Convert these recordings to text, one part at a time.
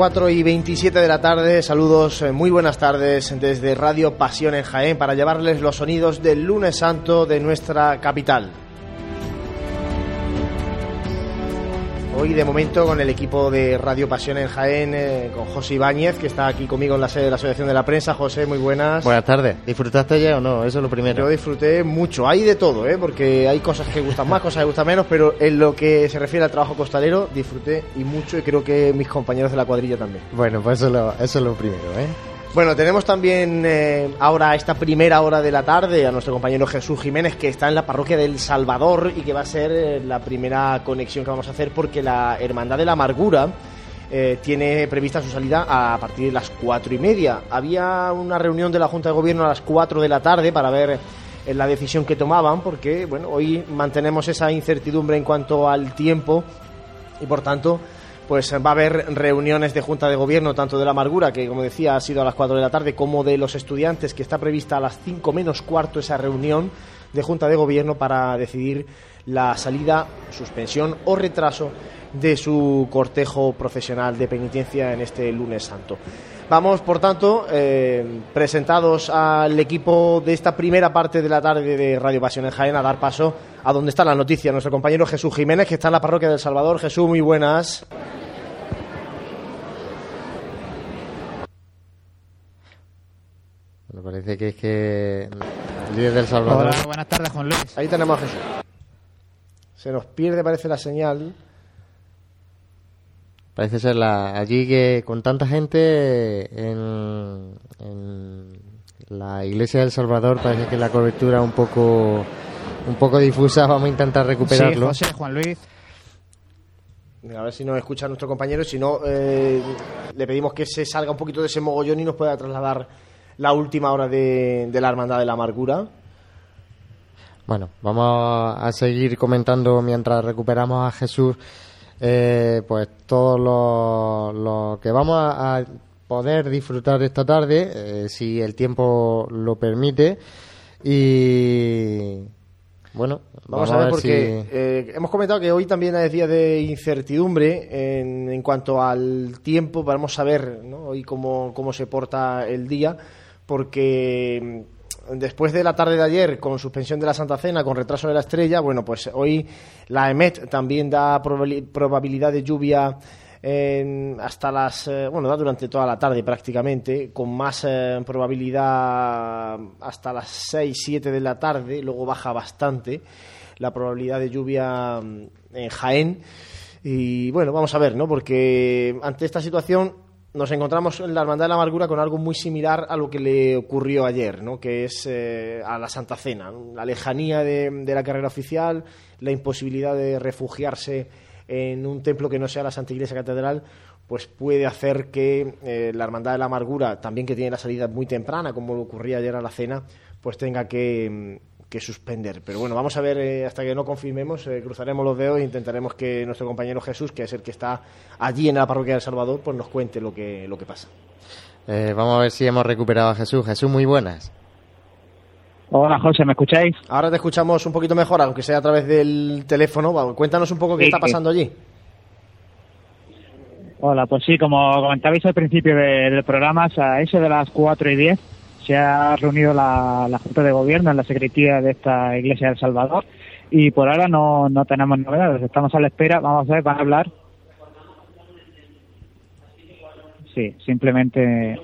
4:27 de la tarde, saludos, muy buenas tardes desde Radio Pasión en Jaén para llevarles los sonidos del lunes santo de nuestra capital. Hoy de momento con el equipo de Radio Pasión en Jaén, con José Ibáñez, que está aquí conmigo en la sede de la Asociación de la Prensa. José, muy buenas. Buenas tardes. ¿Disfrutaste ya o no? Eso es lo primero. Yo disfruté mucho, hay de todo, porque hay cosas que gustan más, cosas que gustan menos, pero en lo que se refiere al trabajo costalero disfruté y mucho, y creo que mis compañeros de la cuadrilla también. Bueno, pues eso es lo primero, Bueno, tenemos también ahora a esta primera hora de la tarde a nuestro compañero Jesús Jiménez, que está en la parroquia del Salvador y que va a ser la primera conexión que vamos a hacer porque la Hermandad de la Amargura tiene prevista su salida a partir de las 4:30. Había una reunión de la Junta de Gobierno a las 4 de la tarde para ver la decisión que tomaban, porque bueno, hoy mantenemos esa incertidumbre en cuanto al tiempo y por tanto pues va a haber reuniones de Junta de Gobierno, tanto de la Amargura, que como decía ha sido a las 4 de la tarde, como de los estudiantes, que está prevista a las 5 menos cuarto esa reunión de Junta de Gobierno para decidir la salida, suspensión o retraso de su cortejo profesional de penitencia en este lunes santo. Vamos, por tanto, presentados al equipo de esta primera parte de la tarde de Radio Pasión en Jaén, a dar paso a donde está la noticia, nuestro compañero Jesús Jiménez, que está en la parroquia del Salvador. Jesús, muy buenas. Me parece que es que el líder del Salvador... Hola, buenas tardes, Juan Luis. Ahí tenemos a Jesús. Se nos pierde, parece, la señal. Parece ser allí que con tanta gente en la iglesia del Salvador parece que la cobertura un poco difusa. Vamos a intentar recuperarlo. Sí, José, Juan Luis. A ver si nos escucha nuestro compañero. Si no, le pedimos que se salga un poquito de ese mogollón y nos pueda trasladar la última hora de la Hermandad de la Amargura. Bueno, vamos a seguir comentando mientras recuperamos a Jesús, pues todo lo que vamos a poder disfrutar esta tarde, si el tiempo lo permite. Y bueno, vamos a ver porque hemos comentado que hoy también es día de incertidumbre en cuanto al tiempo. Vamos a ver, ¿no?, hoy cómo se porta el día, porque después de la tarde de ayer, con suspensión de la Santa Cena, con retraso de la Estrella, bueno, pues hoy la EMET también da probabilidad de lluvia hasta las... da durante toda la tarde prácticamente, con más probabilidad hasta las 6-7 de la tarde. Luego baja bastante la probabilidad de lluvia en Jaén. Y bueno, vamos a ver, ¿no?, porque ante esta situación nos encontramos en la Hermandad de la Amargura con algo muy similar a lo que le ocurrió ayer, ¿no?, que es a la Santa Cena, ¿no?, la lejanía de la carrera oficial, la imposibilidad de refugiarse en un templo que no sea la Santa Iglesia Catedral, pues puede hacer que la Hermandad de la Amargura, también que tiene la salida muy temprana, como ocurría ayer a la cena, pues tenga que suspender. Pero bueno, vamos a ver, hasta que no confirmemos, cruzaremos los dedos e intentaremos que nuestro compañero Jesús, que es el que está allí en la parroquia del Salvador, pues nos cuente lo que pasa. Vamos a ver si hemos recuperado a Jesús. Jesús, muy buenas. Hola, José, ¿me escucháis? Ahora te escuchamos un poquito mejor, aunque sea a través del teléfono. Bueno, cuéntanos un poco qué está pasando allí. Hola, pues sí, como comentabais al principio del programa, a eso de las 4:10 se ha reunido la Junta de Gobierno en la secretaría de esta iglesia del Salvador y por ahora no tenemos novedades, estamos a la espera. Vamos a ver, van a hablar. Sí, simplemente...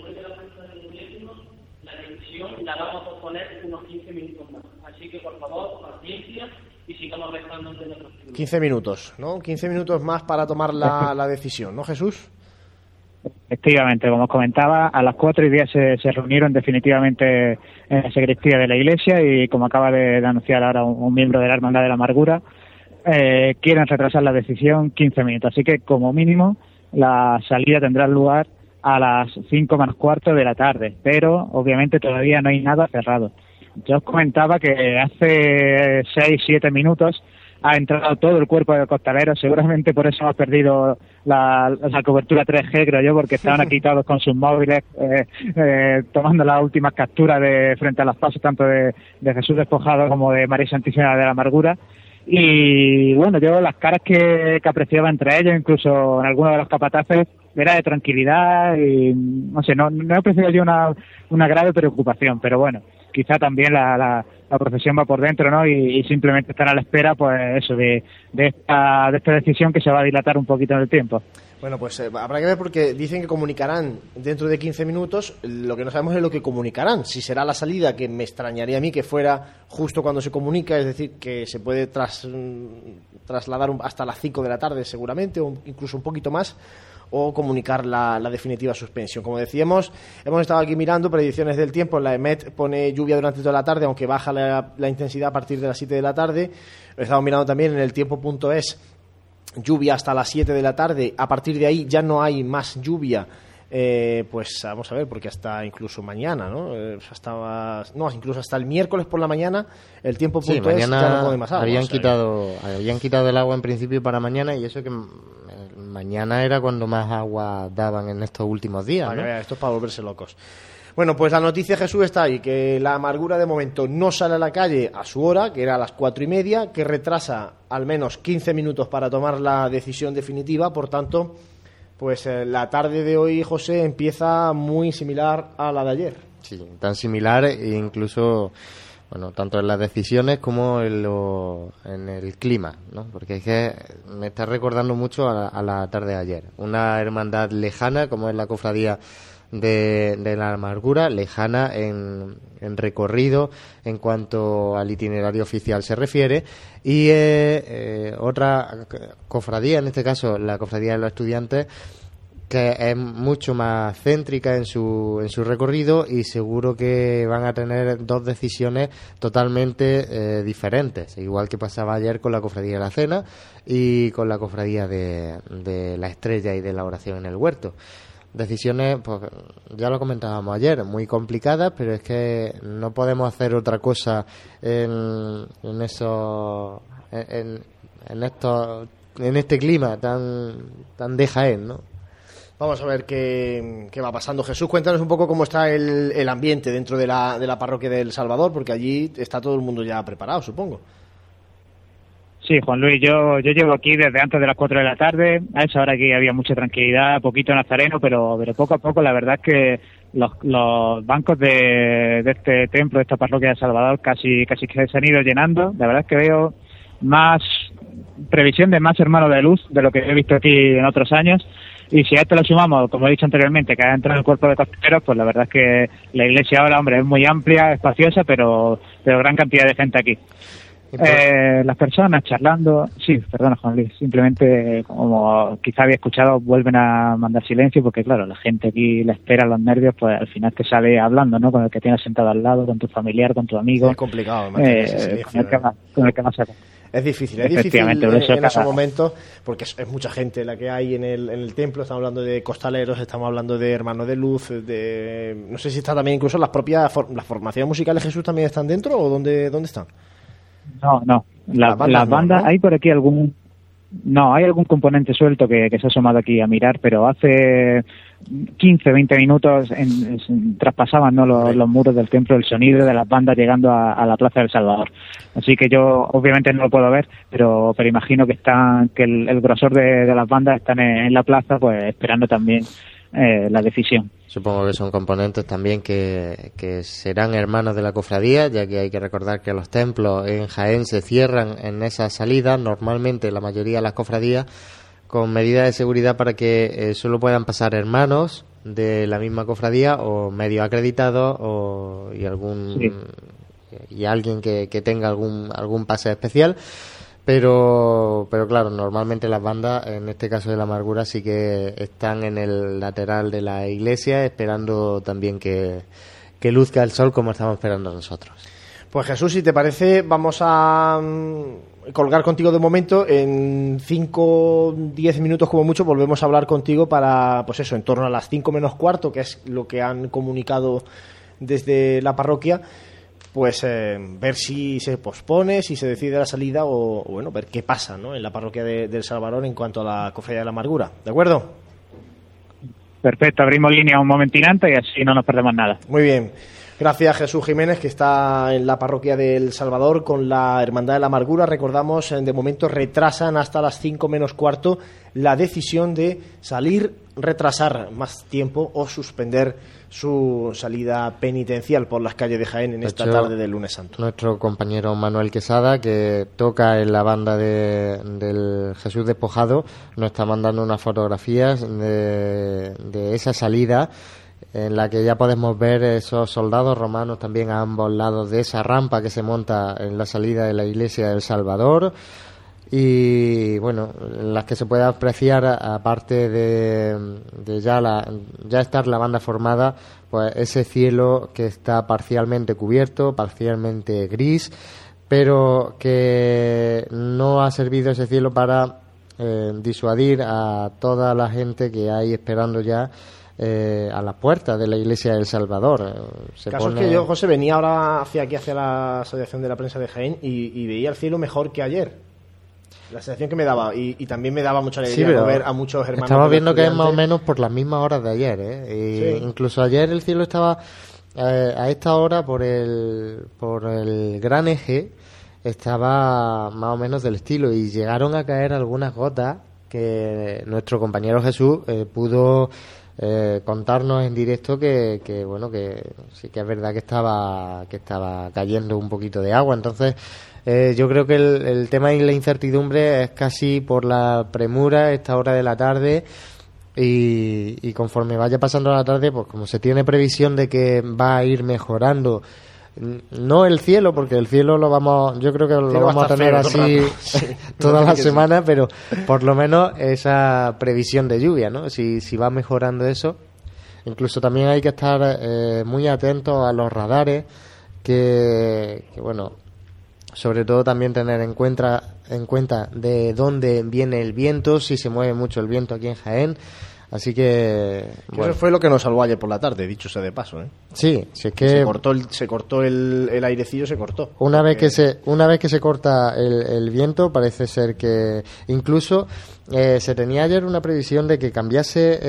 La decisión la vamos a posponer unos 15 minutos más, así que por favor, paciencia y sigamos restando entre nosotros. 15 minutos, ¿no? 15 minutos más para tomar la decisión, ¿no, Jesús? Efectivamente, como os comentaba, a las 4:10 se reunieron definitivamente en la sacristía de la iglesia y, como acaba de anunciar ahora un miembro de la Hermandad de la Amargura, quieren retrasar la decisión 15 minutos. Así que, como mínimo, la salida tendrá lugar a las 5 menos cuarto de la tarde, pero obviamente todavía no hay nada cerrado. Yo os comentaba que hace 6-7 minutos ha entrado todo el cuerpo de costaleros, seguramente por eso hemos perdido la cobertura 3G, creo yo, porque estaban aquí todos con sus móviles tomando las últimas capturas de frente a los pasos tanto de Jesús Despojado como de María Santísima de la Amargura. Y bueno, yo las caras que apreciaba entre ellos, incluso en algunos de los capataces, era de tranquilidad y, no sé, no he percibido yo una grave preocupación, pero bueno, quizá también la profesión va por dentro, ¿no? Y simplemente están a la espera, pues eso, de esta decisión que se va a dilatar un poquito en el tiempo. Bueno, pues habrá que ver, porque dicen que comunicarán dentro de 15 minutos. Lo que no sabemos es lo que comunicarán. Si será la salida, que me extrañaría a mí que fuera justo cuando se comunica, es decir, que se puede trasladar hasta las 5 de la tarde seguramente, o incluso un poquito más, o comunicar la definitiva suspensión. Como decíamos, hemos estado aquí mirando predicciones del tiempo. La EMET pone lluvia durante toda la tarde, aunque baja la intensidad a partir de las 7 de la tarde. Lo he estado mirando también en el tiempo.es, lluvia hasta las 7 de la tarde. A partir de ahí ya no hay más lluvia. Pues vamos a ver, porque hasta incluso mañana, ¿no? Incluso hasta el miércoles por la mañana el tiempo.es sí, ya no pone más agua. Habían quitado el agua en principio para mañana, y eso que mañana era cuando más agua daban en estos últimos días, ¿no? Esto es para volverse locos. Bueno, pues la noticia, Jesús, está ahí, que la Amargura de momento no sale a la calle a su hora, que era a las 4:30, que retrasa al menos 15 minutos para tomar la decisión definitiva. Por tanto, pues la tarde de hoy, José, empieza muy similar a la de ayer. Sí, tan similar, e incluso, bueno, tanto en las decisiones como en el clima, ¿no? Porque es que me está recordando mucho a la tarde de ayer. Una hermandad lejana, como es la cofradía de la Amargura, lejana en recorrido en cuanto al itinerario oficial se refiere, y otra cofradía, en este caso la cofradía de los estudiantes, que es mucho más céntrica en su recorrido, y seguro que van a tener dos decisiones totalmente diferentes, igual que pasaba ayer con la cofradía de la Cena y con la cofradía de la Estrella y de la Oración en el Huerto. Decisiones, pues ya lo comentábamos ayer, muy complicadas, pero es que no podemos hacer otra cosa en este clima tan de Jaén, ¿no? Vamos a ver qué va pasando. Jesús, cuéntanos un poco cómo está el ambiente dentro de la parroquia del Salvador, porque allí está todo el mundo ya preparado, supongo. Sí, Juan Luis, yo llevo aquí desde antes de las 4 de la tarde. A esa hora aquí había mucha tranquilidad, poquito nazareno, pero poco a poco la verdad es que los bancos de este templo, de esta parroquia de Salvador, casi que se han ido llenando. La verdad es que veo más previsión de más hermanos de luz de lo que he visto aquí en otros años. Y si a esto lo sumamos, como he dicho anteriormente, que ha entrado el cuerpo de costaleros, pues la verdad es que la iglesia ahora, hombre, es muy amplia, espaciosa, pero gran cantidad de gente aquí. Las personas charlando, sí, perdona Juan Luis, simplemente como quizá había escuchado, vuelven a mandar silencio, porque claro, la gente aquí la espera, los nervios, pues al final te sale hablando, ¿no? Con el que tienes sentado al lado, con tu familiar, con tu amigo. Es complicado, con el que más se... Es difícil en esos momentos, porque es mucha gente la que hay en el templo. Estamos hablando de costaleros, estamos hablando de hermanos de luz, no sé si está también incluso las formaciones musicales, Jesús, también están dentro, o dónde están. No. Las bandas, ¿no? Hay por aquí hay algún componente suelto que se ha asomado aquí a mirar, pero hace 15, 20 minutos traspasaban, ¿no? los muros del templo, el sonido de las bandas llegando a la Plaza del Salvador. Así que yo obviamente no lo puedo ver, pero imagino que el grosor de las bandas están en la plaza, pues esperando también la decisión. Supongo que son componentes también que serán hermanos de la cofradía, ya que hay que recordar que los templos en Jaén se cierran en esa salida, normalmente la mayoría de las cofradías, con medidas de seguridad para que solo puedan pasar hermanos de la misma cofradía o medio acreditados y alguien que tenga algún pase especial. Pero claro, normalmente las bandas, en este caso de la Amargura, sí que están en el lateral de la iglesia, esperando también que luzca el sol, como estamos esperando nosotros. Pues Jesús, si te parece, vamos a colgar contigo de momento. En 5-10 minutos como mucho volvemos a hablar contigo para, pues eso, en torno a las 5 menos cuarto, que es lo que han comunicado desde la parroquia. Pues ver si se pospone, si se decide la salida o bueno, ver qué pasa, ¿no? En la parroquia del Salvador en cuanto a la cofradía de la Amargura. ¿De acuerdo? Perfecto, abrimos línea un momentín antes y así no nos perdemos nada. Muy bien. Gracias, Jesús Jiménez, que está en la parroquia del Salvador con la Hermandad de la Amargura. Recordamos, de momento retrasan hasta las 5 menos cuarto la decisión de retrasar más tiempo o suspender su salida penitencial por las calles de Jaén en esta tarde del Lunes Santo. Nuestro compañero Manuel Quesada, que toca en la banda del Jesús Despojado, nos está mandando unas fotografías de esa salida, en la que ya podemos ver esos soldados romanos también a ambos lados de esa rampa que se monta en la salida de la iglesia del Salvador, y bueno, en las que se puede apreciar, aparte de ya estar la banda formada, pues ese cielo que está parcialmente cubierto, parcialmente gris, pero que no ha servido ese cielo para disuadir a toda la gente que hay esperando ya a las puertas de la iglesia del Salvador. Es que yo, José, venía ahora hacia la Asociación de la Prensa de Jaén y veía el cielo mejor que ayer. La sensación que me daba, y también me daba mucha alegría ver a muchos hermanos. Estaba viendo que es más o menos por las mismas horas de ayer, Sí. Incluso ayer el cielo estaba a esta hora por el Gran Eje, estaba más o menos del estilo, y llegaron a caer algunas gotas que nuestro compañero Jesús pudo contarnos en directo que sí que es verdad que estaba cayendo un poquito de agua. Entonces yo creo que el tema y la incertidumbre es casi por la premura esta hora de la tarde, y conforme vaya pasando la tarde, pues como se tiene previsión de que va a ir mejorando, no el cielo, porque el cielo yo creo que lo vamos a tener así toda la semana, pero por lo menos esa previsión de lluvia, ¿no? Si va mejorando eso. Incluso también hay que estar muy atentos a los radares, que bueno, sobre todo también tener en cuenta de dónde viene el viento, si se mueve mucho el viento aquí en Jaén. Así que bueno. Eso fue lo que nos salvó ayer por la tarde, dicho sea de paso, Sí, si es que se cortó el airecillo, se cortó. Una vez que se corta el viento, parece ser que incluso se tenía ayer una previsión de que cambiase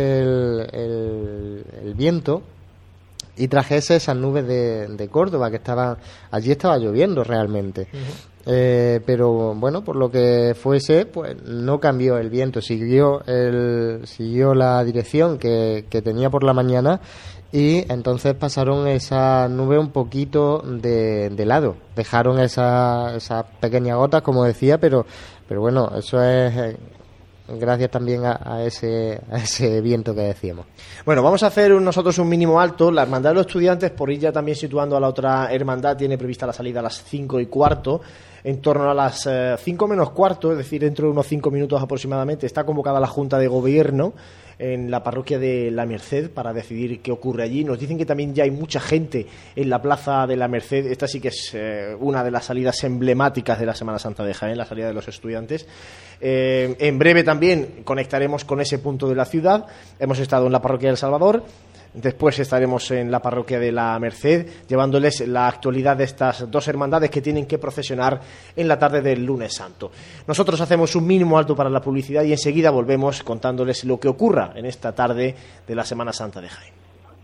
el viento y trajese esas nubes de Córdoba, que allí estaba lloviendo realmente. Pero bueno, por lo que fuese, pues no cambió el viento, siguió la dirección que tenía por la mañana, y entonces pasaron esa nube un poquito de lado, dejaron esas pequeñas gotas, como decía, pero bueno, eso es gracias también a ese viento que decíamos. Bueno, vamos a hacer nosotros un mínimo alto. La Hermandad de los Estudiantes, por ir ya también situando a la otra hermandad, tiene prevista la salida a las 5:15. En torno a las 5 menos cuarto, es decir, dentro de unos 5 minutos aproximadamente, está convocada la Junta de Gobierno en la parroquia de la Merced para decidir qué ocurre allí. Nos dicen que también ya hay mucha gente en la plaza de la Merced. Esta sí que es una de las salidas emblemáticas de la Semana Santa de Jaén, la salida de los estudiantes. En breve también conectaremos con ese punto de la ciudad. Hemos estado en la parroquia del Salvador. Después estaremos en la parroquia de la Merced, llevándoles la actualidad de estas dos hermandades que tienen que procesionar en la tarde del Lunes Santo. Nosotros hacemos un mínimo alto para la publicidad y enseguida volvemos contándoles lo que ocurra en esta tarde de la Semana Santa de Jaén.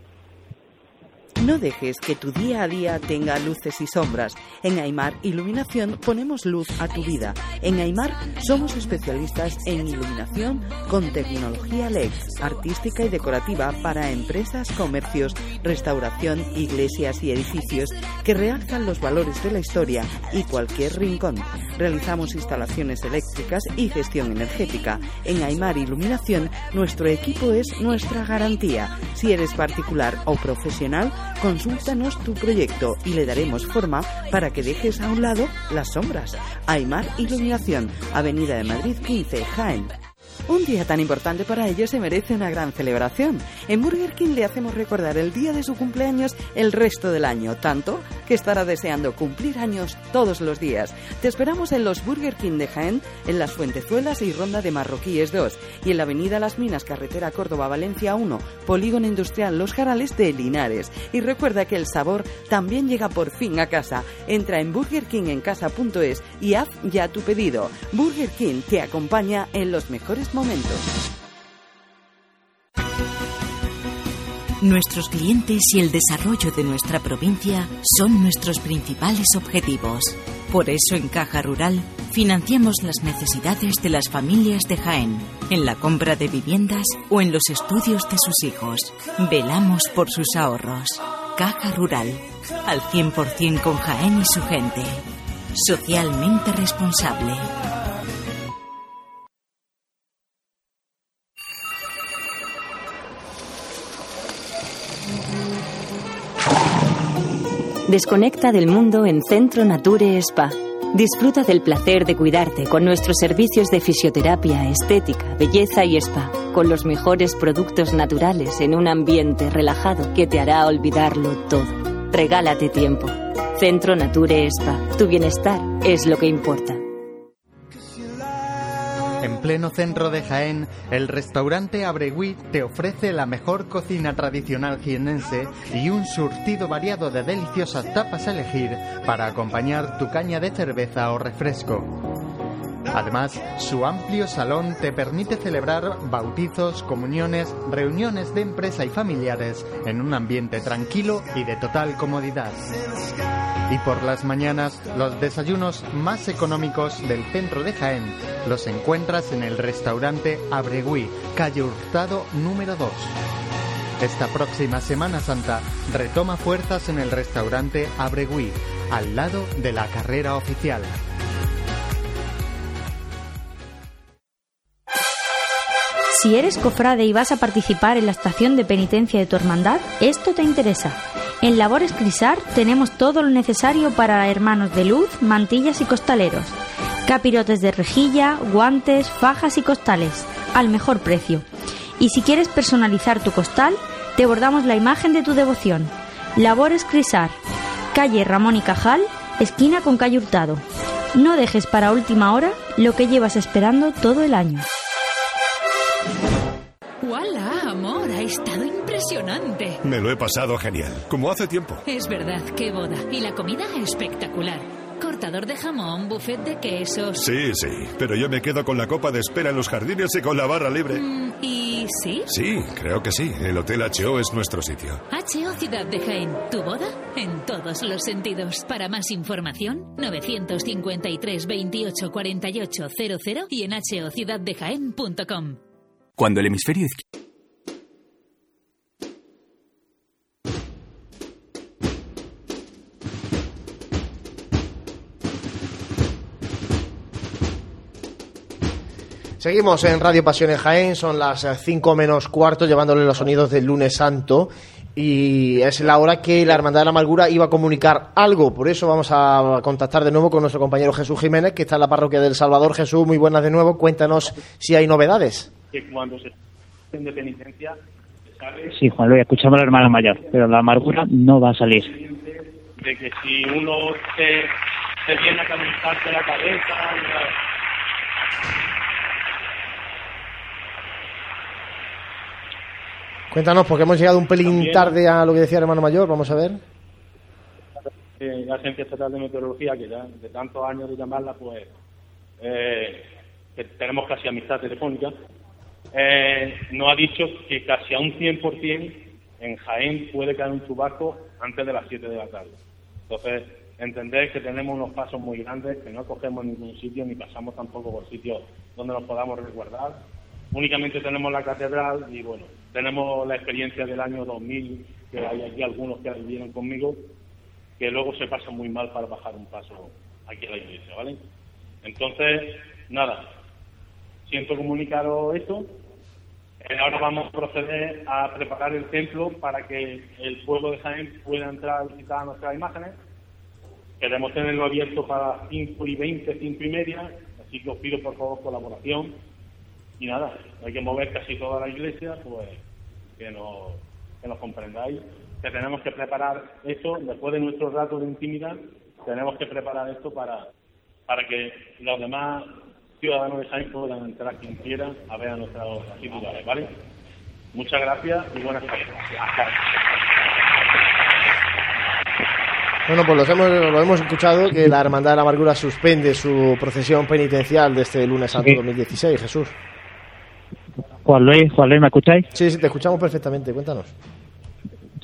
No dejes que tu día a día tenga luces y sombras. En Aimar Iluminación ponemos luz a tu vida. En Aimar somos especialistas en iluminación con tecnología LED, artística y decorativa para empresas, comercios, restauración, iglesias y edificios que realzan los valores de la historia y cualquier rincón. Realizamos instalaciones eléctricas y gestión energética. En Aimar Iluminación nuestro equipo es nuestra garantía. Si eres particular o profesional, consúltanos tu proyecto y le daremos forma para que dejes a un lado las sombras. Aimar Iluminación, Avenida de Madrid 15, Jaén. Un día tan importante para ellos se merece una gran celebración. En Burger King le hacemos recordar el día de su cumpleaños el resto del año, tanto que estará deseando cumplir años todos los días. Te esperamos en los Burger King de Jaén, en Las Fuentezuelas y Ronda de Marroquíes 2, y en la Avenida Las Minas, carretera Córdoba-Valencia 1, Polígono Industrial Los Jarales de Linares. Y recuerda que el sabor también llega por fin a casa. Entra en burgerkingencasa.es y haz ya tu pedido. Burger King te acompaña en los mejores momentos. Nuestros clientes y el desarrollo de nuestra provincia son nuestros principales objetivos. Por eso en Caja Rural financiamos las necesidades de las familias de Jaén, en la compra de viviendas o en los estudios de sus hijos. Velamos por sus ahorros. Caja Rural, al 100% con Jaén y su gente. Socialmente responsable. Desconecta del mundo en Centro Nature Spa. Disfruta del placer de cuidarte con nuestros servicios de fisioterapia, estética, belleza y spa, con los mejores productos naturales en un ambiente relajado que te hará olvidarlo todo. Regálate tiempo. Centro Nature Spa. Tu bienestar es lo que importa. En pleno centro de Jaén, el restaurante Abregui te ofrece la mejor cocina tradicional jienense y un surtido variado de deliciosas tapas a elegir para acompañar tu caña de cerveza o refresco. Además, su amplio salón te permite celebrar bautizos, comuniones, reuniones de empresa y familiares en un ambiente tranquilo y de total comodidad. Y por las mañanas, los desayunos más económicos del centro de Jaén los encuentras en el restaurante Abregui, calle Hurtado número 2. Esta próxima Semana Santa retoma fuerzas en el restaurante Abregui, al lado de la carrera oficial. Si eres cofrade y vas a participar en la estación de penitencia de tu hermandad, esto te interesa. En Labores Crisar tenemos todo lo necesario para hermanos de luz, mantillas y costaleros. Capirotes de rejilla, guantes, fajas y costales, al mejor precio. Y si quieres personalizar tu costal, te bordamos la imagen de tu devoción. Labores Crisar, calle Ramón y Cajal, esquina con calle Hurtado. No dejes para última hora lo que llevas esperando todo el año. ¡Hola, amor! Ha estado impresionante. Me lo he pasado genial, como hace tiempo. Es verdad, qué boda. Y la comida espectacular. Cortador de jamón, buffet de quesos. Sí, pero yo me quedo con la copa de espera en los jardines y con la barra libre. ¿Y sí? Sí, creo que sí. El Hotel H.O. es nuestro sitio. H.O. Ciudad de Jaén. Tu boda en todos los sentidos. Para más información, 953 28 48 00 y en hociudaddejaén.com. Cuando el hemisferio izquierdo... Seguimos en Radio Pasiones Jaén, son las 5 menos cuarto, llevándole los sonidos del lunes santo, y es la hora que la Hermandad de la Amargura iba a comunicar algo. Por eso vamos a contactar de nuevo con nuestro compañero Jesús Jiménez, que está en la parroquia del Salvador. Jesús, muy buenas de nuevo, cuéntanos si hay novedades. Que cuando se de penitencia, ¿sabes? Sí, Juan Luis, escuchamos al hermano mayor, pero la amargura no va a salir. De que si uno se viene a calentarse la cabeza... Cuéntanos, porque hemos llegado un pelín también tarde a lo que decía el hermano mayor, vamos a ver. La Agencia Estatal de Meteorología, que ya de tantos años de llamarla, pues que tenemos casi amistad telefónica, nos ha dicho que casi a un 100% en Jaén puede caer un chubasco antes de las 7 de la tarde. Entonces, entendéis que tenemos unos pasos muy grandes, que no cogemos ningún sitio, ni pasamos tampoco por sitios donde nos podamos resguardar. Únicamente tenemos la catedral y, bueno, tenemos la experiencia del año 2000, que hay aquí algunos que vivieron conmigo, que luego se pasa muy mal para bajar un paso aquí a la iglesia, ¿vale? Entonces, nada, siento comunicaros esto. Ahora vamos a proceder a preparar el templo para que el pueblo de Jaén pueda entrar a visitar nuestras imágenes. Queremos tenerlo abierto para las 5:20, 5:30, así que os pido por favor colaboración. Y nada, hay que mover casi toda la iglesia, pues que nos comprendáis, que tenemos que preparar esto, después de nuestro rato de intimidad, tenemos que preparar esto para que los demás ciudadanos de Jaén puedan entrar quien quiera a ver a nuestros titulares, ¿vale? Muchas gracias y buenas tardes. Bueno, pues lo hemos escuchado, que la Hermandad de la Amargura suspende su procesión penitencial de este lunes santo 2016, Jesús. Juan Luis, ¿me escucháis? Sí, te escuchamos perfectamente, cuéntanos.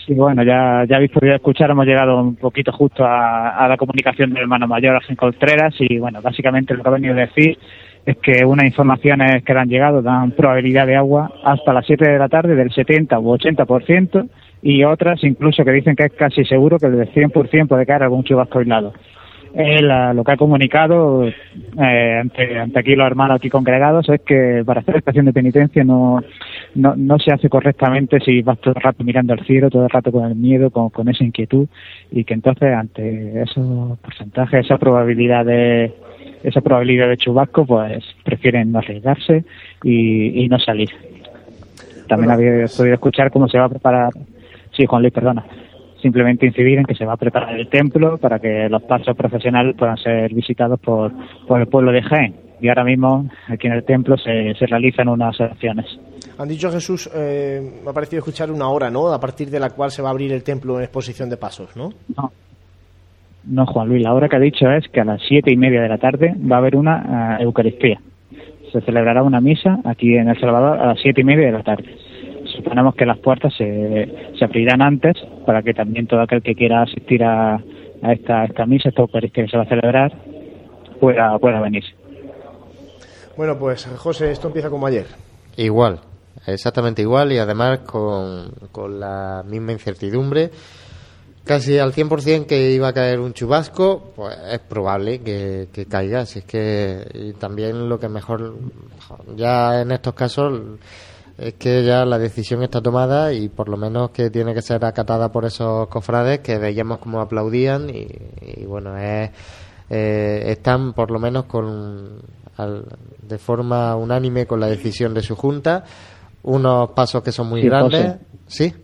Sí, bueno, ya habéis podido escuchar, hemos llegado un poquito justo a la comunicación del hermano mayor, Ángel Contreras, y bueno, básicamente lo que ha venido a decir es que unas informaciones que le han llegado dan probabilidad de agua hasta las 7 de la tarde del 70 u 80%, y otras incluso que dicen que es casi seguro que del 100% puede caer algún chubasco aislado. Lo que ha comunicado ante aquí los hermanos aquí congregados es que para hacer estación de penitencia no se hace correctamente si vas todo el rato mirando al cielo, todo el rato con el miedo, con esa inquietud, y que entonces ante esos porcentajes, esa probabilidad de chubasco, pues prefieren no arriesgarse y no salir. También había podido escuchar cómo se va a preparar. Sí, Juan Luis, perdona. Simplemente incidir en que se va a preparar el templo para que los pasos profesionales puedan ser visitados por el pueblo de Jaén. Y ahora mismo aquí en el templo se realizan unas oraciones. Han dicho, Jesús, me ha parecido escuchar una hora, ¿no?, a partir de la cual se va a abrir el templo en exposición de pasos, ¿no? No, Juan Luis, la hora que ha dicho es que a las 7:30 de la tarde va a haber una Eucaristía. Se celebrará una misa aquí en El Salvador a las 7:30 de la tarde. Suponemos que las puertas se abrirán antes para que también todo aquel que quiera asistir a esta misa, esta Eucaristía que se va a celebrar, pueda venir. Bueno, pues José, esto empieza como ayer. Igual, exactamente igual, y además con la misma incertidumbre. Casi al 100% que iba a caer un chubasco, pues es probable que caiga. Así es que, y también lo que mejor, ya en estos casos, es que ya la decisión está tomada y por lo menos que tiene que ser acatada por esos cofrades que veíamos cómo aplaudían y bueno, están por lo menos de forma unánime con la decisión de su junta. Unos pasos que son muy grandes. José. ¿Sí?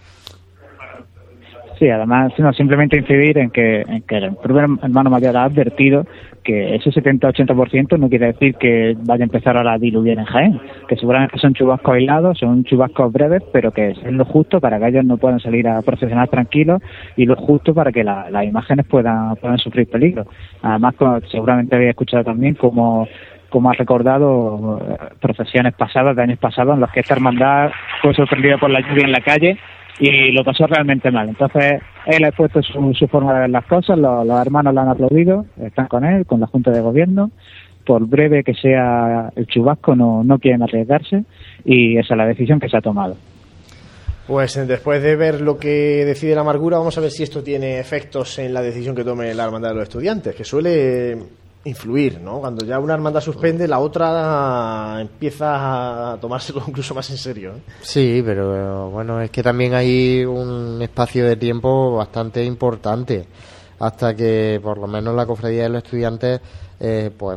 Sí, además, simplemente incidir en que el primer hermano mayor ha advertido que ese 70-80% no quiere decir que vaya a empezar ahora a diluir en Jaén, que seguramente son chubascos aislados, son chubascos breves, pero que es lo justo para que ellos no puedan salir a procesionar tranquilos y lo justo para que las imágenes puedan sufrir peligro. Además, seguramente habéis escuchado también como ha recordado procesiones pasadas, de años pasados, en los que esta hermandad fue sorprendida por la lluvia en la calle y lo pasó realmente mal. Entonces él ha expuesto su forma de ver las cosas, los hermanos le han aplaudido, están con él, con la Junta de Gobierno. Por breve que sea el chubasco, no quieren arriesgarse y esa es la decisión que se ha tomado. Pues después de ver lo que decide la Amargura, vamos a ver si esto tiene efectos en la decisión que tome la Hermandad de los Estudiantes, que suele influir, ¿no? Cuando ya una hermandad suspende, la otra empieza a tomárselo incluso más en serio, ¿eh? Sí, pero bueno, es que también hay un espacio de tiempo bastante importante hasta que por lo menos la Cofradía de los Estudiantes pues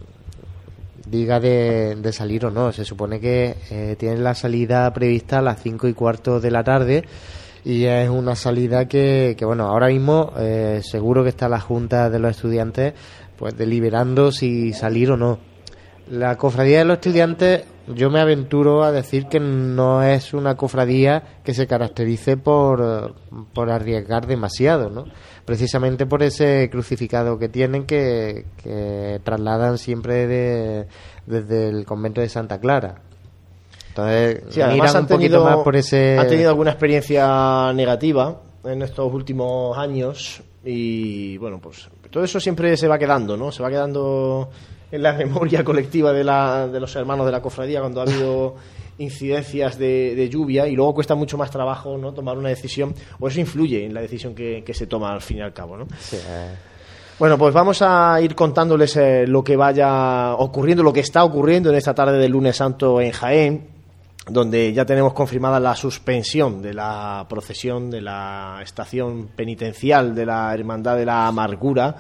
diga de salir o no. Se supone que tienen la salida prevista a las 5:15 de la tarde y es una salida que bueno, ahora mismo seguro que está la Junta de los Estudiantes pues deliberando si salir o no. La Cofradía de los Estudiantes, yo me aventuro a decir que no es una cofradía que se caracterice por arriesgar demasiado, ¿no? Precisamente por ese crucificado que tienen que trasladan siempre desde el convento de Santa Clara. Entonces, sí, además han tenido alguna experiencia negativa en estos últimos años y bueno, pues todo eso siempre se va quedando, ¿no? Se va quedando en la memoria colectiva de los hermanos de la cofradía cuando ha habido incidencias de lluvia y luego cuesta mucho más trabajo, ¿no?, tomar una decisión, o eso influye en la decisión que se toma al fin y al cabo, ¿no? Sí. Bueno, pues vamos a ir contándoles lo que vaya ocurriendo, lo que está ocurriendo en esta tarde del Lunes Santo en Jaén, donde ya tenemos confirmada la suspensión de la procesión de la estación penitencial de la Hermandad de la Amargura.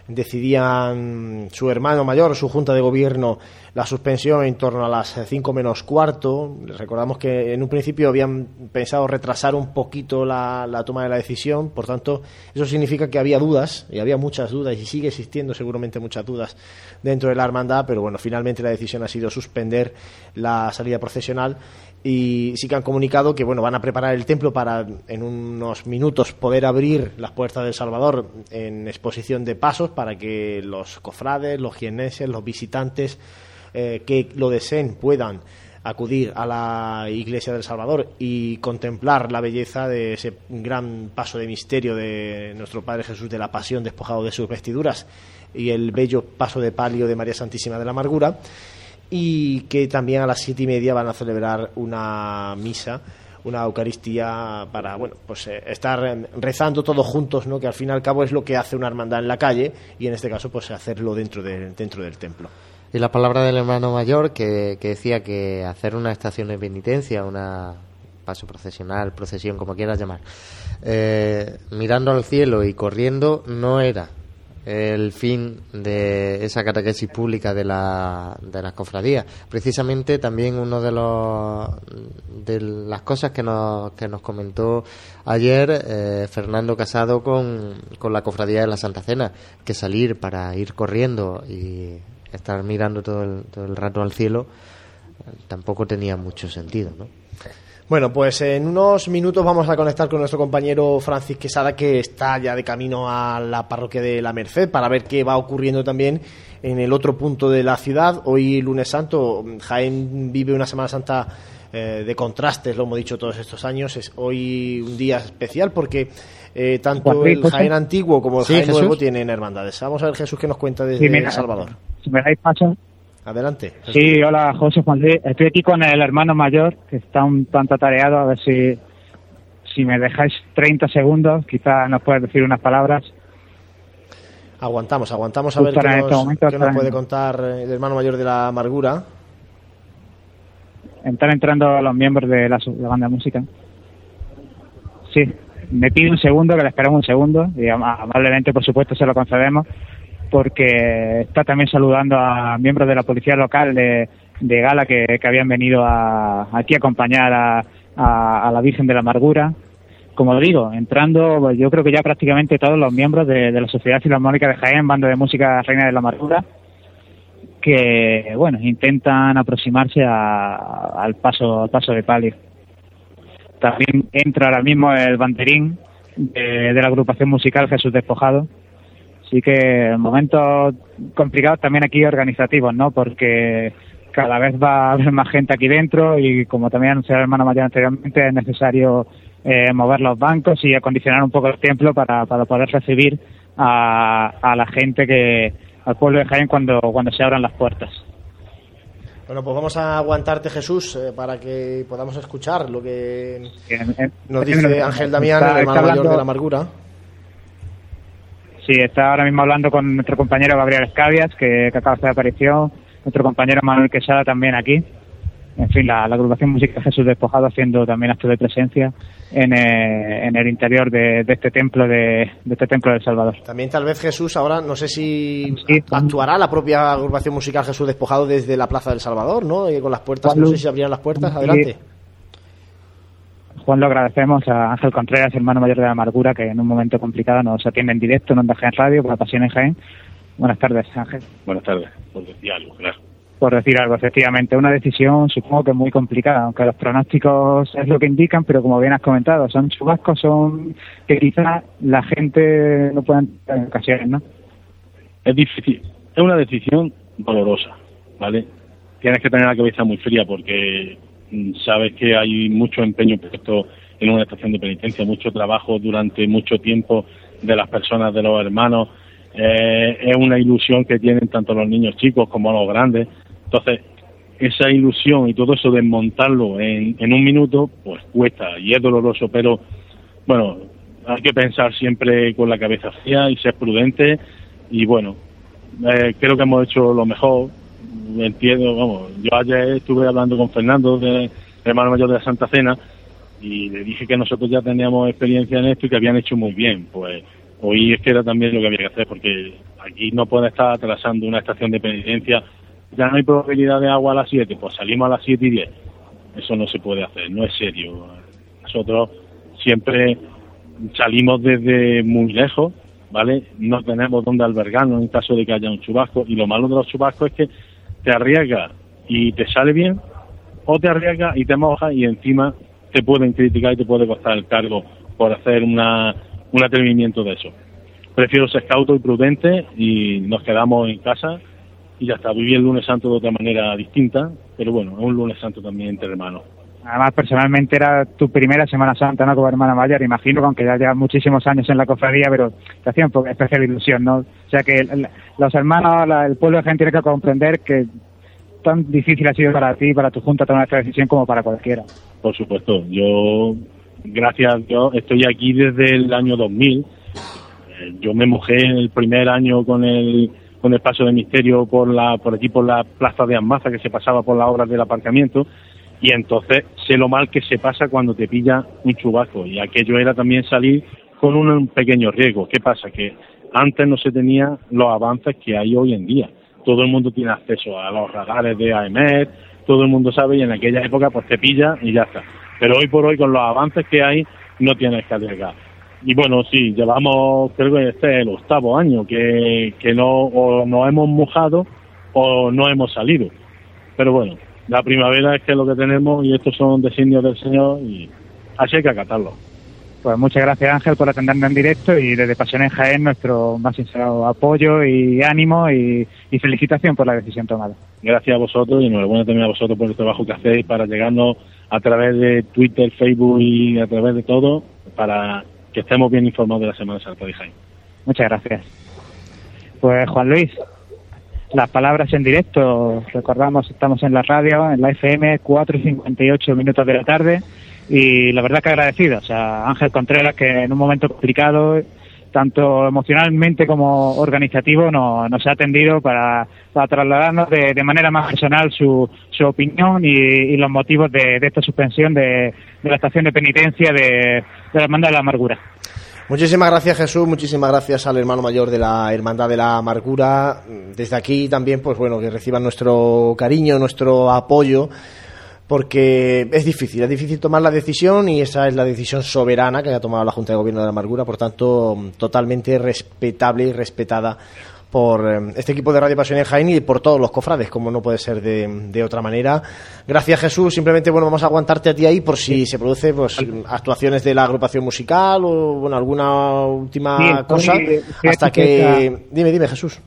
Decidían su hermano mayor, su Junta de Gobierno, la suspensión en torno a las 5:15. Recordamos que en un principio habían pensado retrasar un poquito la toma de la decisión, por tanto eso significa que había dudas, y había muchas dudas, y sigue existiendo seguramente muchas dudas dentro de la hermandad, pero bueno, finalmente la decisión ha sido suspender la salida procesional. Y sí que han comunicado que bueno, van a preparar el templo para en unos minutos poder abrir las puertas del Salvador en exposición de pasos para que los cofrades, los jienenses, los visitantes que lo deseen puedan acudir a la iglesia del Salvador y contemplar la belleza de ese gran paso de misterio de nuestro Padre Jesús de la Pasión, despojado de sus vestiduras, y el bello paso de palio de María Santísima de la Amargura, y que también a las 7:30 van a celebrar una misa, una Eucaristía, para estar rezando todos juntos, ¿no? Que al fin y al cabo es lo que hace una hermandad en la calle, y en este caso pues hacerlo dentro del templo. Y la palabra del hermano mayor que decía que hacer una estación de penitencia, una paso procesional, procesión, como quieras llamar, mirando al cielo y corriendo, no era el fin de esa catequesis pública de las cofradías. Precisamente también uno de las cosas que nos comentó ayer Fernando Casado con la cofradía de la Santa Cena, que salir para ir corriendo y estar mirando todo el rato al cielo tampoco tenía mucho sentido, ¿no? Bueno, pues en unos minutos vamos a conectar con nuestro compañero Francis Quesada, que está ya de camino a la parroquia de la Merced, para ver qué va ocurriendo también en el otro punto de la ciudad. Hoy, lunes santo, Jaén vive una Semana Santa de contrastes, lo hemos dicho todos estos años. Es hoy un día especial porque tanto el Jaén antiguo como el Jaén nuevo tienen hermandades. Vamos a ver, Jesús, qué nos cuenta desde El Salvador. Si me dais paso. Adelante. Sí, hola, José Juan Luis. Estoy aquí con el hermano mayor, que está un tanto atareado. A ver si me dejáis 30 segundos, quizás nos puedes decir unas palabras. Aguantamos a ver qué nos puede contar el hermano mayor de la Amargura. Están entrando los miembros de la banda de música. Sí, me pide un segundo, que le esperamos un segundo, y amablemente, por supuesto, se lo concedemos, porque está también saludando a miembros de la policía local de Gala que habían venido aquí a acompañar a la Virgen de la Amargura. Como digo, entrando, pues yo creo que ya prácticamente todos los miembros de la Sociedad Filarmónica de Jaén, banda de música Reina de la Amargura, que intentan aproximarse al paso de palio. También entra ahora mismo el banderín de la agrupación musical Jesús Despojado. Así que momentos complicados también aquí organizativos, ¿no? Porque cada vez va a haber más gente aquí dentro y, como también anunció el hermano mayor anteriormente, es necesario mover los bancos y acondicionar un poco el templo para poder recibir a la gente al pueblo de Jaén cuando se abran las puertas. Bueno, pues vamos a aguantarte, Jesús, para que podamos escuchar lo que nos dice Ángel Damián, el hermano mayor de la Amargura. Sí, está ahora mismo hablando con nuestro compañero Gabriel Escabias, que acaba de hacer aparición, nuestro compañero Manuel Quesada también aquí. En fin, la agrupación musical Jesús Despojado haciendo también actos de presencia en el interior de este templo de este templo del Salvador. También tal vez, Jesús, ahora no sé si actuará la propia agrupación musical Jesús Despojado desde la Plaza del Salvador, ¿no? Y con las puertas, no sé si abrirán las puertas. Adelante. Juan, lo agradecemos a Ángel Contreras, hermano mayor de la Amargura, que en un momento complicado nos atiende en directo en Onda Jaén Radio por la Pasión en Jaén. Buenas tardes, Ángel. Buenas tardes, por decir algo, claro. Por decir algo, efectivamente, una decisión supongo que muy complicada, aunque los pronósticos es lo que indican, pero como bien has comentado, son chubascos, son que quizás la gente no pueda entrar en ocasiones, ¿no? Es difícil, es una decisión dolorosa, ¿vale? Tienes que tener la cabeza muy fría porque sabes que hay mucho empeño puesto en una estación de penitencia, mucho trabajo durante mucho tiempo de las personas, de los hermanos. Es una ilusión que tienen tanto los niños chicos como los grandes. Entonces, esa ilusión y todo eso, desmontarlo en un minuto, pues cuesta y es doloroso, pero bueno, hay que pensar siempre con la cabeza fría y ser prudente. Y bueno, creo que hemos hecho lo mejor. Entiendo, vamos, yo ayer estuve hablando con Fernando, el hermano mayor de la Santa Cena, y le dije que nosotros ya teníamos experiencia en esto y que habían hecho muy bien. Pues hoy es que era también lo que había que hacer, porque aquí no puede estar atrasando una estación de penitencia. Ya no hay probabilidad de agua a las 7, pues salimos a las 7:10. Eso no se puede hacer, no es serio. Nosotros siempre salimos desde muy lejos, ¿vale? No tenemos dónde albergarnos en caso de que haya un chubasco, y lo malo de los chubascos es que te arriesgas y te sale bien, o te arriesgas y te mojas y encima te pueden criticar y te puede costar el cargo por hacer un atrevimiento de eso. Prefiero ser cauto y prudente y nos quedamos en casa y ya está. Viví el lunes santo de otra manera distinta, pero bueno, es un lunes santo también entre hermanos. Además, personalmente era tu primera Semana Santa, ¿no?, como hermana mayor. Imagino que aunque ya llevas muchísimos años en la cofradía, pero te hacía un poco especial ilusión, ¿no? O sea que los hermanos, el pueblo de Jaén tiene que comprender que tan difícil ha sido para ti y para tu junta tomar esta decisión como para cualquiera. Por supuesto, yo, gracias a Dios, estoy aquí desde el año 2000. Yo me mojé el primer año con el paso de misterio por aquí por la plaza de Almaza, que se pasaba por las obras del aparcamiento, y entonces sé lo mal que se pasa cuando te pilla un chubasco, y aquello era también salir con un pequeño riesgo. ¿Qué pasa? Que antes no se tenían los avances que hay hoy en día. Todo el mundo tiene acceso a los radares de AEMET, todo el mundo sabe, y en aquella época pues te pilla y ya está. Pero hoy por hoy, con los avances que hay, no tienes que arriesgar. Y bueno, sí, llevamos, creo que este es el 8º año que no, o nos hemos mojado o no hemos salido. Pero bueno, la primavera es que es lo que tenemos, y estos son designios del Señor, y así hay que acatarlo. Pues muchas gracias, Ángel, por atenderme en directo, y desde Pasión en Jaén nuestro más sincero apoyo y ánimo y felicitación por la decisión tomada. Gracias a vosotros, y enhorabuena también a vosotros por el trabajo que hacéis para llegarnos a través de Twitter, Facebook y a través de todo, para que estemos bien informados de la Semana Santa de Jaén. Muchas gracias. Pues Juan Luis, las palabras en directo, recordamos, estamos en la radio, en la FM, 4:58 minutos de la tarde, y la verdad que agradecido. O sea, Ángel Contreras, que en un momento complicado, tanto emocionalmente como organizativo, nos ha atendido para trasladarnos de manera más personal su opinión y los motivos de esta suspensión de la estación de penitencia de la Hermandad de la Amargura. Muchísimas gracias, Jesús, muchísimas gracias al hermano mayor de la Hermandad de la Amargura. Desde aquí también, pues bueno, que reciban nuestro cariño, nuestro apoyo, porque es difícil tomar la decisión, y esa es la decisión soberana que ha tomado la Junta de Gobierno de la Amargura, por tanto, totalmente respetable y respetada por este equipo de Radio Pasión en Jaén y por todos los cofrades, como no puede ser de otra manera. Gracias, Jesús. Simplemente, bueno, vamos a aguantarte a ti ahí por si se produce pues actuaciones de la agrupación musical o bueno, alguna última cosa, hasta que... Dime, Jesús.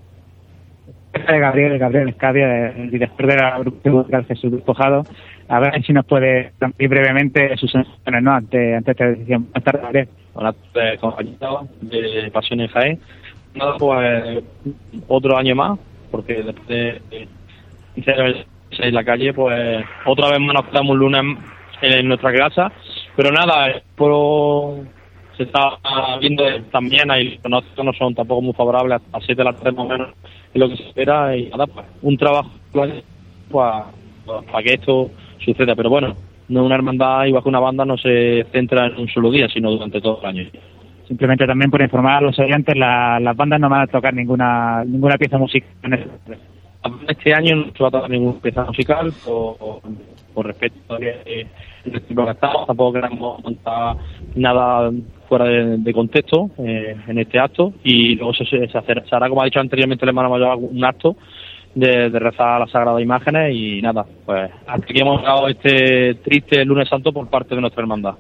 Gabriel Escadia, el director de la agrupación musical Jesús Despojado, a ver si nos puede transmitir brevemente sus sensaciones, ¿no?, ante esta decisión. Buenas tardes, Gabriel. Buenas tardes, compañeros de Pasión en Jaén. Nada, pues otro año más, porque después de en la calle, pues otra vez más nos quedamos un lunes en nuestra casa, pero nada, se está viendo también, y los pronósticos no son tampoco muy favorables, a 7 de la tarde más o menos es lo que se espera, y nada, pues un trabajo pues, para que esto suceda, pero bueno, no una hermandad igual que una banda no se centra en un solo día, sino durante todo el año. Simplemente también por informar a los oyentes, las bandas no van a tocar ninguna pieza musical. Este año no se va a tocar ninguna pieza musical, por respeto al tiempo que estamos. Tampoco queremos montar nada fuera de contexto en este acto, y luego se hará, como ha dicho anteriormente el hermano mayor, un acto de rezar a las sagradas imágenes, y nada, pues hasta aquí hemos llegado este triste lunes santo por parte de nuestra hermandad.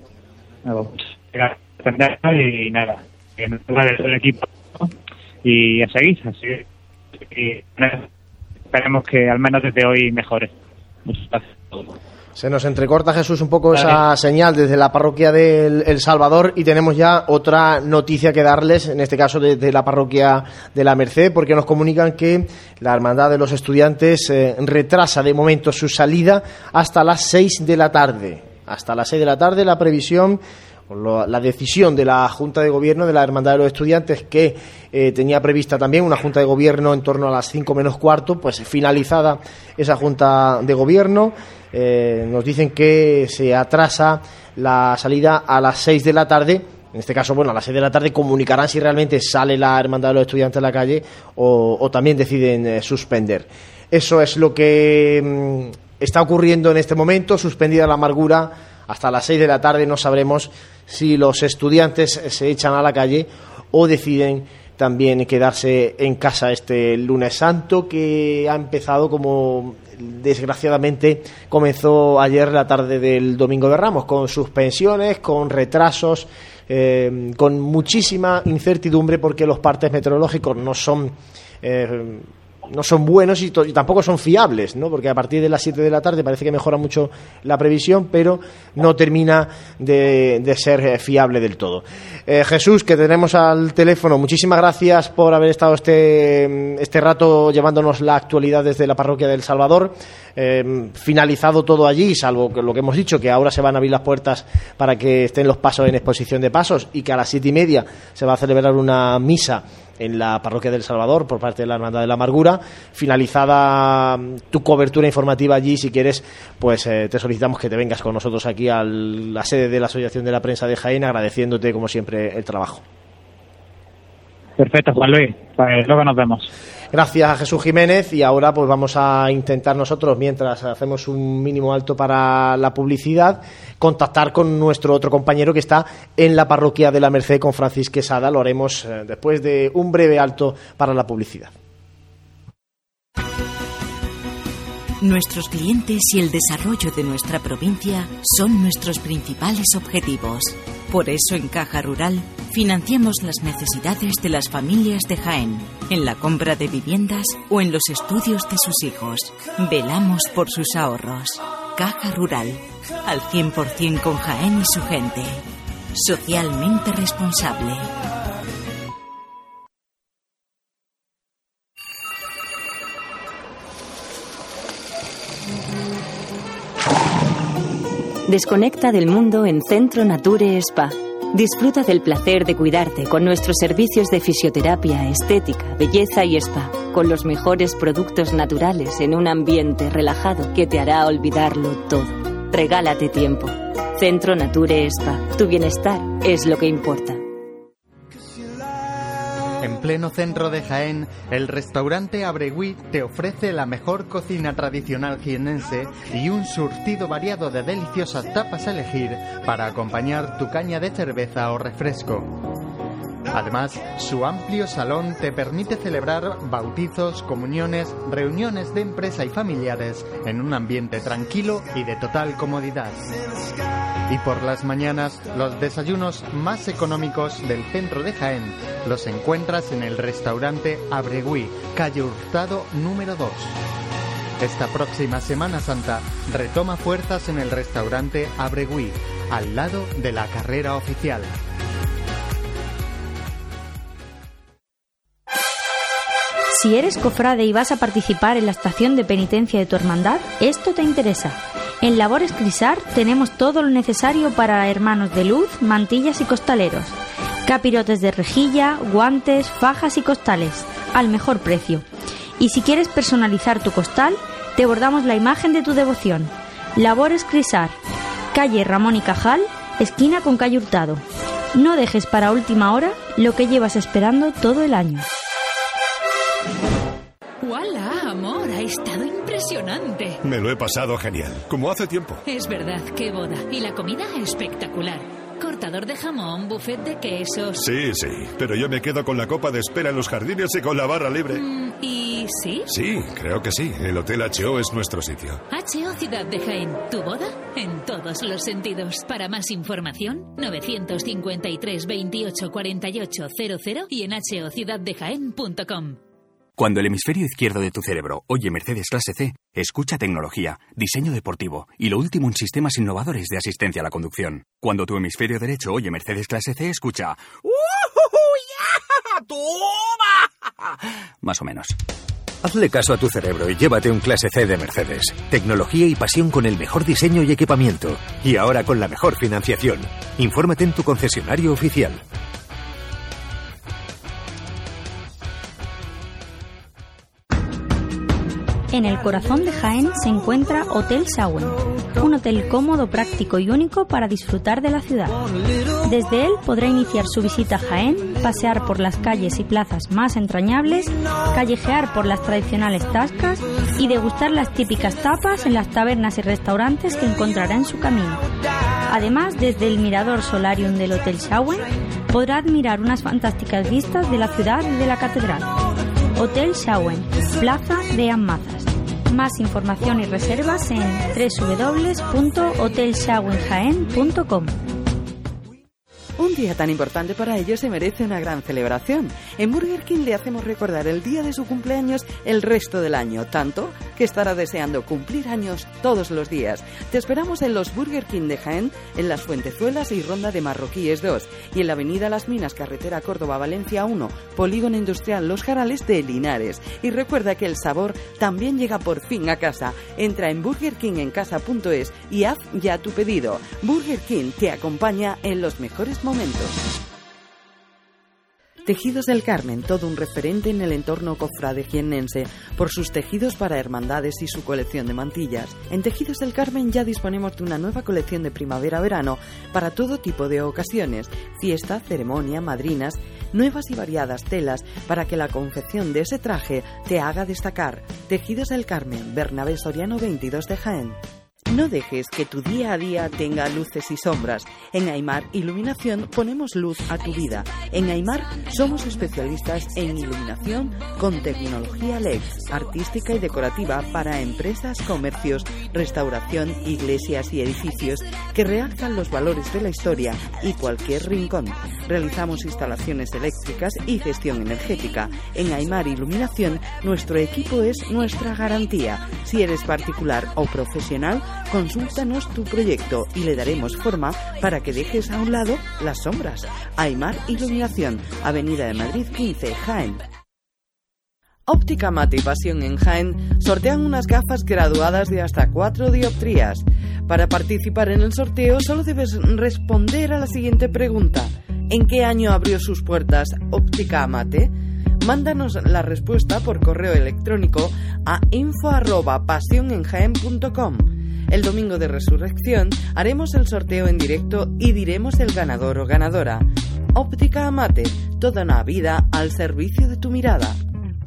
Y nada, que nos toca del equipo, ¿no?, y a seguir, y esperemos que al menos desde hoy mejore. Muchas gracias. Se nos entrecorta, Jesús, un poco esa señal desde la parroquia del El Salvador, y tenemos ya otra noticia que darles, en este caso desde la parroquia de la Merced, porque nos comunican que la Hermandad de los Estudiantes retrasa de momento su salida hasta las 6 de la tarde. Hasta las 6 de la tarde la previsión, la decisión de la Junta de Gobierno de la Hermandad de los Estudiantes, que tenía prevista también una Junta de Gobierno en torno a las 5 menos cuarto, pues finalizada esa Junta de Gobierno, nos dicen que se atrasa la salida a las 6 de la tarde. En este caso, bueno, a las 6 de la tarde comunicarán si realmente sale la Hermandad de los Estudiantes a la calle o también deciden suspender. Eso es lo que está ocurriendo en este momento, suspendida la Amargura. Hasta las 6 de la tarde no sabremos si los estudiantes se echan a la calle o deciden también quedarse en casa este lunes santo, que ha empezado como desgraciadamente comenzó ayer la tarde del Domingo de Ramos, con suspensiones, con retrasos, con muchísima incertidumbre, porque los partes meteorológicos no son no son buenos y tampoco son fiables, ¿no? Porque a partir de las 7 de la tarde parece que mejora mucho la previsión, pero no termina de ser fiable del todo. Jesús, que tenemos al teléfono, muchísimas gracias por haber estado este rato llevándonos la actualidad desde la parroquia del Salvador. Finalizado todo allí, salvo lo que hemos dicho, que ahora se van a abrir las puertas para que estén los pasos en exposición de pasos y que a las 7:30 se va a celebrar una misa en la parroquia del Salvador por parte de la Hermandad de la Amargura. Finalizada tu cobertura informativa allí, si quieres, pues te solicitamos que te vengas con nosotros aquí a la sede de la Asociación de la Prensa de Jaén, agradeciéndote como siempre el trabajo. Perfecto, Juan Luis, pues luego nos vemos. Gracias a Jesús Jiménez, y ahora pues vamos a intentar nosotros, mientras hacemos un mínimo alto para la publicidad, contactar con nuestro otro compañero que está en la parroquia de la Merced, con Francis Quesada. Lo haremos después de un breve alto para la publicidad. Nuestros clientes y el desarrollo de nuestra provincia son nuestros principales objetivos. Por eso en Caja Rural financiamos las necesidades de las familias de Jaén, en la compra de viviendas o en los estudios de sus hijos. Velamos por sus ahorros. Caja Rural, al 100% con Jaén y su gente. Socialmente responsable. Desconecta del mundo en Centro Nature Spa. Disfruta del placer de cuidarte con nuestros servicios de fisioterapia, estética, belleza y spa, con los mejores productos naturales en un ambiente relajado que te hará olvidarlo todo. Regálate tiempo. Centro Nature Spa. Tu bienestar es lo que importa. En pleno centro de Jaén, el restaurante Abregui te ofrece la mejor cocina tradicional jienense y un surtido variado de deliciosas tapas a elegir para acompañar tu caña de cerveza o refresco. Además, su amplio salón te permite celebrar bautizos, comuniones, reuniones de empresa y familiares en un ambiente tranquilo y de total comodidad. Y por las mañanas, los desayunos más económicos del centro de Jaén los encuentras en el restaurante Abregui, calle Hurtado número 2. Esta próxima Semana Santa retoma fuerzas en el restaurante Abregui, al lado de la carrera oficial. Si eres cofrade y vas a participar en la estación de penitencia de tu hermandad, esto te interesa. En Labores Crisar tenemos todo lo necesario para hermanos de luz, mantillas y costaleros. Capirotes de rejilla, guantes, fajas y costales, al mejor precio. Y si quieres personalizar tu costal, te bordamos la imagen de tu devoción. Labores Crisar, calle Ramón y Cajal, esquina con calle Hurtado. No dejes para última hora lo que llevas esperando todo el año. ¡Hola, amor! Ha estado impresionante. Me lo he pasado genial, como hace tiempo. Es verdad, qué boda. Y la comida espectacular. Cortador de jamón, buffet de quesos. Sí, pero yo me quedo con la copa de espera en los jardines y con la barra libre. ¿Y sí? Sí, creo que sí. El Hotel H.O. es nuestro sitio. H.O. Ciudad de Jaén. ¿Tu boda? En todos los sentidos. Para más información, 953 28 48 00 y en hociudaddejaén.com. Cuando el hemisferio izquierdo de tu cerebro oye Mercedes Clase C, escucha tecnología, diseño deportivo y lo último en sistemas innovadores de asistencia a la conducción. Cuando tu hemisferio derecho oye Mercedes Clase C, escucha ¡yeah! ¡Toma! Más o menos. Hazle caso a tu cerebro y llévate un Clase C de Mercedes. Tecnología y pasión con el mejor diseño y equipamiento. Y ahora con la mejor financiación. Infórmate en tu concesionario oficial. En el corazón de Jaén se encuentra Hotel Shawen, un hotel cómodo, práctico y único para disfrutar de la ciudad. Desde él podrá iniciar su visita a Jaén, pasear por las calles y plazas más entrañables, callejear por las tradicionales tascas y degustar las típicas tapas en las tabernas y restaurantes que encontrará en su camino. Además, desde el mirador solarium del Hotel Shawen podrá admirar unas fantásticas vistas de la ciudad y de la catedral. Hotel Shawen, Plaza de Amazas. Más información y reservas en www.hotelshawenjaen.com. Un día tan importante para ellos se merece una gran celebración. En Burger King le hacemos recordar el día de su cumpleaños el resto del año, tanto que estará deseando cumplir años todos los días. Te esperamos en los Burger King de Jaén, en Las Fuentezuelas y Ronda de Marroquíes 2, y en la avenida Las Minas, carretera Córdoba-Valencia 1, Polígono Industrial Los Jarales de Linares. Y recuerda que el sabor también llega por fin a casa. Entra en burgerkingencasa.es y haz ya tu pedido. Burger King te acompaña en los mejores momentos. Tejidos del Carmen, todo un referente en el entorno cofrade jiennense por sus tejidos para hermandades y su colección de mantillas. En Tejidos del Carmen ya disponemos de una nueva colección de primavera-verano para todo tipo de ocasiones, fiesta, ceremonia, madrinas, nuevas y variadas telas para que la confección de ese traje te haga destacar. Tejidos del Carmen, Bernabé Soriano 22 de Jaén. No dejes que tu día a día tenga luces y sombras. En Aimar Iluminación ponemos luz a tu vida. En Aimar somos especialistas en iluminación con tecnología LED, artística y decorativa para empresas, comercios, restauración, iglesias y edificios que realzan los valores de la historia y cualquier rincón. Realizamos instalaciones eléctricas y gestión energética. En Aimar Iluminación nuestro equipo es nuestra garantía. Si eres particular o profesional, consúltanos tu proyecto y le daremos forma para que dejes a un lado las sombras. Aimar Iluminación, Avenida de Madrid 15, Jaén. Óptica Mate y Pasión en Jaén sortean unas gafas graduadas de hasta 4 dioptrías. Para participar en el sorteo solo debes responder a la siguiente pregunta: ¿en qué año abrió sus puertas Óptica Mate? Mándanos la respuesta por correo electrónico a info@pasionenjaen.com. El domingo de Resurrección haremos el sorteo en directo y diremos el ganador o ganadora. Óptica Amate, toda una vida al servicio de tu mirada.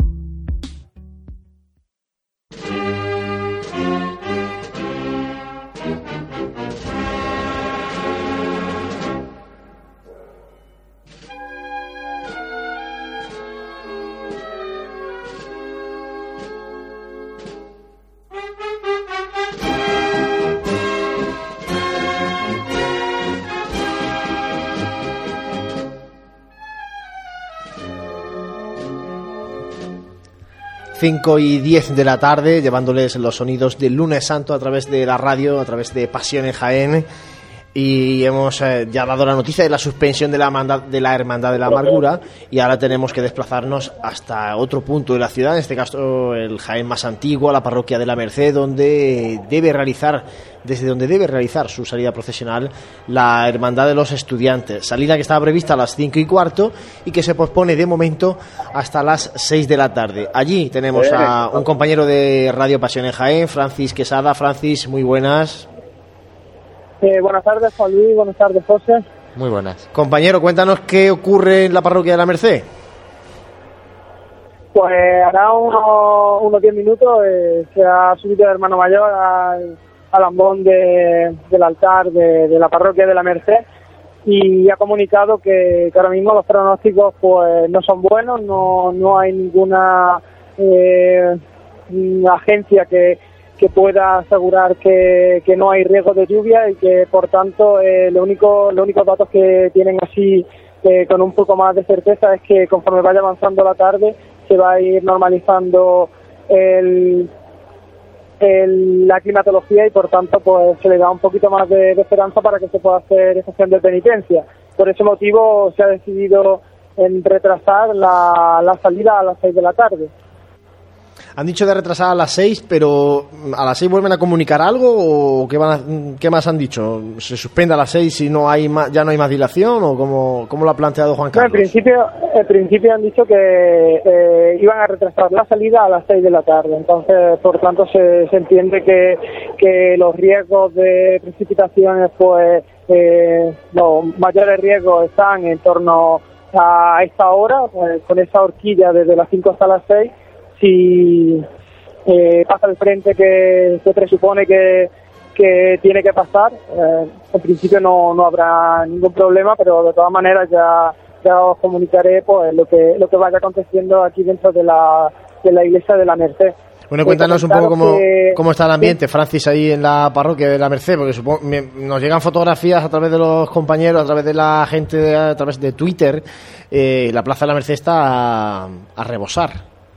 Cinco y 10 de la tarde, llevándoles los sonidos del Lunes Santo a través de la radio, a través de Pasión en Jaén. Y hemos ya dado la noticia de la suspensión de la Hermandad de la Amargura, y ahora tenemos que desplazarnos hasta otro punto de la ciudad, en este caso el Jaén más antiguo, la parroquia de la Merced, desde donde debe realizar su salida procesional la Hermandad de los Estudiantes. Salida que estaba prevista a las 5:15 y que se pospone de momento hasta las 6 de la tarde. Allí tenemos a un compañero de Radio Pasión en Jaén, Francis Quesada. Francis, muy buenas. Buenas tardes, Juan Luis. Buenas tardes, José. Muy buenas. Compañero, cuéntanos qué ocurre en la parroquia de la Merced. Pues hará unos 10 minutos se ha subido el hermano mayor al ambón del altar de la parroquia de la Merced y ha comunicado que ahora mismo los pronósticos pues no son buenos, no hay ninguna agencia que pueda asegurar que no hay riesgo de lluvia y que por tanto los únicos datos que tienen así con un poco más de certeza es que conforme vaya avanzando la tarde se va a ir normalizando la climatología y por tanto pues se le da un poquito más de esperanza para que se pueda hacer estación de penitencia. Por ese motivo se ha decidido en retrasar la salida a las 6 de la tarde. Han dicho de retrasar a las 6, pero ¿a las 6 vuelven a comunicar algo o qué más han dicho? ¿Se suspende a las 6 y ya no hay más dilación o cómo lo ha planteado Juan Carlos? En principio han dicho que iban a retrasar la salida a las 6 de la tarde, entonces por tanto se entiende que los riesgos de precipitaciones, pues los mayores riesgos están en torno a esta hora, pues, con esa horquilla desde las 5 hasta las 6. Si pasa el frente que se presupone que tiene que pasar, en principio no habrá ningún problema, pero de todas maneras ya os comunicaré pues lo que vaya aconteciendo aquí dentro de la iglesia de la Merced. Bueno, cuéntanos un poco cómo está el ambiente, Francis, ahí en la parroquia de la Merced, porque nos llegan fotografías a través de los compañeros, a través de la gente, a través de Twitter. La Plaza de la Merced está a rebosar.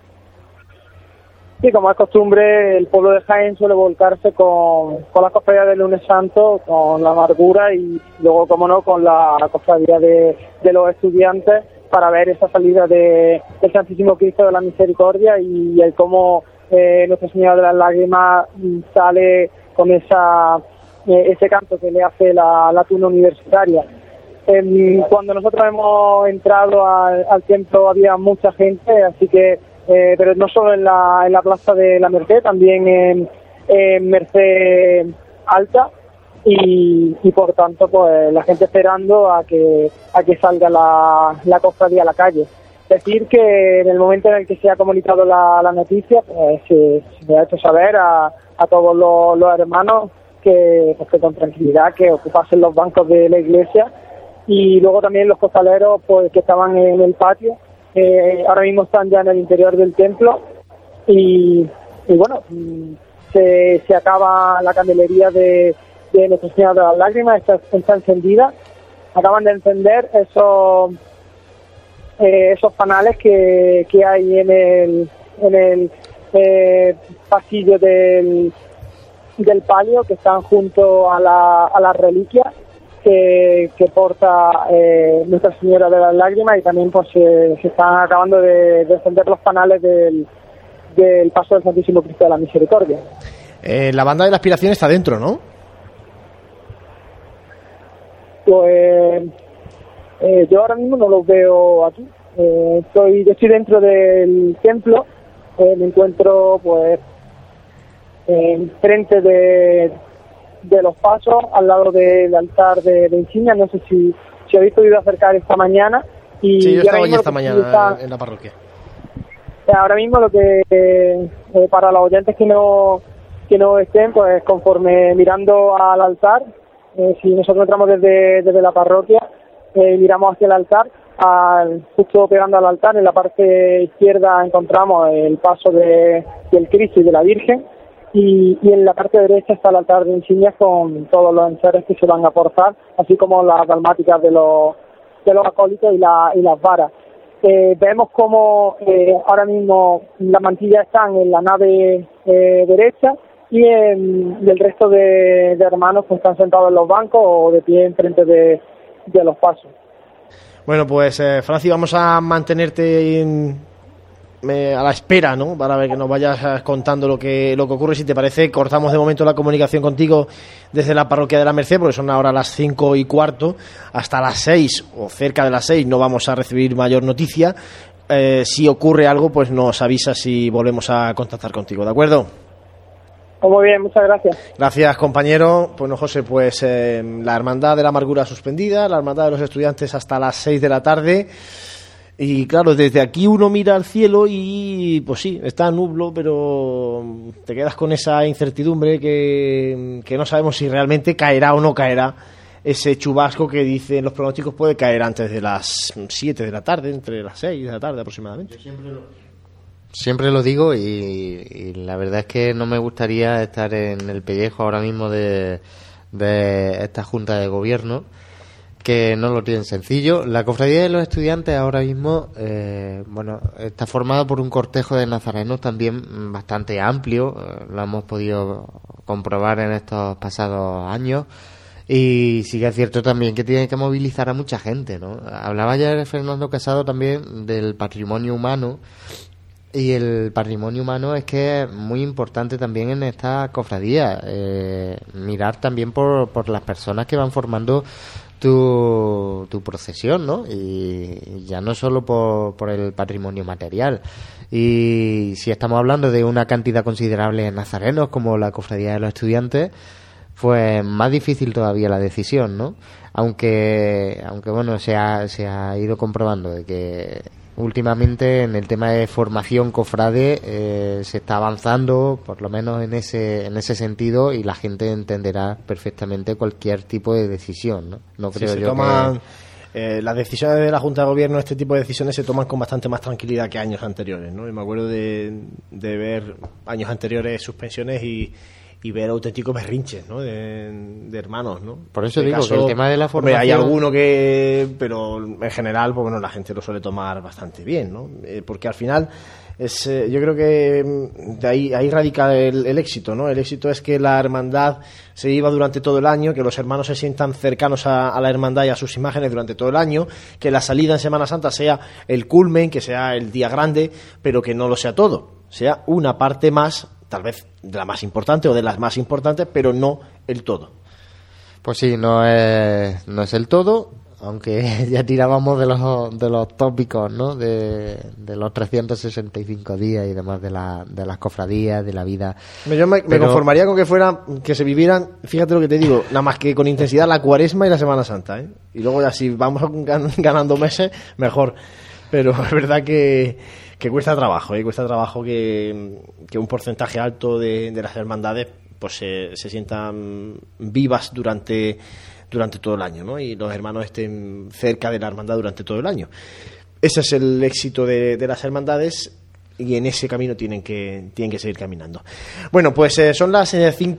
Sí, como es costumbre, el pueblo de Jaén suele volcarse con la cofradía del Lunes Santo, con la amargura y luego, como no, con la cofradía de los estudiantes para ver esa salida del Santísimo Cristo de la Misericordia y el cómo Nuestra Señora de las Lágrimas sale con ese canto que le hace la tuna universitaria. Cuando nosotros hemos entrado al templo había mucha gente, así que pero no solo en la Plaza de la Merced, también en Merced Alta y por tanto pues la gente esperando a que salga la cofradía a la calle. Decir que en el momento en el que se ha comunicado la noticia, pues se me ha hecho saber a todos los hermanos que con tranquilidad que ocupasen los bancos de la iglesia y luego también los costaleros pues que estaban en el patio. Ahora mismo están ya en el interior del templo y bueno, se acaba la candelería de Nuestra Señora de las Lágrimas, está encendida. Acaban de encender esos panales que hay en el pasillo del palio, que están junto a las reliquias que porta Nuestra Señora de las Lágrimas, y también pues se están acabando de encender los panales del paso del Santísimo Cristo de la Misericordia. La banda de la aspiración está dentro, ¿no? Pues yo ahora mismo no los veo aquí. Yo estoy dentro del templo, me encuentro pues frente de los pasos, al lado del altar de insignia. No sé si habéis podido acercar esta mañana. Sí, yo estaba allí esta mañana en la parroquia. Ahora mismo lo que para los oyentes que no estén, pues conforme mirando al altar, si nosotros entramos desde la parroquia, miramos hacia el altar, justo pegando al altar, en la parte izquierda encontramos el paso del Cristo y de la Virgen. Y en la parte derecha está el altar de insignias con todos los enseres que se van a portar, así como las dalmáticas de los acólitos y las varas. Vemos como ahora mismo las mantillas están en la nave derecha y el resto de hermanos pues están sentados en los bancos o de pie enfrente de los pasos. Bueno, pues Francis, vamos a mantenerte a la espera, ¿no? Para ver que nos vayas contando lo que ocurre. Si te parece, cortamos de momento la comunicación contigo desde la parroquia de la Merced, porque son ahora las 5:15, hasta las 6 o cerca de las 6 no vamos a recibir mayor noticia. Si ocurre algo, pues nos avisas y volvemos a contactar contigo, ¿de acuerdo? Muy bien, muchas gracias. Gracias, compañero. Bueno, José, pues la Hermandad de la Amargura suspendida, la Hermandad de los Estudiantes hasta las 6 de la tarde. Y claro, desde aquí uno mira al cielo y pues sí, está nublo, pero te quedas con esa incertidumbre que no sabemos si realmente caerá o no caerá ese chubasco que dicen los pronósticos puede caer antes de las 7 de la tarde, entre las 6 de la tarde aproximadamente. Yo siempre lo digo y la verdad es que no me gustaría estar en el pellejo ahora mismo de esta Junta de Gobierno, que no lo tienen sencillo. La Cofradía de los Estudiantes ahora mismo está formada por un cortejo de nazarenos también bastante amplio, lo hemos podido comprobar en estos pasados años, y sí que es cierto también que tiene que movilizar a mucha gente, ¿no? Hablaba ya Fernando Casado también del patrimonio humano, y el patrimonio humano es que es muy importante también en esta cofradía, mirar también por las personas que van formando tu procesión, ¿no? Y ya no solo por el patrimonio material. Y si estamos hablando de una cantidad considerable de nazarenos como la Cofradía de los Estudiantes, pues más difícil todavía la decisión, ¿no? Aunque bueno, se ha ido comprobando de que últimamente en el tema de formación cofrade se está avanzando, por lo menos en ese sentido, y la gente entenderá perfectamente cualquier tipo de decisión, ¿no? No creo yo toman las decisiones de la Junta de Gobierno, este tipo de decisiones se toman con bastante más tranquilidad que años anteriores, ¿no? Y me acuerdo de ver años anteriores suspensiones y ver auténticos berrinches, ¿no? de hermanos, ¿no? Por eso digo que el tema de la formación... Hombre, hay alguno que... Pero en general, pues bueno, la gente lo suele tomar bastante bien, ¿no? Porque al final... yo creo que de ahí radica el éxito, ¿no? El éxito es que la hermandad se viva durante todo el año, que los hermanos se sientan cercanos a la hermandad y a sus imágenes durante todo el año, que la salida en Semana Santa sea el culmen, que sea el día grande, pero que no lo sea todo, sea una parte más, tal vez de la más importante o de las más importantes, pero no el todo. Pues sí, no es el todo, aunque ya tirábamos de los tópicos, ¿no? De los 365 días y demás de las cofradías, de la vida. Yo me conformaría con que se vivieran, fíjate lo que te digo, nada más que con intensidad la Cuaresma y la Semana Santa, ¿eh? Y luego ya si vamos ganando meses, mejor. Pero es verdad que cuesta trabajo, cuesta trabajo que un porcentaje alto de las hermandades pues se sientan vivas durante todo el año, ¿no? Y los hermanos estén cerca de la hermandad durante todo el año. Ese es el éxito de las hermandades y en ese camino tienen que seguir caminando. Bueno, pues son las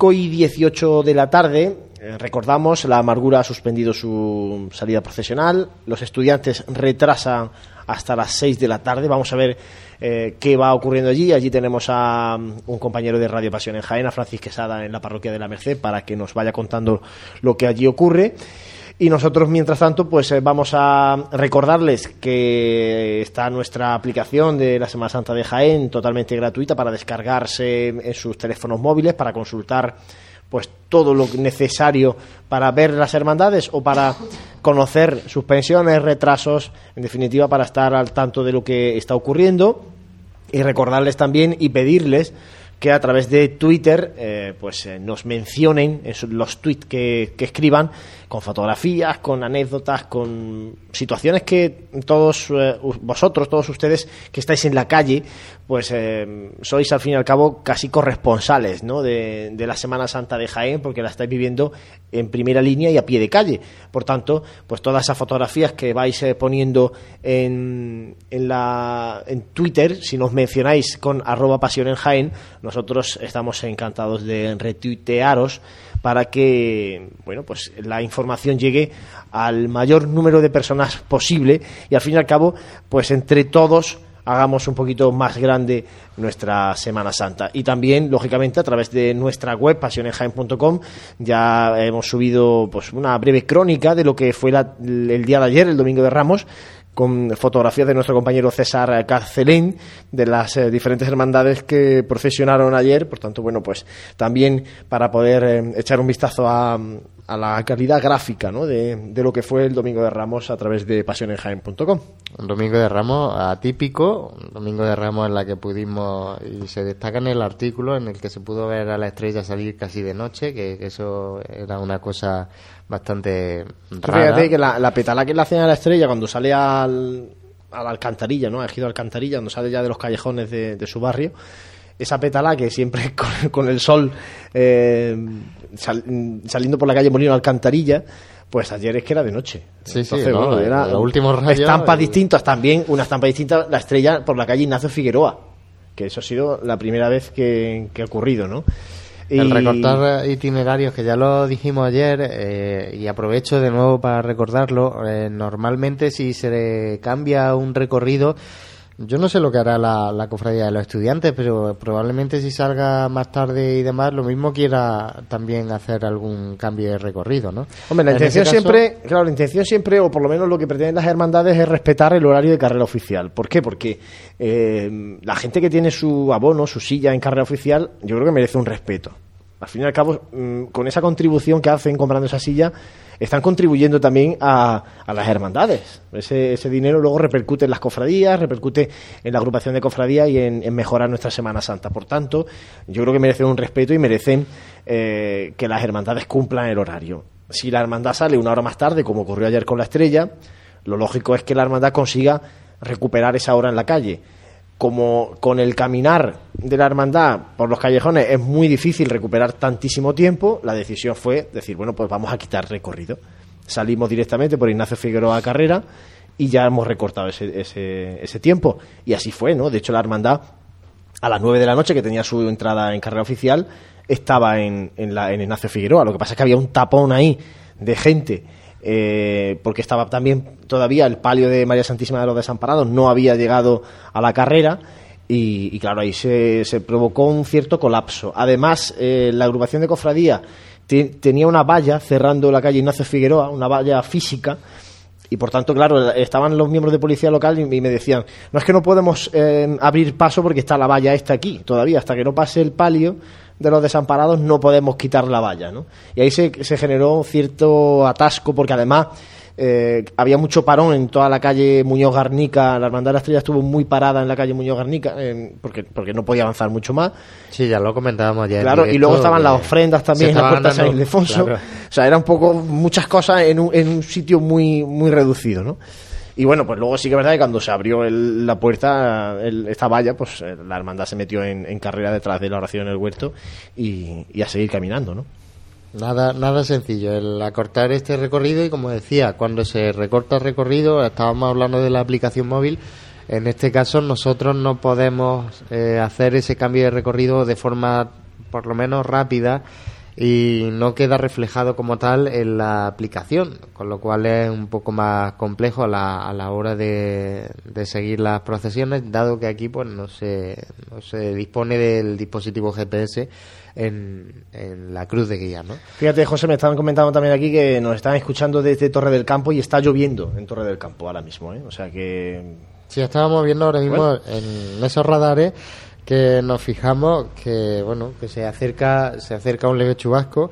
5:18 de la tarde. Recordamos, la Amargura ha suspendido su salida procesional. Los estudiantes retrasan hasta las 6 de la tarde. Vamos a ver qué va ocurriendo allí. Allí tenemos a un compañero de Radio Pasión en Jaén, a Francis Quesada, en la parroquia de la Merced, para que nos vaya contando lo que allí ocurre. Y nosotros, mientras tanto, pues vamos a recordarles que está nuestra aplicación de la Semana Santa de Jaén, totalmente gratuita, para descargarse en sus teléfonos móviles, para consultar pues todo lo necesario para ver las hermandades o para conocer suspensiones, retrasos, en definitiva para estar al tanto de lo que está ocurriendo. Y recordarles también y pedirles que a través de Twitter nos mencionen los tweets que escriban, con fotografías, con anécdotas, con situaciones que todos vosotros, todos ustedes que estáis en la calle, pues sois al fin y al cabo casi corresponsales, ¿no? de la Semana Santa de Jaén, porque la estáis viviendo en primera línea y a pie de calle. Por tanto, pues todas esas fotografías que vais poniendo en Twitter, si nos mencionáis con @Pasión en Jaén, nosotros estamos encantados de retuitearos para que pues la información llegue al mayor número de personas posible y al fin y al cabo pues entre todos hagamos un poquito más grande nuestra Semana Santa. Y también, lógicamente, a través de nuestra web, pasionenjaen.com, ya hemos subido pues una breve crónica de lo que fue el día de ayer, el Domingo de Ramos, con fotografías de nuestro compañero César Carcelén, de las diferentes hermandades que procesionaron ayer. Por tanto, pues también para poder echar un vistazo a la calidad gráfica, ¿no? de lo que fue el Domingo de Ramos a través de pasionenjaen.com. Un Domingo de Ramos atípico, un Domingo de Ramos en la que pudimos, y se destaca en el artículo, en el que se pudo ver a la estrella salir casi de noche, que eso era una cosa bastante rara. Fíjate que la petalá que le hacen a la estrella cuando sale a la alcantarilla, ¿no? Ha elegido alcantarilla, cuando sale ya de los callejones de su barrio, esa petalá que siempre con el sol saliendo por la calle Molino Alcantarilla, pues ayer es que era de noche. Sí, entonces, sí, ¿no? Era los últimos rayos, estampas distintas también, una estampa distinta, la estrella por la calle Ignacio Figueroa, que eso ha sido la primera vez que ha ocurrido, ¿no? El recortar itinerarios, que ya lo dijimos ayer, y aprovecho de nuevo para recordarlo. Normalmente, si se cambia un recorrido, yo no sé lo que hará la cofradía de los estudiantes, pero probablemente si salga más tarde y demás, lo mismo quiera también hacer algún cambio de recorrido, ¿no? Hombre, la intención siempre, o por lo menos lo que pretenden las hermandades, es respetar el horario de carrera oficial. ¿Por qué? Porque la gente que tiene su abono, su silla en carrera oficial, yo creo que merece un respeto. Al fin y al cabo, con esa contribución que hacen comprando esa silla, están contribuyendo también a las hermandades. Ese dinero luego repercute en las cofradías, repercute en la agrupación de cofradías y en mejorar nuestra Semana Santa. Por tanto, yo creo que merecen un respeto y merecen que las hermandades cumplan el horario. Si la hermandad sale una hora más tarde, como ocurrió ayer con la estrella, lo lógico es que la hermandad consiga recuperar esa hora en la calle. Como con el caminar de la hermandad por los callejones es muy difícil recuperar tantísimo tiempo, la decisión fue decir, pues vamos a quitar recorrido. salimos directamente por Ignacio Figueroa a Carrera y ya hemos recortado ese tiempo. Y así fue, ¿no? De hecho, la hermandad, a las 9 de la noche, que tenía su entrada en carrera oficial, estaba en Ignacio Figueroa. Lo que pasa es que había un tapón ahí de gente, porque estaba también todavía el palio de María Santísima de los Desamparados, no había llegado a la carrera. Y claro, ahí se provocó un cierto colapso. Además, la agrupación de cofradía tenía una valla cerrando la calle Ignacio Figueroa, una valla física, y por tanto, claro, estaban los miembros de policía local y me decían, no, es que no podemos abrir paso porque está la valla esta aquí, todavía, hasta que no pase el palio de los Desamparados no podemos quitar la valla, ¿no? Y ahí se generó un cierto atasco, porque además había mucho parón en toda la calle Muñoz Garnica. La Hermandad de la Estrella estuvo muy parada en la calle Muñoz Garnica, porque no podía avanzar mucho más. Sí, ya lo comentábamos ayer. Claro, y luego estaban las ofrendas también en la puerta de San Ildefonso. Claro. O sea, era un poco muchas cosas en un sitio muy, muy reducido, ¿no? Y bueno, pues luego sí que es verdad que cuando se abrió la puerta, esta valla, pues la hermandad se metió en carrera detrás de la oración en el huerto y a seguir caminando, ¿no? Nada sencillo, el acortar este recorrido. Y como decía, cuando se recorta el recorrido, estábamos hablando de la aplicación móvil, en este caso nosotros no podemos hacer ese cambio de recorrido de forma por lo menos rápida, y no queda reflejado como tal en la aplicación, con lo cual es un poco más complejo a la hora de seguir las procesiones, dado que aquí pues no se dispone del dispositivo GPS en la cruz de guía, ¿no? Fíjate, José, me estaban comentando también aquí que nos están escuchando desde Torre del Campo y está lloviendo en Torre del Campo ahora mismo, ¿eh? O sea que... Sí, estábamos viendo ahora mismo en esos radares que nos fijamos que se acerca un leve chubasco,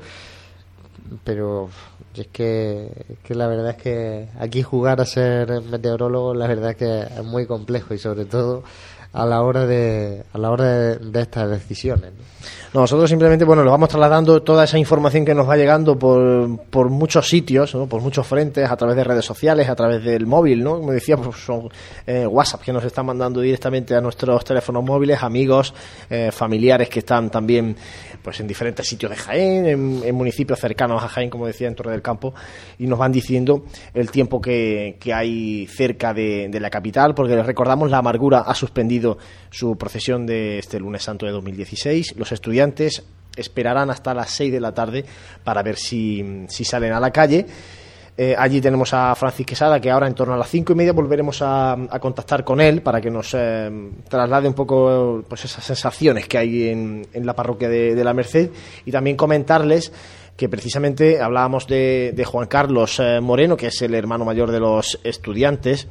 pero es que la verdad es que aquí jugar a ser meteorólogo, la verdad es que es muy complejo, y sobre todo a la hora de estas decisiones, ¿no? Nosotros simplemente, lo vamos trasladando toda esa información que nos va llegando por muchos sitios, ¿no? Por muchos frentes, a través de redes sociales, a través del móvil, ¿no? Como decía, pues son WhatsApp que nos están mandando directamente a nuestros teléfonos móviles, amigos, familiares que están también pues en diferentes sitios de Jaén, en municipios cercanos a Jaén, como decía, en Torre del Campo, y nos van diciendo el tiempo que hay cerca de la capital, porque les recordamos, la Amargura ha suspendido su procesión de este lunes santo de 2016. Los estudiantes esperarán hasta las 6 de la tarde para ver si salen a la calle. Allí tenemos a Francis Quesada, que ahora en torno a las 5:30 volveremos a contactar con él para que nos traslade un poco pues esas sensaciones que hay en la parroquia de la Merced, y también comentarles que precisamente hablábamos de Juan Carlos Moreno, que es el hermano mayor de los estudiantes,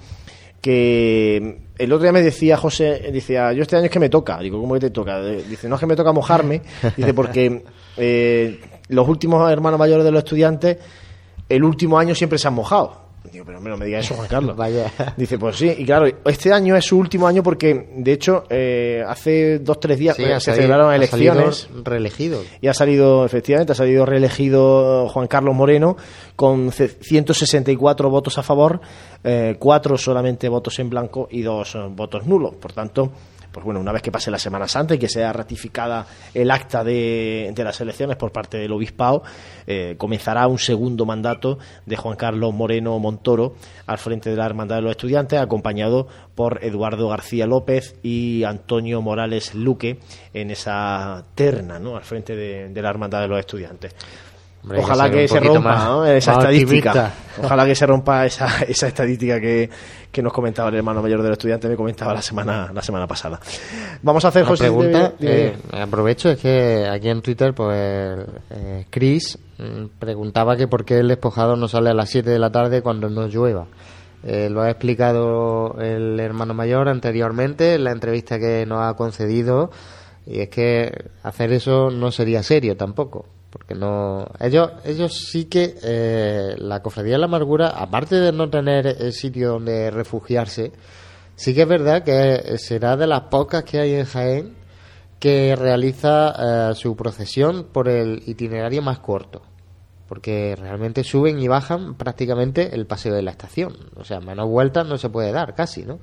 que el otro día me decía José, decía, yo este año es que me toca. Digo, ¿cómo que te toca? Dice, no es que me toca mojarme, dice, porque los últimos hermanos mayores de los estudiantes el último año siempre se han mojado. Digo, pero no me digas eso, Juan Carlos. Vaya. Dice, pues sí, y claro, este año es su último año porque, de hecho, hace 2-3 días se celebraron elecciones. Reelegido. Y ha salido reelegido Juan Carlos Moreno con 164 votos a favor, 4 solamente votos en blanco y 2 votos nulos. Por tanto, pues bueno, una vez que pase la Semana Santa y que sea ratificada el acta de las elecciones por parte del Obispado, comenzará un segundo mandato de Juan Carlos Moreno Montoro al frente de la Hermandad de los Estudiantes, acompañado por Eduardo García López y Antonio Morales Luque en esa terna, ¿no?, al frente de la Hermandad de los Estudiantes. Hombre, ojalá que se rompa, ¿no?, esa estadística. Optimista. Ojalá que se rompa esa estadística que nos comentaba el hermano mayor del estudiante, me comentaba la semana pasada. Vamos a hacer, José, pregunta. Aprovecho, es que aquí en Twitter, pues Chris preguntaba que por qué el despojado no sale a las 7 de la tarde cuando no llueva. Lo ha explicado el hermano mayor anteriormente en la entrevista que nos ha concedido, y es que hacer eso no sería serio tampoco. Porque no, ellos sí que la Cofradía de la Amargura, aparte de no tener el sitio donde refugiarse, sí que es verdad que será de las pocas que hay en Jaén que realiza su procesión por el itinerario más corto, porque realmente suben y bajan prácticamente el paseo de la estación, o sea, menos vueltas no se puede dar casi, ¿no?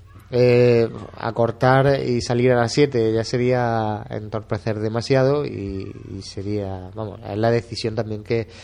Acortar y salir a las 7 ya sería entorpecer demasiado, y sería, vamos, es la decisión también que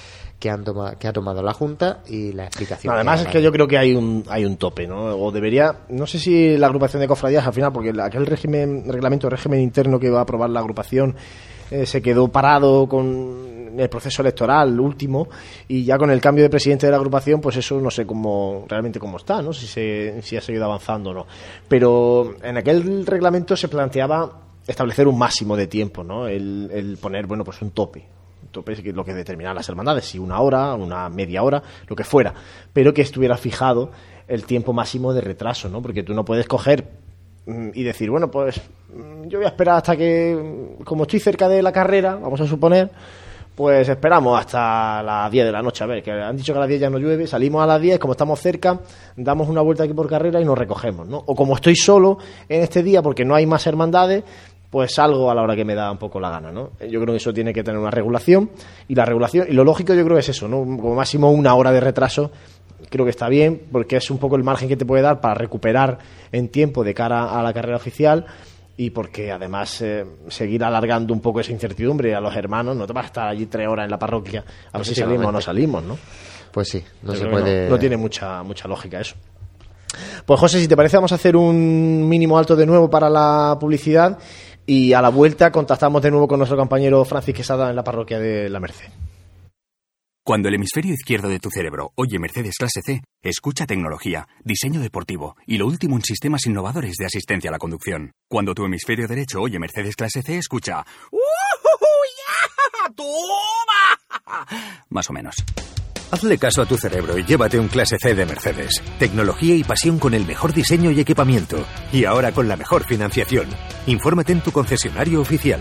que ha tomado la Junta y la explicación. No, además es que yo creo que hay un tope, ¿no? O debería, no sé si la agrupación de cofradías al final, porque aquel régimen interno que va a aprobar la agrupación se quedó parado con el proceso electoral último, y ya con el cambio de presidente de la agrupación, pues eso no sé realmente cómo está, ¿no? Si ha seguido avanzando o no. Pero en aquel reglamento se planteaba establecer un máximo de tiempo, ¿no? El poner, bueno, pues un tope es lo que determinan las hermandades, si una hora, una media hora, lo que fuera, pero que estuviera fijado el tiempo máximo de retraso, ¿no? Porque tú no puedes coger y decir, bueno, pues yo voy a esperar hasta que, como estoy cerca de la carrera, vamos a suponer, pues esperamos hasta las 10 de la noche, a ver, que han dicho que a las 10 ya no llueve, salimos a las 10, como estamos cerca, damos una vuelta aquí por carrera y nos recogemos, ¿no? O como estoy solo en este día porque no hay más hermandades, pues salgo a la hora que me da un poco la gana, ¿no? Yo creo que eso tiene que tener una regulación, y lo lógico yo creo que es eso, ¿no? Como máximo una hora de retraso, creo que está bien, porque es un poco el margen que te puede dar para recuperar en tiempo de cara a la carrera oficial, y porque además seguir alargando un poco esa incertidumbre a los hermanos. No te vas a estar allí 3 horas en la parroquia a ver si salimos o no salimos, ¿no? Pues sí, no se puede. No tiene mucha lógica eso. Pues José, si te parece, vamos a hacer un mínimo alto de nuevo para la publicidad, y a la vuelta contactamos de nuevo con nuestro compañero Francis Quesada en la parroquia de La Merced. Cuando el hemisferio izquierdo de tu cerebro oye Mercedes Clase C, escucha tecnología, diseño deportivo y lo último en sistemas innovadores de asistencia a la conducción. Cuando tu hemisferio derecho oye Mercedes Clase C, escucha ¡Yeah! ¡Toma! Más o menos. Hazle caso a tu cerebro y llévate un Clase C de Mercedes. Tecnología y pasión con el mejor diseño y equipamiento. Y ahora con la mejor financiación. Infórmate en tu concesionario oficial.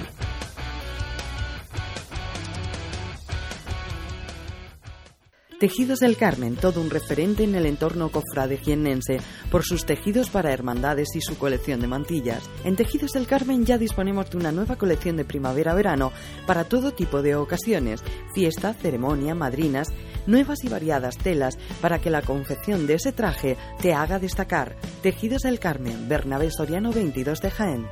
Tejidos del Carmen, todo un referente en el entorno cofrade jiennense por sus tejidos para hermandades y su colección de mantillas. En Tejidos del Carmen ya disponemos de una nueva colección de primavera-verano para todo tipo de ocasiones, fiesta, ceremonia, madrinas, nuevas y variadas telas para que la confección de ese traje te haga destacar. Tejidos del Carmen, Bernabé Soriano 22 de Jaén.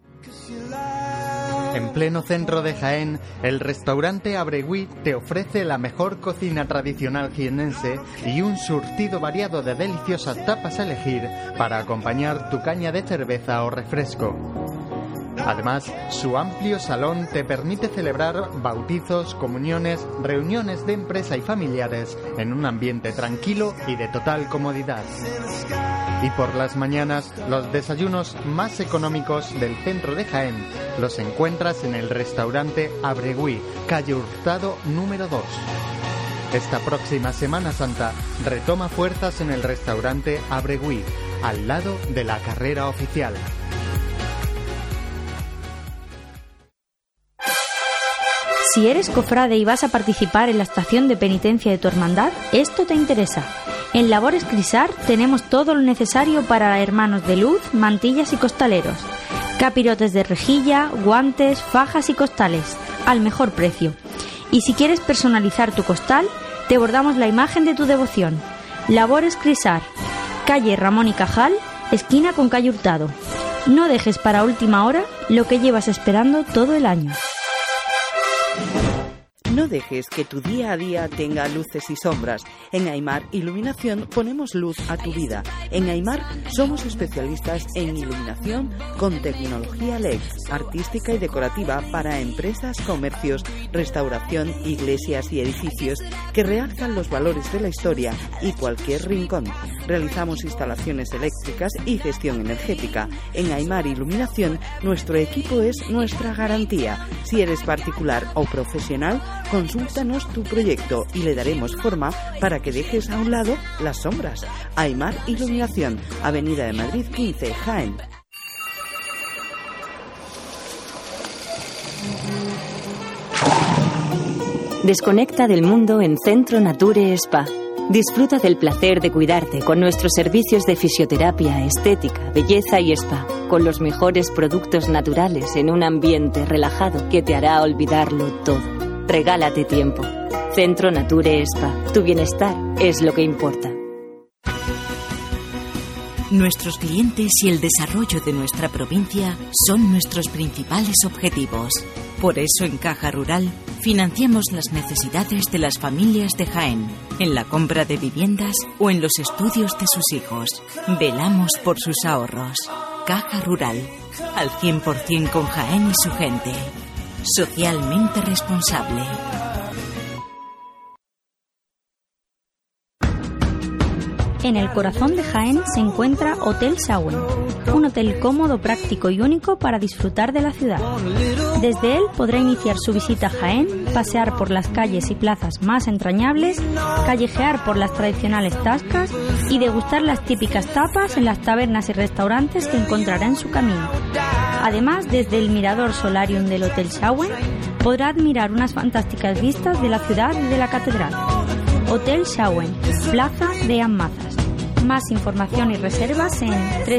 En pleno centro de Jaén, el restaurante Abregui te ofrece la mejor cocina tradicional jiennense y un surtido variado de deliciosas tapas a elegir para acompañar tu caña de cerveza o refresco. Además, su amplio salón te permite celebrar bautizos, comuniones, reuniones de empresa y familiares en un ambiente tranquilo y de total comodidad. Y por las mañanas, los desayunos más económicos del centro de Jaén los encuentras en el restaurante Abregui, calle Hurtado número 2. Esta próxima Semana Santa retoma fuerzas en el restaurante Abregui, al lado de la carrera oficial. Si eres cofrade y vas a participar en la estación de penitencia de tu hermandad, esto te interesa. En Labores Crisar tenemos todo lo necesario para hermanos de luz, mantillas y costaleros. Capirotes de rejilla, guantes, fajas y costales, al mejor precio. Y si quieres personalizar tu costal, te bordamos la imagen de tu devoción. Labores Crisar, calle Ramón y Cajal, esquina con calle Hurtado. No dejes para última hora lo que llevas esperando todo el año. No dejes que tu día a día tenga luces y sombras. En Aimar Iluminación ponemos luz a tu vida. En Aimar somos especialistas en iluminación con tecnología LED, artística y decorativa para empresas, comercios, restauración, iglesias y edificios que realzan los valores de la historia y cualquier rincón. Realizamos instalaciones eléctricas y gestión energética. En Aimar Iluminación nuestro equipo es nuestra garantía. Si eres particular o profesional, consúltanos tu proyecto y le daremos forma para que dejes a un lado las sombras. Aimar Iluminación, Avenida de Madrid 15, Jaén. Desconecta del mundo en Centro Nature Spa. Disfruta del placer de cuidarte con nuestros servicios de fisioterapia, estética, belleza y spa, con los mejores productos naturales en un ambiente relajado que te hará olvidarlo todo. Regálate tiempo. Centro Nature Spa. Tu bienestar es lo que importa. Nuestros clientes y el desarrollo de nuestra provincia son nuestros principales objetivos. Por eso en Caja Rural financiamos las necesidades de las familias de Jaén, en la compra de viviendas o en los estudios de sus hijos. Velamos por sus ahorros. Caja Rural, al 100% con Jaén y su gente. Socialmente responsable. En el corazón de Jaén se encuentra Hotel Shawen, un hotel cómodo, práctico y único para disfrutar de la ciudad. Desde él podrá iniciar su visita a Jaén, pasear por las calles y plazas más entrañables, callejear por las tradicionales tascas y degustar las típicas tapas en las tabernas y restaurantes que encontrará en su camino. Además, desde el mirador Solarium del Hotel Shawen podrá admirar unas fantásticas vistas de la ciudad y de la catedral. Hotel Shawen, Plaza de Amazas. Más información y reservas en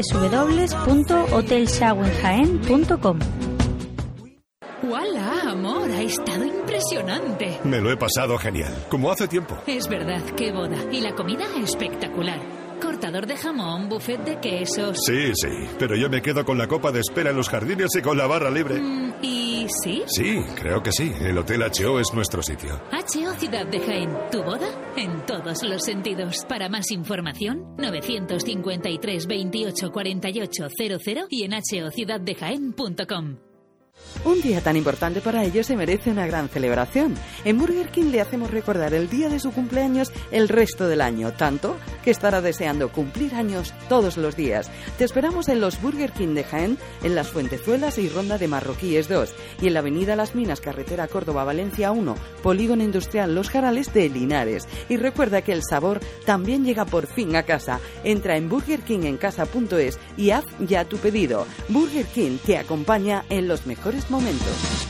www.hotelshawenjaen.com. ¡Hola, amor! Ha estado impresionante. Me lo he pasado genial, como hace tiempo. Es verdad, qué boda. Y la comida espectacular. Cortador de jamón, buffet de quesos. Sí, pero yo me quedo con la copa de espera en los jardines y con la barra libre. ¿Y sí? Sí, creo que sí. El Hotel H.O. es nuestro sitio. H.O. Ciudad de Jaén. Tu boda en todos los sentidos. Para más información, 953 28 48 00 y en hociudaddejaén.com. Un día tan importante para ellos se merece una gran celebración. En Burger King le hacemos recordar el día de su cumpleaños el resto del año, tanto que estará deseando cumplir años todos los días. Te esperamos en los Burger King de Jaén, en Las Fuentezuelas y Ronda de Marroquíes 2, y en la avenida Las Minas, carretera Córdoba-Valencia 1, Polígono Industrial Los Jarales de Linares. Y recuerda que el sabor también llega por fin a casa. Entra en burgerkingencasa.es y haz ya tu pedido. Burger King te acompaña en los mejores momentos.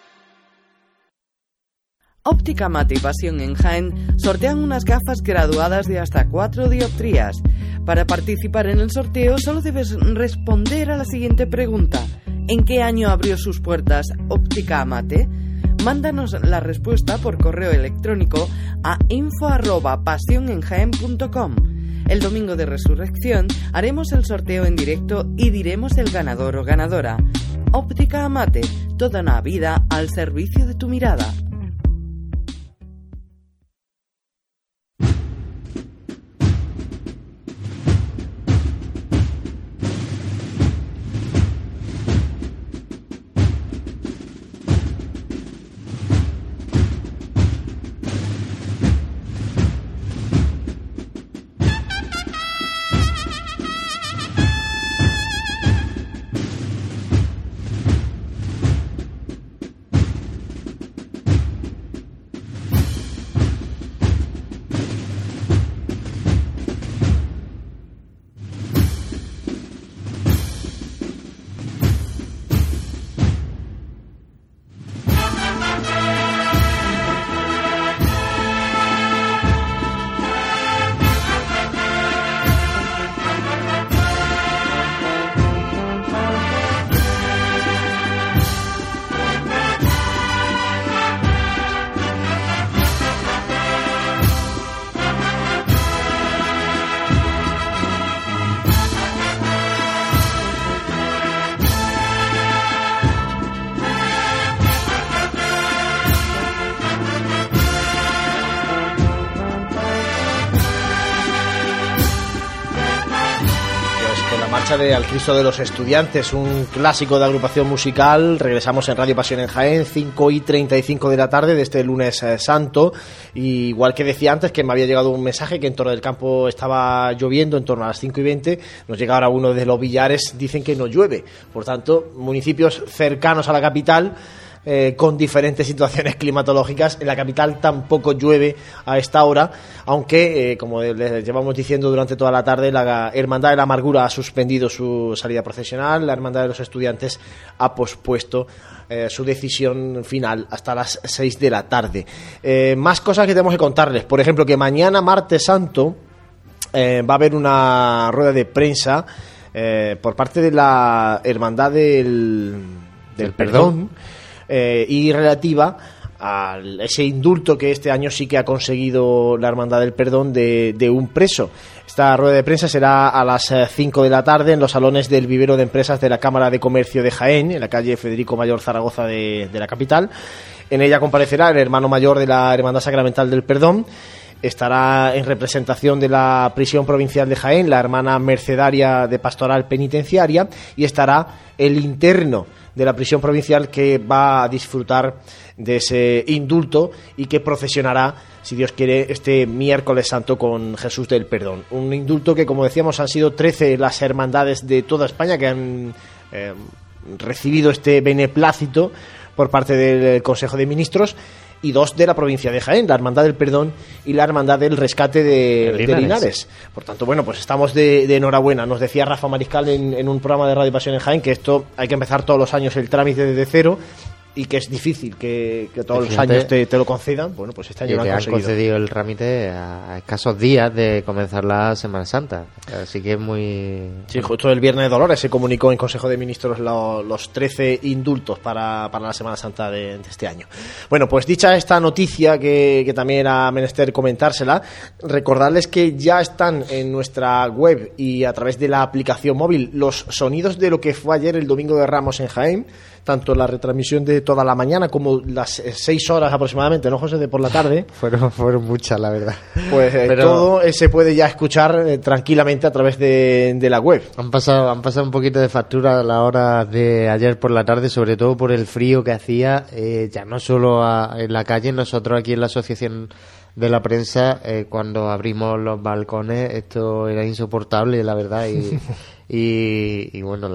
Óptica Mate y Pasión en Jaén sortean unas gafas graduadas de hasta 4 dioptrías. Para participar en el sorteo solo debes responder a la siguiente pregunta: ¿en qué año abrió sus puertas Óptica Mate? Mándanos la respuesta por correo electrónico a info@pasionenjaen.com. El domingo de Resurrección haremos el sorteo en directo y diremos el ganador o ganadora. Óptica Amate, toda una vida al servicio de tu mirada. De Al Cristo de los Estudiantes, un clásico de agrupación musical. Regresamos en Radio Pasión en Jaén, 5:35 de la tarde de este lunes santo. Y igual que decía antes que me había llegado un mensaje que en Torre del Campo estaba lloviendo en torno a las 5:20, nos llega ahora uno de los Villares, dicen que no llueve. Por tanto, municipios cercanos a la capital, con diferentes situaciones climatológicas. En la capital tampoco llueve a esta hora, aunque, como les llevamos diciendo durante toda la tarde, la Hermandad de la Amargura ha suspendido su salida procesional, la Hermandad de los Estudiantes ha pospuesto su decisión final hasta las 6 de la tarde. Más cosas que tenemos que contarles. Por ejemplo, que mañana, martes santo, va a haber una rueda de prensa por parte de la Hermandad del Perdón, y relativa a ese indulto que este año sí que ha conseguido la Hermandad del Perdón de un preso. Esta rueda de prensa será a las 5 de la tarde en los salones del vivero de empresas de la Cámara de Comercio de Jaén, en la calle Federico Mayor Zaragoza de la capital. En ella comparecerá el hermano mayor de la Hermandad Sacramental del Perdón. Estará en representación de la Prisión Provincial de Jaén la hermana mercedaria de Pastoral Penitenciaria, y estará el interno de la Prisión Provincial, que va a disfrutar de ese indulto y que procesionará, si Dios quiere, este miércoles santo con Jesús del Perdón. Un indulto que, como decíamos, han sido 13 las hermandades de toda España que han recibido este beneplácito por parte del Consejo de Ministros, y 2 de la provincia de Jaén, la Hermandad del Perdón y la Hermandad del Rescate de Linares. Por tanto, bueno, pues estamos de enhorabuena. Nos decía Rafa Mariscal en un programa de Radio Pasión en Jaén que esto hay que empezar todos los años el trámite desde cero, y que es difícil que todos los años te lo concedan. Bueno, pues este año lo han conseguido. Han concedido el trámite a escasos días de comenzar la Semana Santa, así que es muy... Sí, justo el Viernes de Dolores se comunicó en Consejo de Ministros los 13 indultos para la Semana Santa de este año. Bueno, pues dicha esta noticia, que también era menester comentársela, recordarles que ya están en nuestra web y a través de la aplicación móvil los sonidos de lo que fue ayer el Domingo de Ramos en Jaén, tanto la retransmisión de toda la mañana como las 6 horas aproximadamente, ¿no, José?, de por la tarde. Fueron muchas, la verdad. Pues todo se puede ya escuchar tranquilamente a través de la web. Han pasado un poquito de factura a la hora de ayer por la tarde, sobre todo por el frío que hacía, ya no solo en la calle. Nosotros aquí en la Asociación de la Prensa, cuando abrimos los balcones, esto era insoportable, la verdad, y bueno,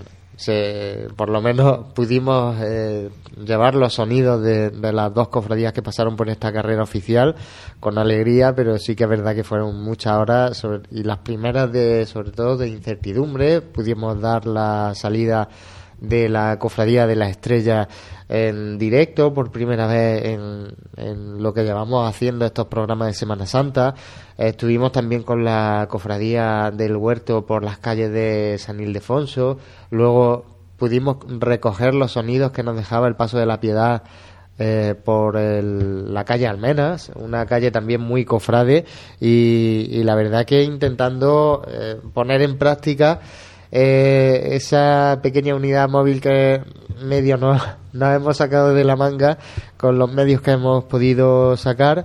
por lo menos pudimos llevar los sonidos de las 2 cofradías que pasaron por esta carrera oficial con alegría, pero sí que es verdad que fueron muchas horas, y las primeras sobre todo de incertidumbre. Pudimos dar la salida de la Cofradía de la Estrella en directo por primera vez en lo que llevamos haciendo estos programas de Semana Santa. Estuvimos también con la Cofradía del Huerto por las calles de San Ildefonso. Luego pudimos recoger los sonidos que nos dejaba el Paso de la Piedad por la calle Almenas, una calle también muy cofrade, y la verdad que intentando poner en práctica esa pequeña unidad móvil que medio nos hemos sacado de la manga con los medios que hemos podido sacar,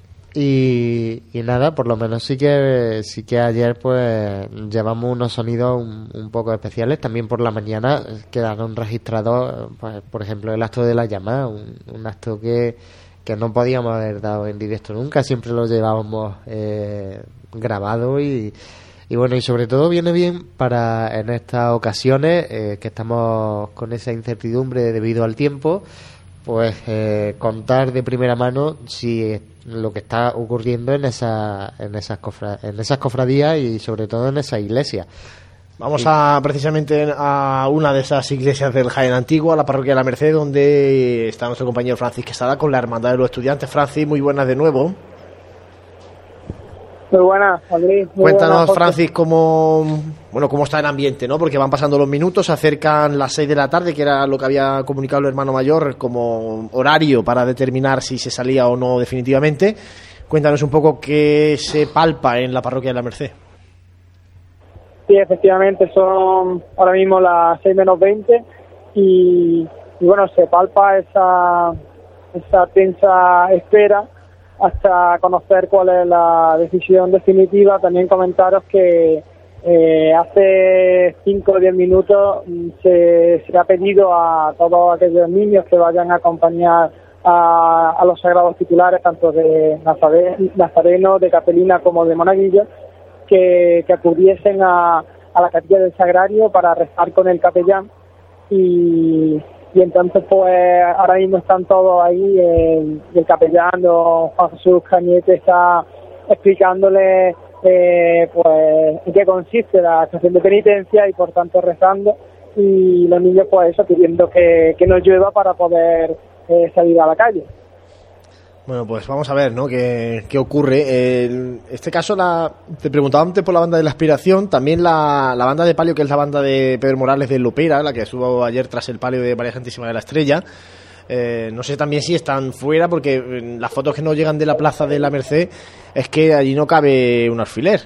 y nada, por lo menos sí que ayer pues llevamos unos sonidos un poco especiales. También por la mañana quedaron registrados, pues, por ejemplo, el acto de la llamada, un acto que no podíamos haber dado en directo nunca, siempre lo llevábamos grabado, y bueno, y sobre todo viene bien para en estas ocasiones que estamos con esa incertidumbre debido al tiempo, pues contar de primera mano si lo que está ocurriendo en esas cofradías y sobre todo en esa iglesia. Vamos precisamente a una de esas iglesias del Jaén Antiguo, a la parroquia de la Merced, donde está nuestro compañero Francis Quesada con la Hermandad de los Estudiantes. Francis, muy buenas de nuevo. Muy buenas, Adri. Cuéntanos, Francis, cómo está el ambiente, ¿no? Porque van pasando los minutos, se acercan las 6 de la tarde, que era lo que había comunicado el hermano mayor como horario para determinar si se salía o no definitivamente. Cuéntanos un poco qué se palpa en la parroquia de la Merced. Sí, efectivamente, son ahora mismo las 6 menos 20 y bueno, se palpa esa tensa espera hasta conocer cuál es la decisión definitiva. También comentaros que hace 5 o 10 minutos se ha pedido a todos aquellos niños que vayan a acompañar a los sagrados titulares, tanto de Nazareno, de Capelina como de Monaguillo, que acudiesen a la capilla del Sagrario para rezar con el capellán, y entonces pues ahora mismo están todos ahí, el capellán, don Juan Jesús Cañete, está explicándole pues en qué consiste la estación de penitencia, y por tanto rezando, y los niños pues eso, pidiendo que no llueva para poder salir a la calle. Bueno, pues vamos a ver, ¿no?, qué ocurre. En este caso, te preguntaba antes por la banda de la Aspiración, también la banda de palio, que es la banda de Pedro Morales de Lopera, la que estuvo ayer tras el palio de María Santísima de la Estrella. No sé también si están fuera, porque las fotos que nos llegan de la plaza de la Merced es que allí no cabe un alfiler.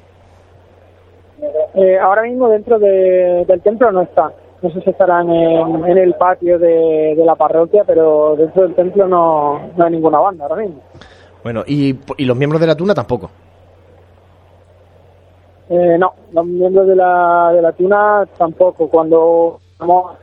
Ahora mismo dentro del templo no está. No sé si estarán en el patio de la parroquia, pero dentro del templo no hay ninguna banda ahora mismo. Bueno, y los miembros de la Tuna tampoco. No, los miembros de la Tuna tampoco. Cuando estamos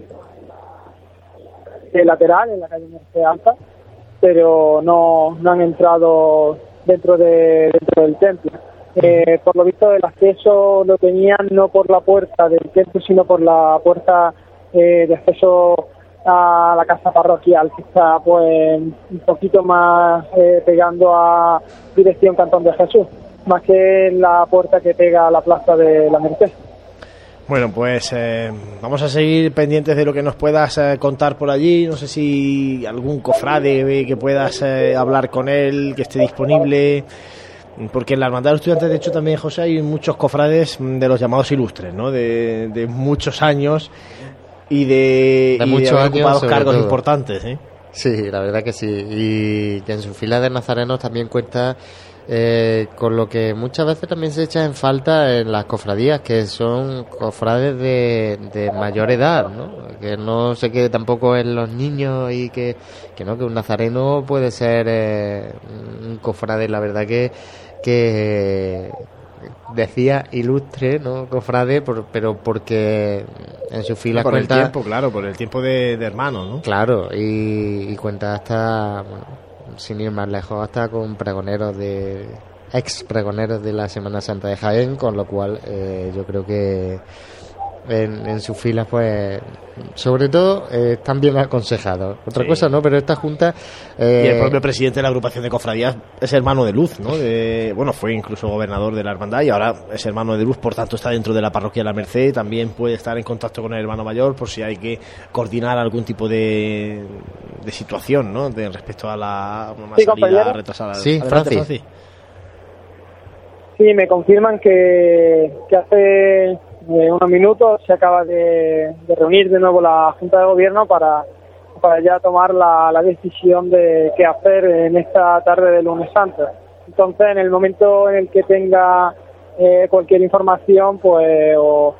de lateral en la calle Merced Alta, pero no han entrado dentro del templo. Por lo visto el acceso lo tenían no por la puerta del templo, sino por la puerta de acceso a la casa parroquial, que está pues un poquito más pegando a dirección Cantón de Jesús, más que la puerta que pega a la plaza de la Merced. Bueno, pues vamos a seguir pendientes de lo que nos puedas contar por allí. No sé si algún cofrade que puedas hablar con él, que esté disponible, porque en la Hermandad de los Estudiantes, de hecho, también, José, hay muchos cofrades de los llamados ilustres, ¿no? De muchos años y de muchos haber ocupado años, cargos todo importantes, ¿eh? Sí, la verdad que sí. Y que en su fila de nazarenos también cuenta con lo que muchas veces también se echa en falta en las cofradías, que son cofrades de mayor edad, ¿no? Que no se quede tampoco en los niños y que un nazareno puede ser un cofrade, la verdad que decía ilustre, ¿no? Cofrade, pero porque en su fila por cuenta... el tiempo, claro, por el tiempo de hermano, ¿no? Claro, y cuenta hasta... Bueno, sin ir más lejos, hasta con pregoneros ex pregoneros de la Semana Santa de Jaén, con lo cual yo creo que en sus filas, pues, sobre todo, están bien aconsejados. Otra cosa no, pero esta junta... y el propio presidente de la agrupación de cofradías es hermano de Luz, ¿no? Bueno, fue incluso gobernador de la hermandad y ahora es hermano de Luz, por tanto está dentro de la parroquia de la Merced. También puede estar en contacto con el hermano mayor por si hay que coordinar algún tipo de situación, ¿no? Respecto a una salida retrasada. Sí, Francis. Sí, me confirman que hace unos minutos se acaba de reunir de nuevo la Junta de Gobierno para ya tomar la decisión de qué hacer en esta tarde de Lunes Santo. Entonces, en el momento en el que tenga cualquier información, pues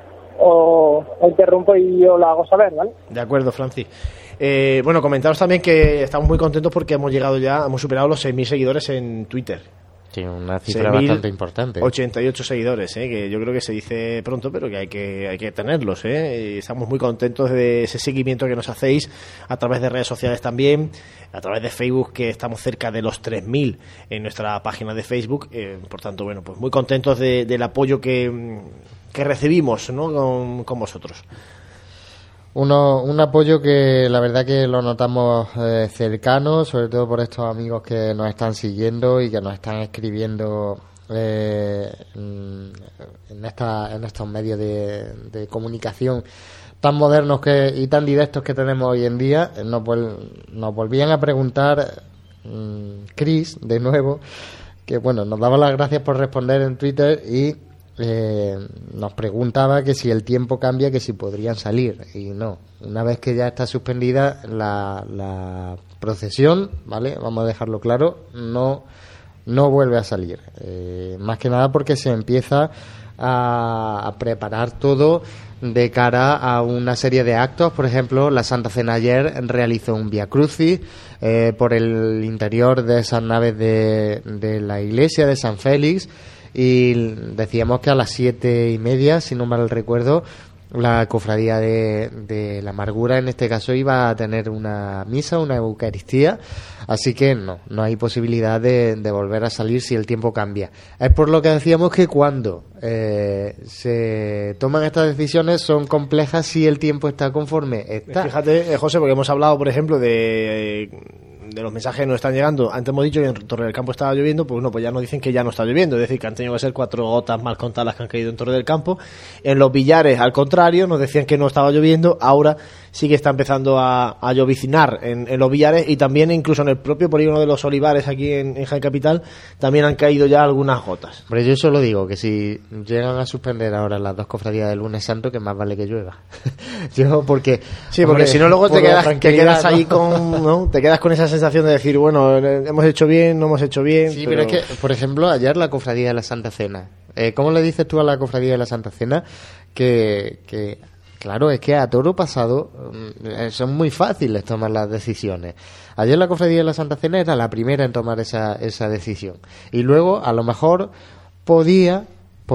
o interrumpo y yo la hago saber, ¿vale? De acuerdo, Francis. Bueno, comentaros también que estamos muy contentos porque hemos superado los 6.000 seguidores en Twitter. Sí, una cifra bastante importante. 88 seguidores, que yo creo que se dice pronto, pero que hay que tenerlos, y estamos muy contentos de ese seguimiento que nos hacéis a través de redes sociales también, a través de Facebook, que estamos cerca de los 3.000 en nuestra página de Facebook. Por tanto, bueno, pues muy contentos del apoyo que recibimos, ¿no? con vosotros. Un apoyo que la verdad que lo notamos cercano, sobre todo por estos amigos que nos están siguiendo y que nos están escribiendo en estos medios de comunicación tan modernos y tan directos que tenemos hoy en día. Nos volvían a preguntar, Chris, de nuevo, que bueno, nos daba las gracias por responder en Twitter y nos preguntaba que si el tiempo cambia, que si podrían salir, y no, una vez que ya está suspendida la procesión, ¿vale? Vamos a dejarlo claro, no vuelve a salir, más que nada porque se empieza a preparar todo de cara a una serie de actos. Por ejemplo, la Santa Cena ayer realizó un Vía Crucis por el interior de esas naves de la iglesia de San Félix. Y decíamos que a las 7:30, si no mal recuerdo, la cofradía de la Amargura, en este caso, iba a tener una misa, una Eucaristía, así que no hay posibilidad de volver a salir si el tiempo cambia. Es por lo que decíamos que cuando se toman estas decisiones son complejas si el tiempo está conforme está. Fíjate, José, porque hemos hablado, por ejemplo, de de los mensajes que nos están llegando, antes hemos dicho que en Torre del Campo estaba lloviendo, pues pues ya nos dicen que ya no está lloviendo, es decir, que han tenido que ser 4 gotas mal contadas las que han caído en Torre del Campo. En los Villares, al contrario, nos decían que no estaba lloviendo, ahora sí que está empezando a lloviznar en los Villares, y también incluso en el propio polígono de los Olivares, aquí en Jaén Capital, también han caído ya algunas gotas. Pero yo solo digo que si llegan a suspender ahora las 2 cofradías del Lunes Santo, que más vale que llueva. Porque si no luego te quedas ahí con, ¿no? Te quedas con esa sensación de decir, bueno, hemos hecho bien, no hemos hecho bien. Sí, pero es que, por ejemplo, ayer la cofradía de la Santa Cena, ¿cómo le dices tú a la cofradía de la Santa Cena que claro, es que a toro pasado son muy fáciles tomar las decisiones? Ayer la cofradía de la Santa Cena era la primera en tomar esa decisión, y luego a lo mejor podía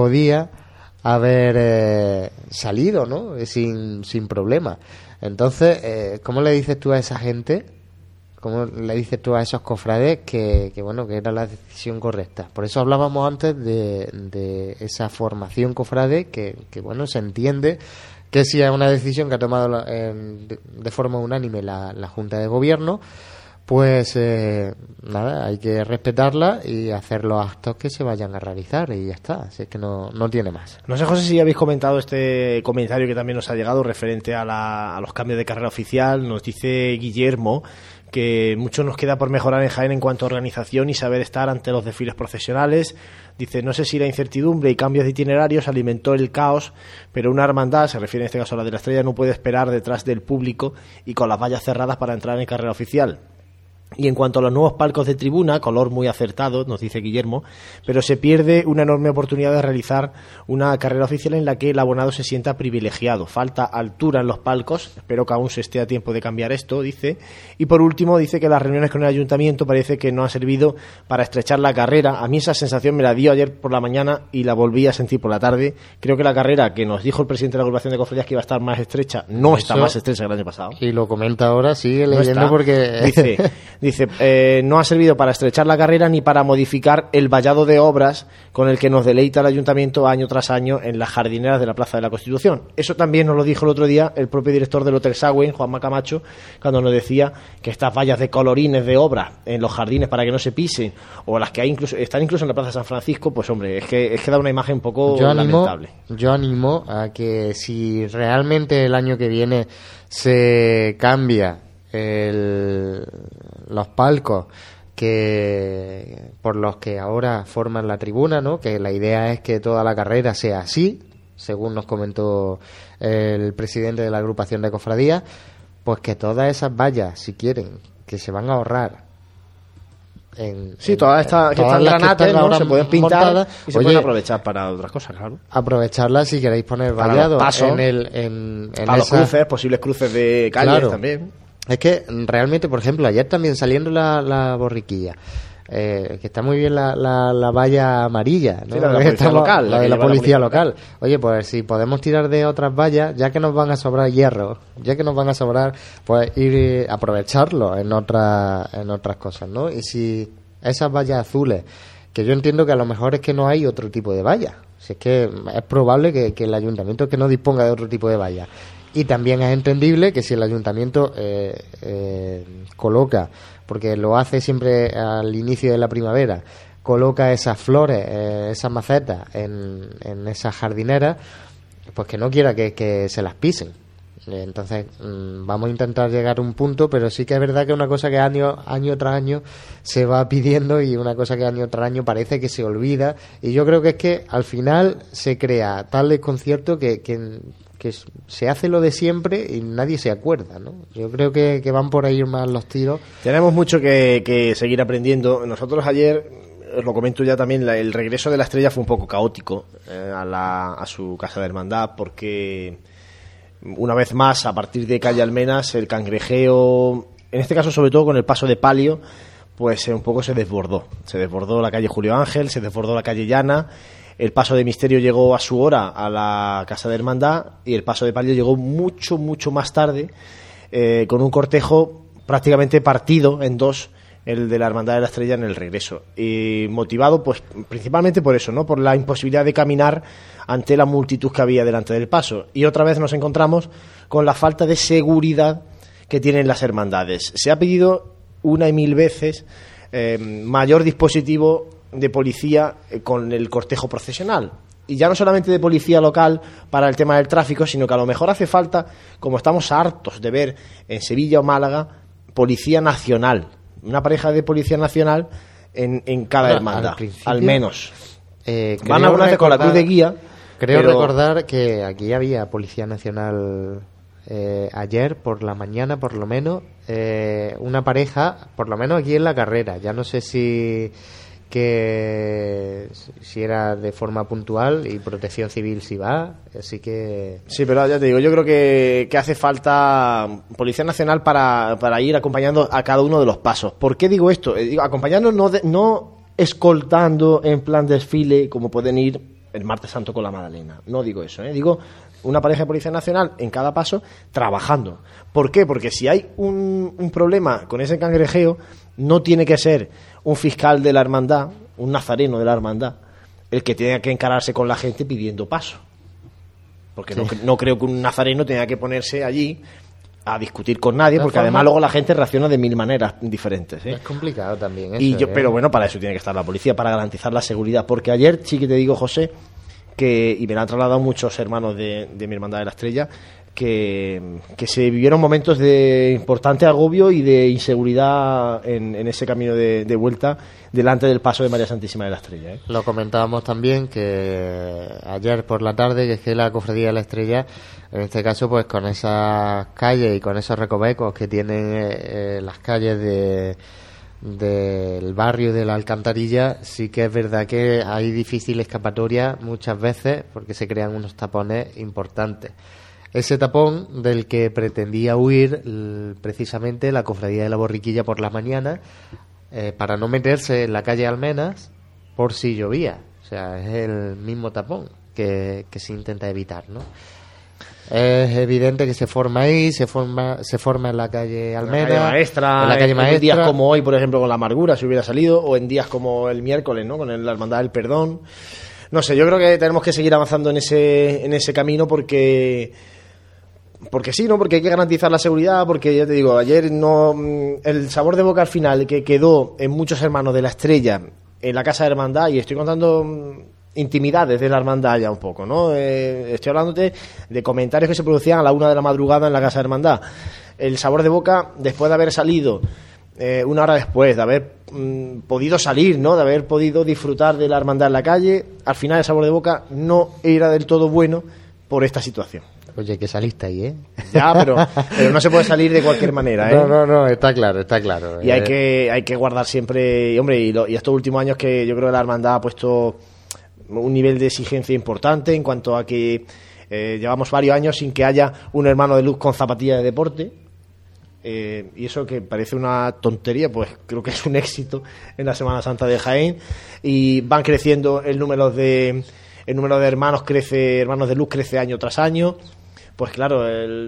haber salido, ¿no? Sin problema. Entonces, ¿cómo le dices tú a esa gente? ¿Cómo le dices tú a esos cofrades que era la decisión correcta? Por eso hablábamos antes de esa formación cofrade que se entiende que si es una decisión que ha tomado de forma unánime la Junta de Gobierno, pues hay que respetarla y hacer los actos que se vayan a realizar, y ya está. Así es que no tiene más. No sé, José, si habéis comentado este comentario que también nos ha llegado referente a los cambios de carrera oficial. Nos dice Guillermo que mucho nos queda por mejorar en Jaén en cuanto a organización y saber estar ante los desfiles procesionales. Dice, no sé si la incertidumbre y cambios de itinerarios alimentó el caos, pero una hermandad, se refiere en este caso a la de la Estrella, no puede esperar detrás del público y con las vallas cerradas para entrar en carrera oficial. Y en cuanto a los nuevos palcos de tribuna, color muy acertado, nos dice Guillermo, pero se pierde una enorme oportunidad de realizar una carrera oficial en la que el abonado se sienta privilegiado. Falta altura en los palcos, espero que aún se esté a tiempo de cambiar esto, dice. Y por último, dice que las reuniones con el ayuntamiento parece que no han servido para estrechar la carrera. A mí esa sensación me la dio ayer por la mañana y la volví a sentir por la tarde. Creo que la carrera que nos dijo el presidente de la agrupación de cofradías que iba a estar más estrecha, no está más estrecha que el año pasado. Y lo comenta ahora, sigue leyendo porque... Dice, no ha servido para estrechar la carrera ni para modificar el vallado de obras con el que nos deleita el ayuntamiento año tras año en las jardineras de la Plaza de la Constitución. Eso también nos lo dijo el otro día el propio director del Hotel Sagüen, Juanma Camacho, cuando nos decía que estas vallas de colorines de obra en los jardines para que no se pisen, o las que hay están incluso en la Plaza de San Francisco, pues hombre, es que da una imagen un poco lamentable. Yo animo a que si realmente el año que viene se cambia los palcos por los que ahora forman la tribuna, ¿no? Que la idea es que toda la carrera sea así, según nos comentó el presidente de la agrupación de cofradías, pues que todas esas vallas, si quieren, que se van a ahorrar todas estas que están granates, ¿no? Se pueden pintar montadas, y se pueden aprovechar para otras cosas, claro. Aprovecharlas si queréis poner vallado para los cruces, posibles cruces de calles también. Es que realmente, por ejemplo, ayer también saliendo la borriquilla, que está muy bien la valla amarilla, ¿no? Sí, la de la policía local. La de la policía local. Oye, pues si podemos tirar de otras vallas, ya que nos van a sobrar hierro, pues ir aprovecharlo en otras cosas, ¿no? Y si esas vallas azules, que yo entiendo que a lo mejor es que no hay otro tipo de valla, si es que es probable que el ayuntamiento que no disponga de otro tipo de valla. Y también es entendible que si el ayuntamiento coloca, porque lo hace siempre al inicio de la primavera, coloca esas flores, esas macetas en esas jardineras, pues que no quiera que se las pisen. Entonces vamos a intentar llegar a un punto, pero sí que es verdad que una cosa que año tras año se va pidiendo y una cosa que año tras año parece que se olvida, y yo creo que es que al final se crea tal desconcierto que se hace lo de siempre y nadie se acuerda, ¿no? Yo creo que van por ahí más los tiros. Tenemos mucho que seguir aprendiendo. Nosotros ayer, os lo comento ya también, el regreso de la Estrella fue un poco caótico a su casa de hermandad, porque una vez más, a partir de calle Almenas, el cangrejeo, en este caso sobre todo con el paso de palio, pues un poco se desbordó. Se desbordó la calle Julio Ángel, se desbordó la calle Llana. El paso de misterio llegó a su hora a la casa de hermandad y el paso de palio llegó mucho más tarde, con un cortejo prácticamente partido en dos, el de la Hermandad de la Estrella en el regreso, y motivado pues principalmente por eso, ¿no? Por la imposibilidad de caminar ante la multitud que había delante del paso. Y otra vez nos encontramos con la falta de seguridad que tienen las hermandades. Se ha pedido una y mil veces mayor dispositivo de policía con el cortejo procesional. Y ya no solamente de policía local para el tema del tráfico, sino que a lo mejor hace falta, como estamos hartos de ver en Sevilla o Málaga, policía nacional, una pareja de policía nacional en cada hermandad, al menos. Van algunas veces con la cruz de guía. Creo recordar que aquí había policía nacional ayer por la mañana, por lo menos, una pareja, por lo menos aquí en la carrera. Ya no sé si era de forma puntual y Protección Civil si va, así que... Sí, pero ya te digo, yo creo que hace falta Policía Nacional para ir acompañando a cada uno de los pasos. ¿Por qué digo esto? Digo, acompañando, no escoltando en plan desfile como pueden ir el Martes Santo con la Magdalena. No digo eso, digo una pareja de Policía Nacional en cada paso trabajando. ¿Por qué? Porque si hay un problema con ese cangrejeo, no tiene que ser un fiscal de la hermandad, un nazareno de la hermandad, el que tenga que encararse con la gente pidiendo paso. Porque sí, no creo que un nazareno tenga que ponerse allí a discutir con nadie, porque además luego la gente reacciona de mil maneras diferentes. Es complicado también eso, pero bueno, para eso tiene que estar la policía, para garantizar la seguridad. Porque ayer sí que te digo, José, y me lo han trasladado muchos hermanos de mi Hermandad de la Estrella, que se vivieron momentos de importante agobio y de inseguridad en ese camino de vuelta delante del paso de María Santísima de la Estrella. Lo comentábamos también que ayer por la tarde, que es que la Cofradía de la Estrella, en este caso pues con esas calles y con esos recovecos que tienen las calles del barrio de la Alcantarilla, sí que es verdad que hay difícil escapatoria muchas veces porque se crean unos tapones importantes. Ese tapón del que pretendía huir precisamente la Cofradía de la Borriquilla por las mañanas, para no meterse en la calle Almenas por si llovía. O sea, es el mismo tapón que se intenta evitar, ¿no? Es evidente que se forma ahí, se forma en la calle Almena, en la calle Maestra, en días como hoy, por ejemplo, con la Amargura, si hubiera salido, o en días como el miércoles, ¿no? Con la Hermandad del Perdón. No sé, yo creo que tenemos que seguir avanzando en ese camino porque sí, ¿no? Porque hay que garantizar la seguridad, porque ya te digo, ayer el sabor de boca al final que quedó en muchos hermanos de la Estrella en la Casa de Hermandad, y estoy contando intimidades de la hermandad ya un poco, ¿no? Estoy hablándote de comentarios que se producían a la 1 de la madrugada en la Casa de Hermandad. El sabor de boca después de haber salido, una hora después de haber podido salir, ¿no? De haber podido disfrutar de la hermandad en la calle, al final el sabor de boca no era del todo bueno por esta situación. Oye, que saliste ahí, ¿eh? Ya, pero no se puede salir de cualquier manera, ¿eh? No, está claro. Y hay que guardar siempre, y hombre, y estos últimos años que yo creo que la hermandad ha puesto un nivel de exigencia importante en cuanto a que llevamos varios años sin que haya un hermano de luz con zapatillas de deporte, y eso que parece una tontería, pues creo que es un éxito en la Semana Santa de Jaén, y van creciendo el número de hermanos de luz crece año tras año. Pues claro,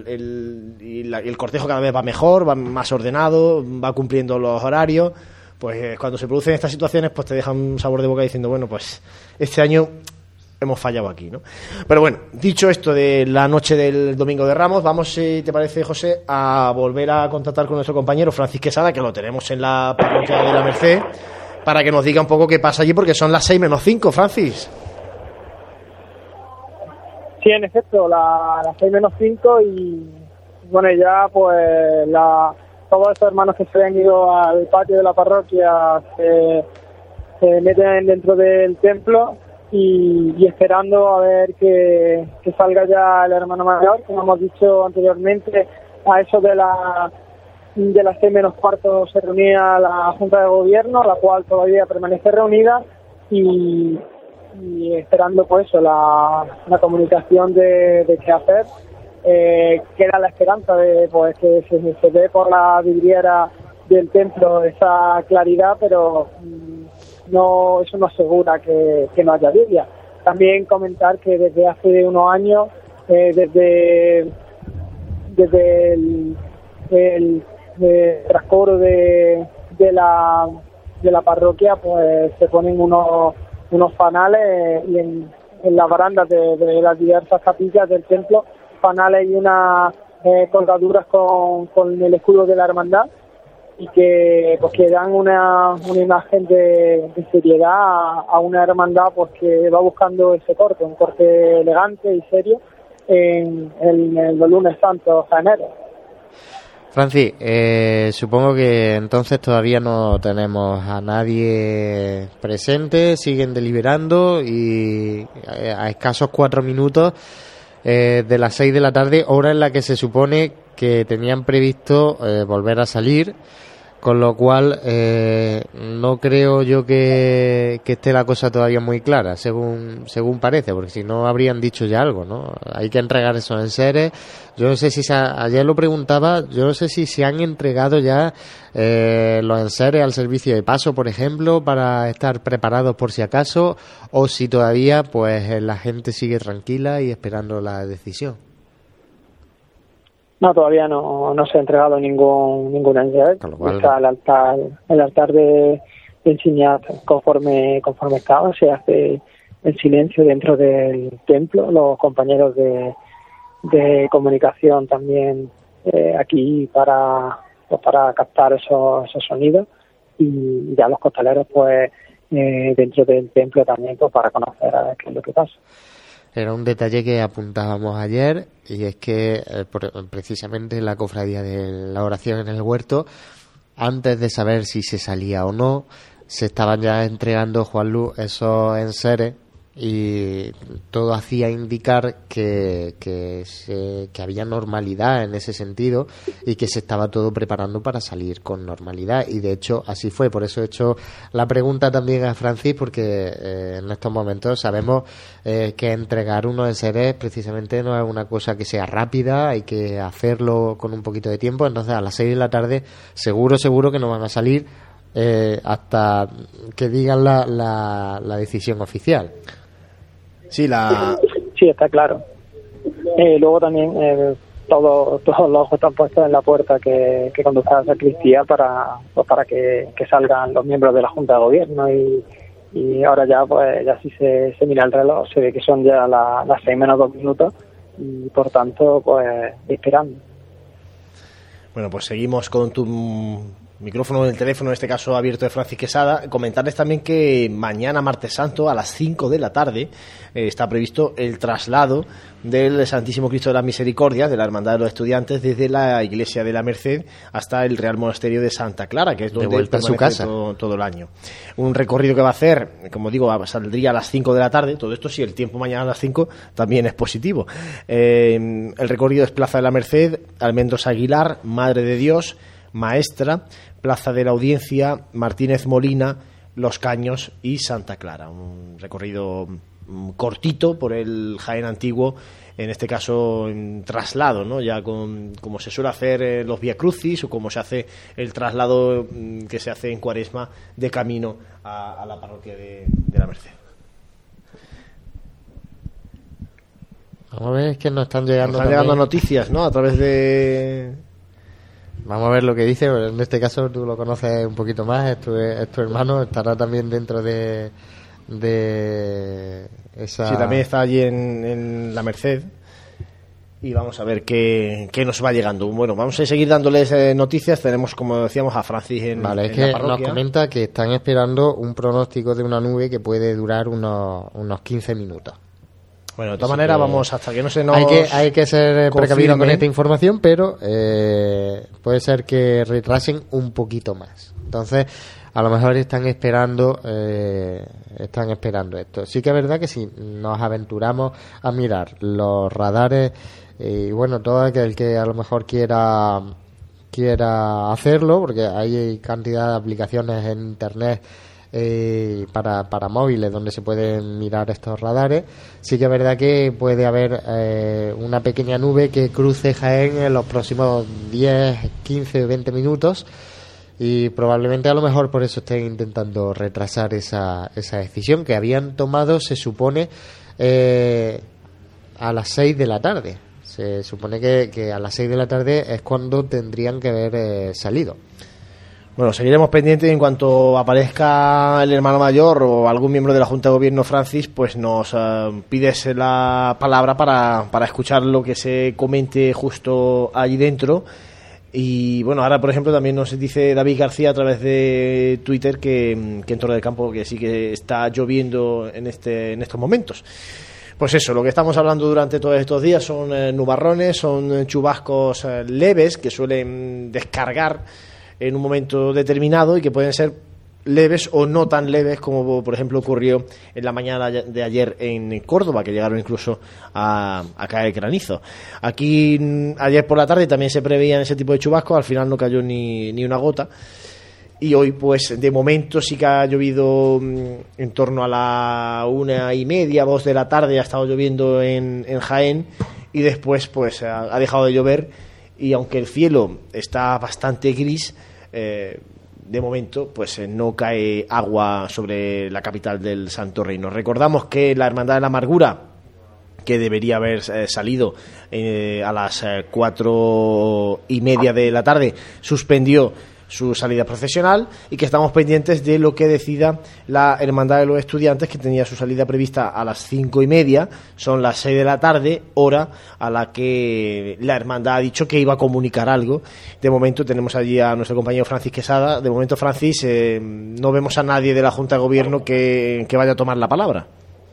el cortejo cada vez va mejor, va más ordenado, va cumpliendo los horarios. Pues cuando se producen estas situaciones, pues te dejan un sabor de boca diciendo, bueno, pues este año hemos fallado aquí, ¿no? Pero bueno, dicho esto de la noche del Domingo de Ramos, vamos, si te parece, José, a volver a contactar con nuestro compañero Francis Quesada, que lo tenemos en la parroquia de la Merced, para que nos diga un poco qué pasa allí, porque son las 6 menos 5, Francis. Sí, en efecto, las 6 menos 5 y bueno, ya pues todos estos hermanos que se han ido al patio de la parroquia se meten dentro del templo y esperando a ver que salga ya el hermano mayor, como hemos dicho anteriormente. A eso de las 6 menos cuarto se reunía la Junta de Gobierno, la cual todavía permanece reunida, y esperando pues eso, la comunicación de qué hacer. Queda la esperanza de pues que se ve por la vidriera del templo esa claridad, pero eso no asegura que no haya lluvia. También comentar que desde hace unos años, desde el trascoro de la parroquia, pues se ponen unos fanales, y en las barandas de las diversas capillas del templo, fanales y unas colgaduras con el escudo de la hermandad, y que pues que dan una imagen de seriedad a una hermandad pues que va buscando ese corte, un corte elegante y serio en los lunes santos janeros. Francis, supongo que entonces todavía no tenemos a nadie presente, siguen deliberando y a escasos 4 minutos de las 6 de la tarde, hora en la que se supone que tenían previsto volver a salir, con lo cual no creo yo que esté la cosa todavía muy clara, según parece, porque si no habrían dicho ya algo, ¿no? Hay que entregar esos enseres. Yo no sé si ayer lo preguntaba, yo no sé si se han entregado ya los enseres al servicio de paso, por ejemplo, para estar preparados por si acaso, o si todavía pues la gente sigue tranquila y esperando la decisión. No, todavía no se ha entregado ningún enser. Está el altar de Signiat conforme estaba, se hace el silencio dentro del templo. Los compañeros de comunicación también aquí para captar esos sonidos, y ya los costaleros pues dentro del templo también pues para conocer a ver qué es lo que pasa. Era un detalle que apuntábamos ayer, y es que precisamente la cofradía de la oración en el huerto, antes de saber si se salía o no, se estaban ya entregando, Juanlu, esos enseres, y todo hacía indicar que había normalidad en ese sentido y que se estaba todo preparando para salir con normalidad, y de hecho así fue. Por eso he hecho la pregunta también a Francis, porque en estos momentos sabemos que entregar unos enseres precisamente no es una cosa que sea rápida, hay que hacerlo con un poquito de tiempo. Entonces a las 6 de la tarde seguro que no van a salir hasta que digan la decisión oficial. Sí, sí, está claro. Luego también todos los ojos están puestos en la puerta que conduce a la sacristía para que salgan los miembros de la Junta de Gobierno, y ahora ya pues ya si se mira el reloj se ve que son ya las 6 menos 2 minutos, y por tanto pues esperando. Bueno, pues seguimos con tu micrófono del teléfono, en este caso abierto, de Francis Quesada. Comentarles también que mañana, martes santo, a las 5 de la tarde, está previsto el traslado del Santísimo Cristo de la Misericordia, de la Hermandad de los Estudiantes, desde la Iglesia de la Merced hasta el Real Monasterio de Santa Clara, que es donde vuelta a su casa todo el año. Un recorrido que va a hacer, como digo, saldría a las 5 de la tarde. Todo esto, si el tiempo mañana a las 5 también es positivo. El recorrido es Plaza de la Merced, Almendros Aguilar, Madre de Dios, Maestra, Plaza de la Audiencia, Martínez Molina, Los Caños y Santa Clara. Un recorrido cortito por el Jaén antiguo, en este caso en traslado, ¿no? Ya como se suele hacer los Vía Crucis, o como se hace el traslado que se hace en Cuaresma de camino a la parroquia de la Merced. Vamos a ver, es que nos están llegando noticias, ¿no? A través de... Vamos a ver lo que dice. En este caso tú lo conoces un poquito más, es tu hermano, estará también dentro de esa... Sí, también está allí en la Merced, y vamos a ver qué nos va llegando. Bueno, vamos a seguir dándoles noticias. Tenemos, como decíamos, a Francis en la parroquia. Vale, es que nos comenta que están esperando un pronóstico de una nube que puede durar unos 15 minutos. Bueno, de todas maneras, vamos, hasta que no se nos... Hay que ser precavido con esta información, pero puede ser que retrasen un poquito más. Entonces, a lo mejor están esperando esto. Sí que es verdad que si nos aventuramos a mirar los radares, y bueno, todo aquel que a lo mejor quiera hacerlo, porque hay cantidad de aplicaciones en internet para móviles donde se pueden mirar estos radares. Sí que es verdad que puede haber una pequeña nube que cruce Jaén en los próximos 10, 15, 20 minutos, y probablemente a lo mejor por eso estén intentando retrasar esa decisión que habían tomado, se supone, a las 6 de la tarde. Se supone que a las 6 de la tarde es cuando tendrían que haber salido. Bueno, seguiremos pendientes, y en cuanto aparezca el hermano mayor o algún miembro de la Junta de Gobierno, Francis, pues nos pides la palabra para escuchar lo que se comente justo allí dentro. Y bueno, ahora por ejemplo también nos dice David García a través de Twitter que en Torre del Campo que sí que está lloviendo en estos momentos. Pues eso, lo que estamos hablando durante todos estos días son nubarrones, son chubascos leves que suelen descargar en un momento determinado y que pueden ser leves o no tan leves como por ejemplo ocurrió en la mañana de ayer en Córdoba, que llegaron incluso a caer granizo. Aquí ayer por la tarde también se preveían ese tipo de chubascos, al final no cayó ni una gota, y hoy pues de momento sí que ha llovido en torno a la 1:30, 2 de la tarde, ha estado lloviendo en Jaén, y después pues ha dejado de llover, y aunque el cielo está bastante gris, de momento pues no cae agua sobre la capital del Santo Reino. Recordamos que la Hermandad de la Amargura, que debería haber salido a las 4:30 de la tarde, suspendió su salida procesional, y que estamos pendientes de lo que decida la Hermandad de los Estudiantes, que tenía su salida prevista a las 5:30, son las 6 de la tarde, hora a la que la Hermandad ha dicho que iba a comunicar algo. De momento tenemos allí a nuestro compañero Francis Quesada. De momento, Francis, no vemos a nadie de la Junta de Gobierno que vaya a tomar la palabra.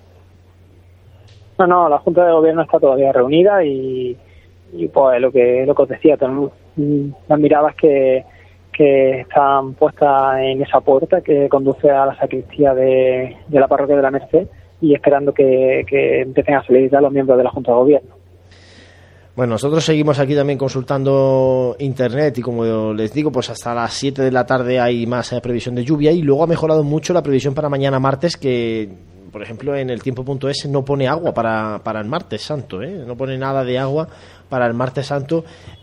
No, la Junta de Gobierno está todavía reunida y pues lo que os decía, tenemos las miradas que están puestas en esa puerta que conduce a la sacristía de la parroquia de la Merced, y esperando que empiecen a salir ya los miembros de la Junta de Gobierno. Bueno, nosotros seguimos aquí también consultando internet, y como les digo, pues hasta las 7 de la tarde hay más previsión de lluvia, y luego ha mejorado mucho la previsión para mañana martes, que por ejemplo en el tiempo.es no pone agua para el martes santo, no pone nada de agua para el martes santo.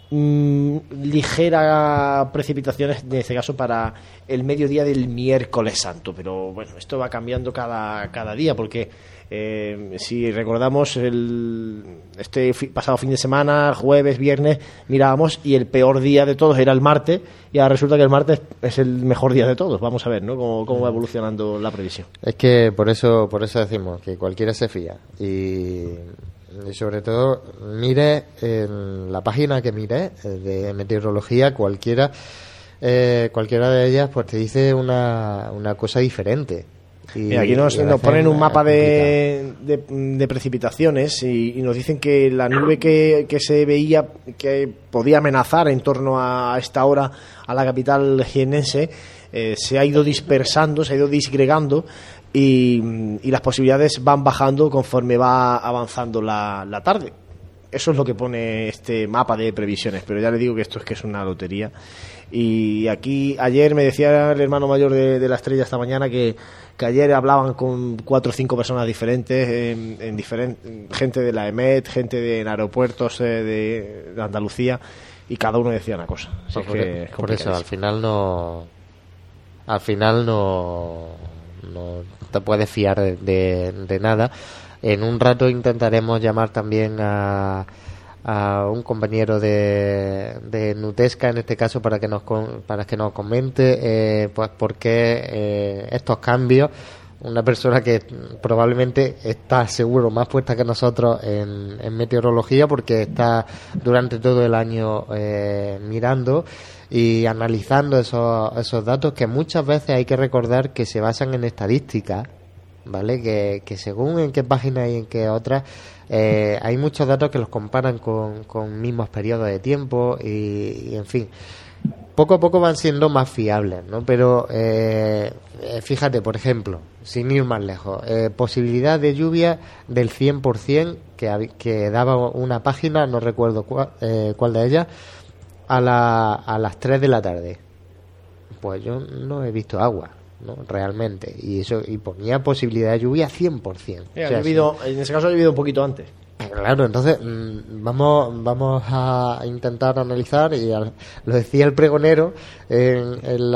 Ligera precipitaciones en este caso para el mediodía del miércoles santo, pero bueno, esto va cambiando cada día, porque si recordamos este pasado fin de semana, jueves, viernes, mirábamos y el peor día de todos era el martes, y ahora resulta que el martes es el mejor día de todos. Vamos a ver, ¿no?, cómo va evolucionando la previsión. Es que por eso decimos que cualquiera se fía, y sobre todo mire en la página que mire de meteorología, cualquiera de ellas pues te dice una cosa diferente. Y aquí nos ponen un mapa de precipitaciones y nos dicen que la nube que se veía que podía amenazar en torno a esta hora a la capital jiennense se ha ido dispersando, se ha ido disgregando, y las posibilidades van bajando conforme va avanzando la tarde. Eso es lo que pone este mapa de previsiones, pero ya le digo que esto es una lotería. Y aquí ayer me decía el hermano mayor de la Estrella esta mañana que ayer hablaban con 4 o 5 personas diferentes, gente de la EMET, gente de aeropuertos de Andalucía, y cada uno decía una cosa. Así por eso al final no te puedes fiar de nada. En un rato intentaremos llamar también a un compañero de Nutesca, en este caso, para que nos comente pues por qué estos cambios. Una persona que probablemente está seguro más puesta que nosotros en meteorología, porque está durante todo el año mirando y analizando esos datos, que muchas veces hay que recordar que se basan en estadísticas, ¿vale? Que según en qué página y en qué otras, hay muchos datos que los comparan con mismos periodos de tiempo y en fin, poco a poco van siendo más fiables, ¿no? Pero fíjate, por ejemplo, sin ir más lejos, posibilidad de lluvia del 100% que daba una página, no recuerdo cuál de ellas, a las 3 de la tarde. Pues yo no he visto agua, ¿no?, realmente, y ponía posibilidad de lluvia 100%. En ese caso ha llovido un poquito antes. Claro, entonces vamos a intentar analizar, y lo decía el pregonero en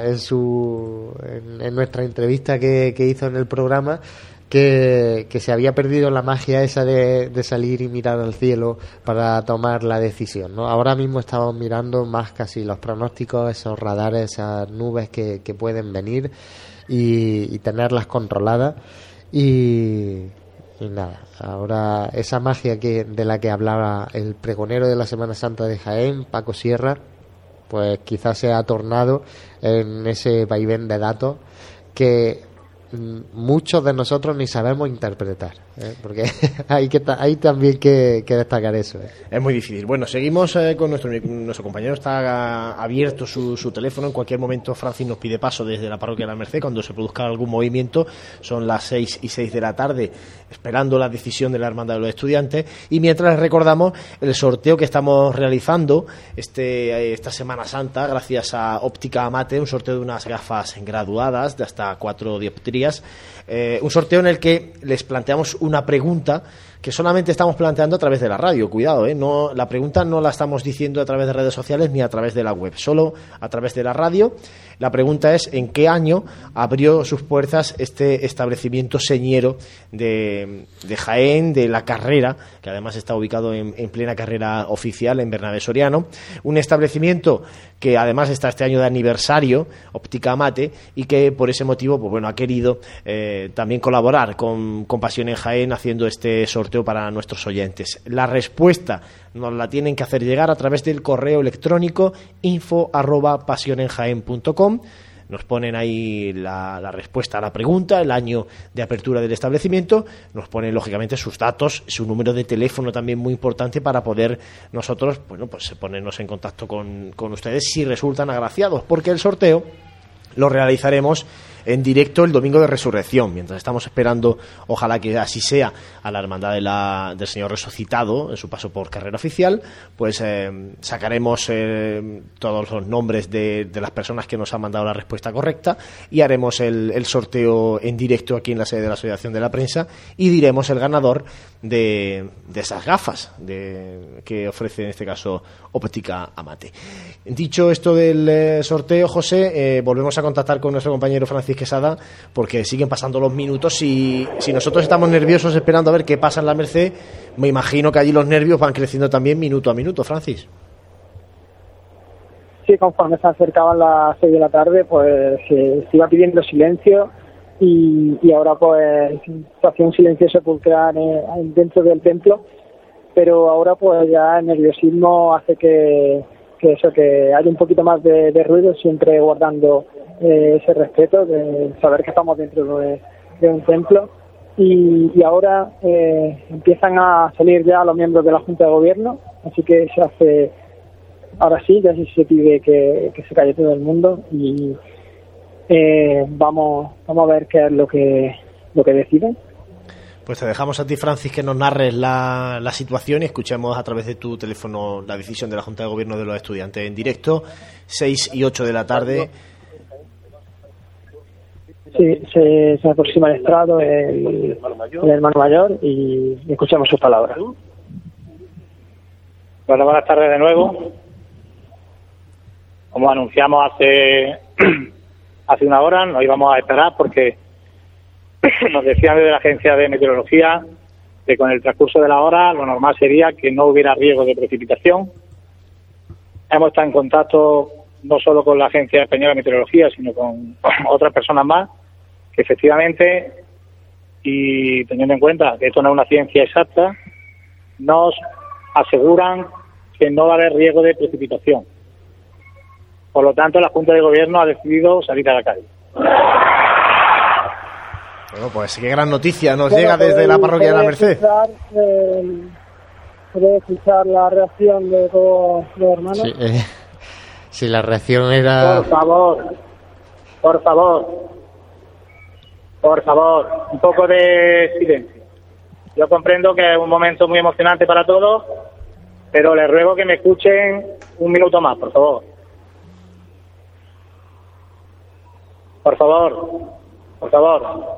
nuestra entrevista que hizo en el programa, que se había perdido la magia esa de salir y mirar al cielo para tomar la decisión, ¿no? Ahora mismo estamos mirando más casi los pronósticos, esos radares, esas nubes que pueden venir y tenerlas controladas, y nada, ahora esa magia de la que hablaba el pregonero de la Semana Santa de Jaén, Paco Sierra, pues quizás se ha tornado en ese vaivén de datos que muchos de nosotros ni sabemos interpretar, porque hay también que destacar eso. Es muy difícil. Bueno, seguimos con nuestro compañero. Está abierto su teléfono. En cualquier momento Francis nos pide paso desde la parroquia de la Merced cuando se produzca algún movimiento. Son las 6:06 de la tarde, esperando la decisión de la Hermandad de los Estudiantes, y mientras les recordamos el sorteo que estamos realizando esta Semana Santa gracias a Óptica Amate, un sorteo de unas gafas graduadas de hasta 4 dioptrías. Un sorteo en el que les planteamos una pregunta que solamente estamos planteando a través de la radio. Cuidado, no, la pregunta no la estamos diciendo a través de redes sociales ni a través de la web, solo a través de la radio. La pregunta es: ¿en qué año abrió sus puertas este establecimiento señero de Jaén, de La Carrera, que además está ubicado en plena carrera oficial en Bernabé Soriano? Un establecimiento que además está este año de aniversario, Óptica Amate, y que por ese motivo pues bueno, ha querido también colaborar con Pasión en Jaén haciendo este sorteo para nuestros oyentes. La respuesta nos la tienen que hacer llegar a través del correo electrónico info@pasionenjaen.com. Nos ponen ahí la respuesta a la pregunta, el año de apertura del establecimiento, nos ponen lógicamente sus datos, su número de teléfono también muy importante para poder nosotros, bueno, pues ponernos en contacto con ustedes si resultan agraciados, porque el sorteo lo realizaremos en directo el domingo de Resurrección, mientras estamos esperando, ojalá que así sea, a la Hermandad del Señor Resucitado en su paso por carrera oficial. Pues sacaremos todos los nombres de las personas que nos han mandado la respuesta correcta y haremos el sorteo en directo aquí en la sede de la Asociación de la Prensa y diremos el ganador de esas gafas que ofrece en este caso Óptica Amate. Dicho esto del sorteo, José, volvemos a contactar con nuestro compañero Francis Quesada, porque siguen pasando los minutos y si nosotros estamos nerviosos esperando a ver qué pasa en la Merced, me imagino que allí los nervios van creciendo también minuto a minuto, Francis. Sí, conforme se acercaban las 6 de la tarde, pues se iba pidiendo silencio y ahora pues se hacía un silencio sepulcral dentro del templo, pero ahora pues ya el nerviosismo hace que haya un poquito más de ruido, siempre guardando ese respeto de saber que estamos dentro de un templo y ahora empiezan a salir ya los miembros de la Junta de Gobierno, así que se hace, ahora sí, ya sí se pide que se calle todo el mundo y vamos a ver qué es lo que deciden. Pues te dejamos a ti, Francis, que nos narres la situación y escuchemos a través de tu teléfono la decisión de la Junta de Gobierno de los Estudiantes en directo, 6 y 8 de la tarde. Sí, se aproxima el estrado, el hermano mayor, y escuchamos sus palabras. Bueno, buenas tardes de nuevo. Como anunciamos hace una hora, nos íbamos a esperar porque nos decían desde la Agencia de Meteorología que con el transcurso de la hora lo normal sería que no hubiera riesgo de precipitación. Hemos estado en contacto no solo con la Agencia Española de Meteorología, sino con otras personas más, que efectivamente, y teniendo en cuenta que esto no es una ciencia exacta, nos aseguran que no va a haber riesgo de precipitación. Por lo tanto, la Junta de Gobierno ha decidido salir a la calle. Bueno, pues qué gran noticia nos llega desde la parroquia de la Merced. ¿Puedes escuchar la reacción de todos los hermanos? Sí, si la reacción era... Por favor, un poco de silencio. Yo comprendo que es un momento muy emocionante para todos, pero les ruego que me escuchen un minuto más, por favor. Por favor.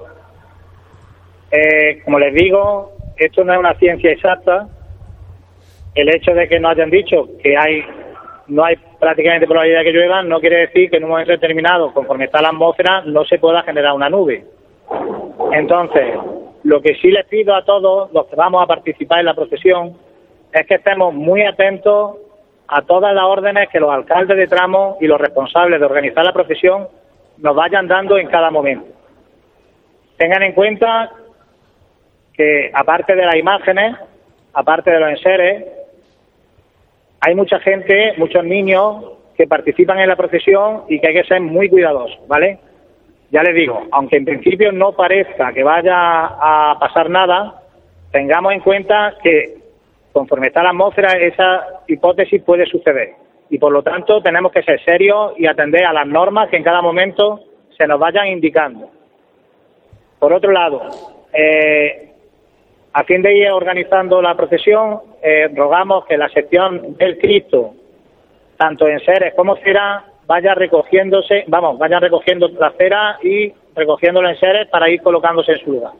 Como les digo, esto no es una ciencia exacta. El hecho de que nos hayan dicho que no hay prácticamente probabilidad de que llueva no quiere decir que en un momento determinado, conforme está la atmósfera, no se pueda generar una nube. Entonces, lo que sí les pido a todos los que vamos a participar en la procesión es que estemos muy atentos a todas las órdenes que los alcaldes de tramo y los responsables de organizar la procesión nos vayan dando en cada momento. Tengan en cuenta que, aparte de las imágenes, aparte de los enseres, hay mucha gente, muchos niños que participan en la procesión y que hay que ser muy cuidadosos, ¿vale? Ya les digo, aunque en principio no parezca que vaya a pasar nada, tengamos en cuenta que conforme está la atmósfera esa hipótesis puede suceder y por lo tanto tenemos que ser serios y atender a las normas que en cada momento se nos vayan indicando. Por otro lado, a fin de ir organizando la procesión, rogamos que la sección del Cristo, tanto en seres como cera, vayan recogiendo la cera y recogiéndola en seres para ir colocándose en su lugar.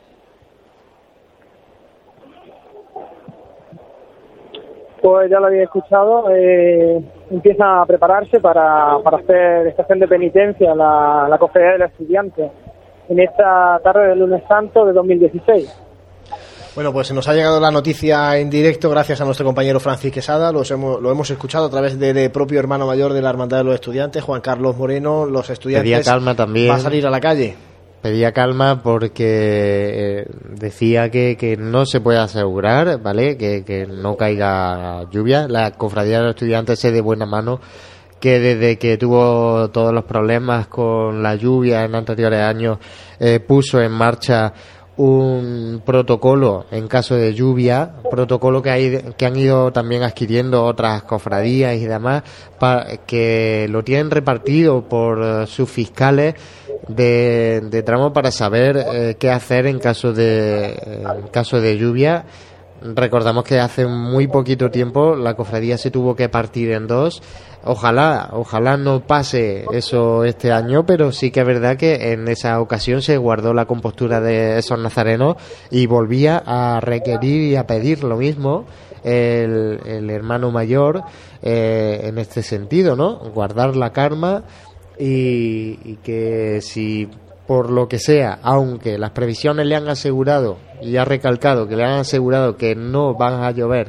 Pues ya lo había escuchado, empieza a prepararse para hacer estación de penitencia la Cofradía de los Estudiantes en esta tarde del lunes santo de 2016. Bueno, pues nos ha llegado la noticia en directo gracias a nuestro compañero Francis Quesada, lo hemos escuchado a través del propio hermano mayor de la Hermandad de los Estudiantes, Juan Carlos Moreno. Los estudiantes pedía calma también, va a salir a la calle. Pedía calma porque decía que no se puede asegurar, ¿vale? Que no caiga lluvia. La Cofradía de los Estudiantes sé de buena mano que desde que tuvo todos los problemas con la lluvia en anteriores años puso en marcha un protocolo en caso de lluvia, protocolo que han ido también adquiriendo otras cofradías y demás, que lo tienen repartido por sus fiscales de tramo para saber qué hacer en caso de lluvia. Recordamos que hace muy poquito tiempo la cofradía se tuvo que partir en dos. Ojalá no pase eso este año, pero sí que es verdad que en esa ocasión se guardó la compostura de esos nazarenos y volvía a requerir y a pedir lo mismo el hermano mayor en este sentido, ¿no? Guardar la calma y que si por lo que sea, aunque las previsiones le han asegurado, y ha recalcado que le han asegurado que no van a llover,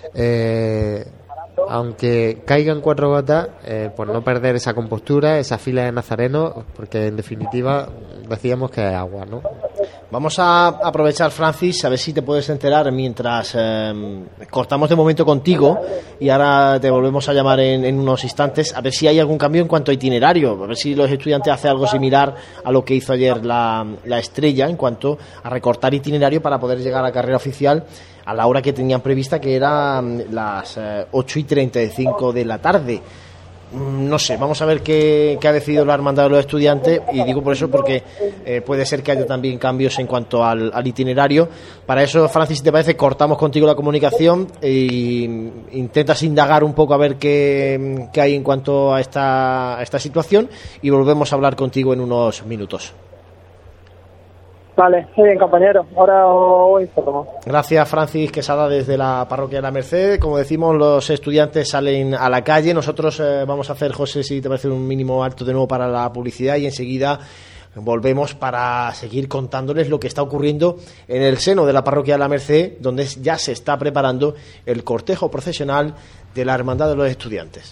aunque caigan 4 gotas, pues no perder esa compostura, esa fila de nazarenos, porque en definitiva decíamos que es agua, ¿no? Vamos a aprovechar, Francis, a ver si te puedes enterar mientras cortamos de momento contigo y ahora te volvemos a llamar en unos instantes, a ver si hay algún cambio en cuanto a itinerario, a ver si los estudiantes hacen algo similar a lo que hizo ayer la Estrella en cuanto a recortar itinerario para poder llegar a la carrera oficial a la hora que tenían prevista, que eran las 8:35 de la tarde. No sé, vamos a ver qué ha decidido la Hermandad de los Estudiantes, y digo por eso porque puede ser que haya también cambios en cuanto al itinerario. Para eso, Francis, si te parece, cortamos contigo la comunicación e intentas indagar un poco a ver qué hay en cuanto a esta situación, y volvemos a hablar contigo en unos minutos. Vale, muy bien, compañero. Ahora os informo. Gracias, Francis Quesada, desde la parroquia de la Merced. Como decimos, los estudiantes salen a la calle. Nosotros vamos a hacer, José, si te parece, un mínimo alto de nuevo para la publicidad, y enseguida volvemos para seguir contándoles lo que está ocurriendo en el seno de la parroquia de la Merced, donde ya se está preparando el cortejo procesional de la Hermandad de los Estudiantes.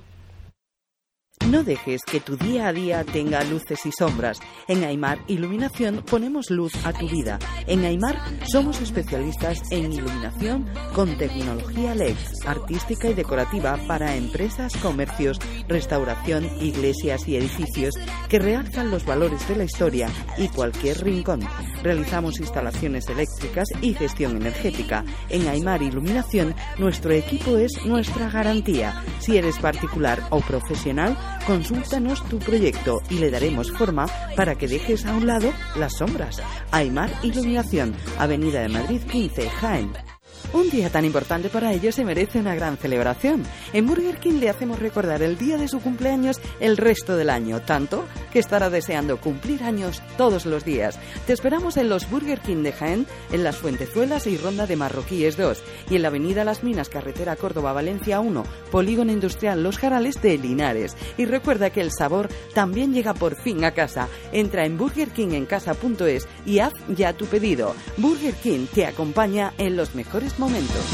No dejes que tu día a día tenga luces y sombras. En Aimar Iluminación ponemos luz a tu vida. En Aimar somos especialistas en iluminación con tecnología LED, artística y decorativa para empresas, comercios, restauración, iglesias y edificios que realzan los valores de la historia y cualquier rincón. Realizamos instalaciones eléctricas y gestión energética. En Aimar Iluminación nuestro equipo es nuestra garantía. Si eres particular o profesional, consúltanos tu proyecto y le daremos forma para que dejes a un lado las sombras. Aimar Iluminación, Avenida de Madrid 15, Jaén. Un día tan importante para ellos se merece una gran celebración. En Burger King le hacemos recordar el día de su cumpleaños el resto del año, tanto que estará deseando cumplir años todos los días. Te esperamos en los Burger King de Jaén, en Las Fuentezuelas y Ronda de Marroquíes 2, y en la Avenida Las Minas, carretera Córdoba-Valencia 1, Polígono Industrial Los Jarales de Linares. Y recuerda que el sabor también llega por fin a casa. Entra en burgerkingencasa.es y haz ya tu pedido. Burger King te acompaña en los mejores momentos.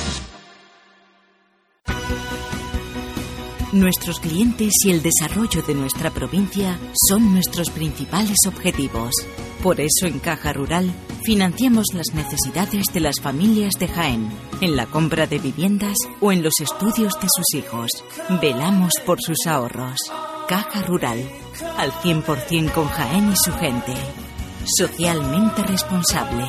Nuestros clientes y el desarrollo de nuestra provincia son nuestros principales objetivos. Por eso en Caja Rural financiamos las necesidades de las familias de Jaén, en la compra de viviendas o en los estudios de sus hijos. Velamos por sus ahorros. Caja Rural, al 100% con Jaén y su gente. Socialmente responsable.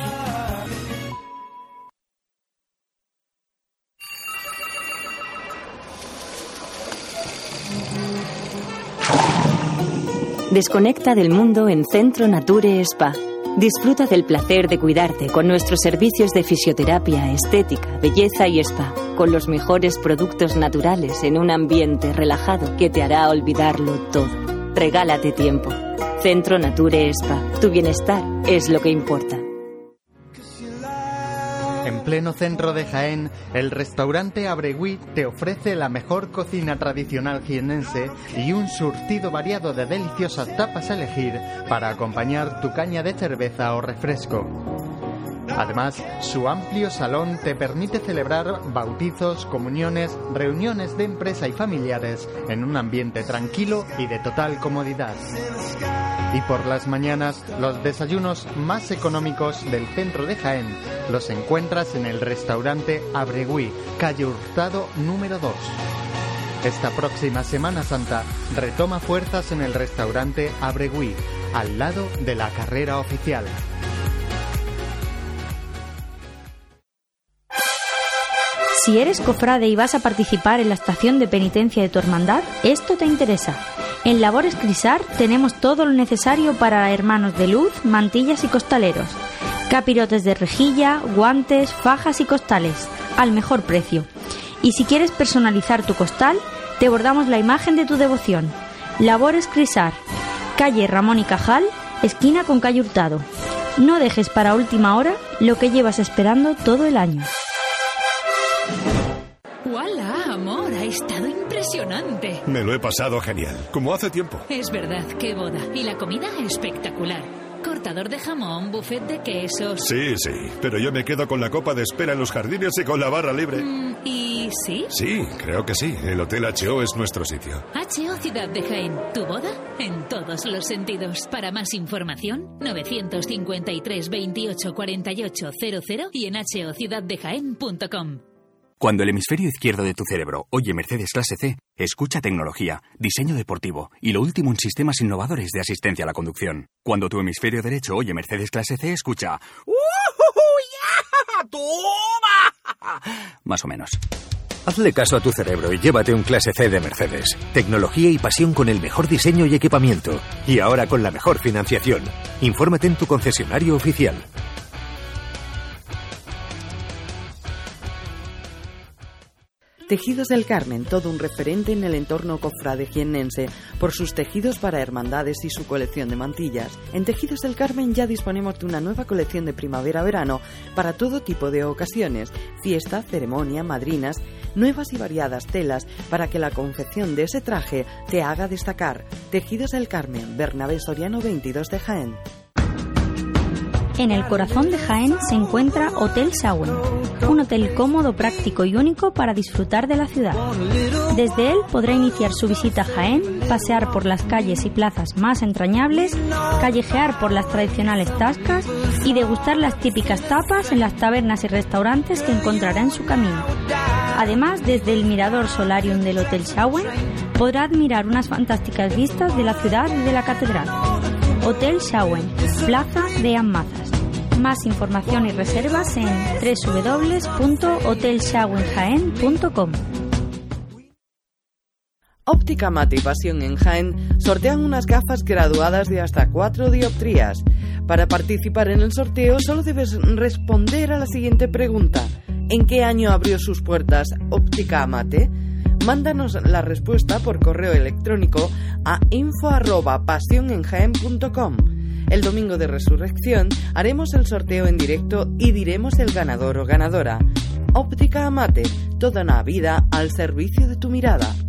Desconecta del mundo en Centro Nature Spa. Disfruta del placer de cuidarte con nuestros servicios de fisioterapia, estética, belleza y spa, con los mejores productos naturales en un ambiente relajado que te hará olvidarlo todo. Regálate tiempo. Centro Nature Spa. Tu bienestar es lo que importa. En pleno centro de Jaén, el restaurante Abregui te ofrece la mejor cocina tradicional jienense y un surtido variado de deliciosas tapas a elegir para acompañar tu caña de cerveza o refresco. Además, su amplio salón te permite celebrar bautizos, comuniones, reuniones de empresa y familiares en un ambiente tranquilo y de total comodidad. Y por las mañanas, los desayunos más económicos del centro de Jaén los encuentras en el restaurante Abregui, calle Hurtado número 2. Esta próxima Semana Santa retoma fuerzas en el restaurante Abregui, al lado de la carrera oficial. Si eres cofrade y vas a participar en la estación de penitencia de tu hermandad, esto te interesa. En Labores Crisar tenemos todo lo necesario para hermanos de luz, mantillas y costaleros. Capirotes de rejilla, guantes, fajas y costales, al mejor precio. Y si quieres personalizar tu costal, te bordamos la imagen de tu devoción. Labores Crisar, calle Ramón y Cajal, esquina con calle Hurtado. No dejes para última hora lo que llevas esperando todo el año. ¡Hola, amor! Ha estado impresionante. Me lo he pasado genial, como hace tiempo. Es verdad, qué boda. Y la comida espectacular. Cortador de jamón, buffet de quesos. Sí, pero yo me quedo con la copa de espera en los jardines y con la barra libre. ¿Y sí? Sí, creo que sí. El Hotel H.O. es nuestro sitio. H.O. Ciudad de Jaén. ¿Tu boda? En todos los sentidos. Para más información, 953 28 48 00 y en hociudaddejaén.com. Cuando el hemisferio izquierdo de tu cerebro oye Mercedes clase C, escucha tecnología, diseño deportivo y lo último en sistemas innovadores de asistencia a la conducción. Cuando tu hemisferio derecho oye Mercedes clase C, escucha ¡Toma! Más o menos. Hazle caso a tu cerebro y llévate un clase C de Mercedes. Tecnología y pasión con el mejor diseño y equipamiento. Y ahora con la mejor financiación. Infórmate en tu concesionario oficial. Tejidos del Carmen, todo un referente en el entorno cofrade jiennense por sus tejidos para hermandades y su colección de mantillas. En Tejidos del Carmen ya disponemos de una nueva colección de primavera-verano para todo tipo de ocasiones, fiesta, ceremonia, madrinas, nuevas y variadas telas para que la confección de ese traje te haga destacar. Tejidos del Carmen, Bernabé Soriano 22 de Jaén. En el corazón de Jaén se encuentra Hotel Shawen, un hotel cómodo, práctico y único para disfrutar de la ciudad. Desde él podrá iniciar su visita a Jaén, pasear por las calles y plazas más entrañables, callejear por las tradicionales tascas y degustar las típicas tapas en las tabernas y restaurantes que encontrará en su camino. Además, desde el mirador solarium del Hotel Shawen podrá admirar unas fantásticas vistas de la ciudad y de la catedral. Hotel Shawen, Plaza de Amazas. Más información y reservas en www.hotelshawenjaen.com. Óptica Mate y Pasión en Jaén sortean unas gafas graduadas de hasta 4 dioptrías. Para participar en el sorteo solo debes responder a la siguiente pregunta: ¿en qué año abrió sus puertas Óptica Mate? Mándanos la respuesta por correo electrónico a info@pasionenjaen.com. El domingo de Resurrección haremos el sorteo en directo y diremos el ganador o ganadora. Óptica Amate, toda una vida al servicio de tu mirada.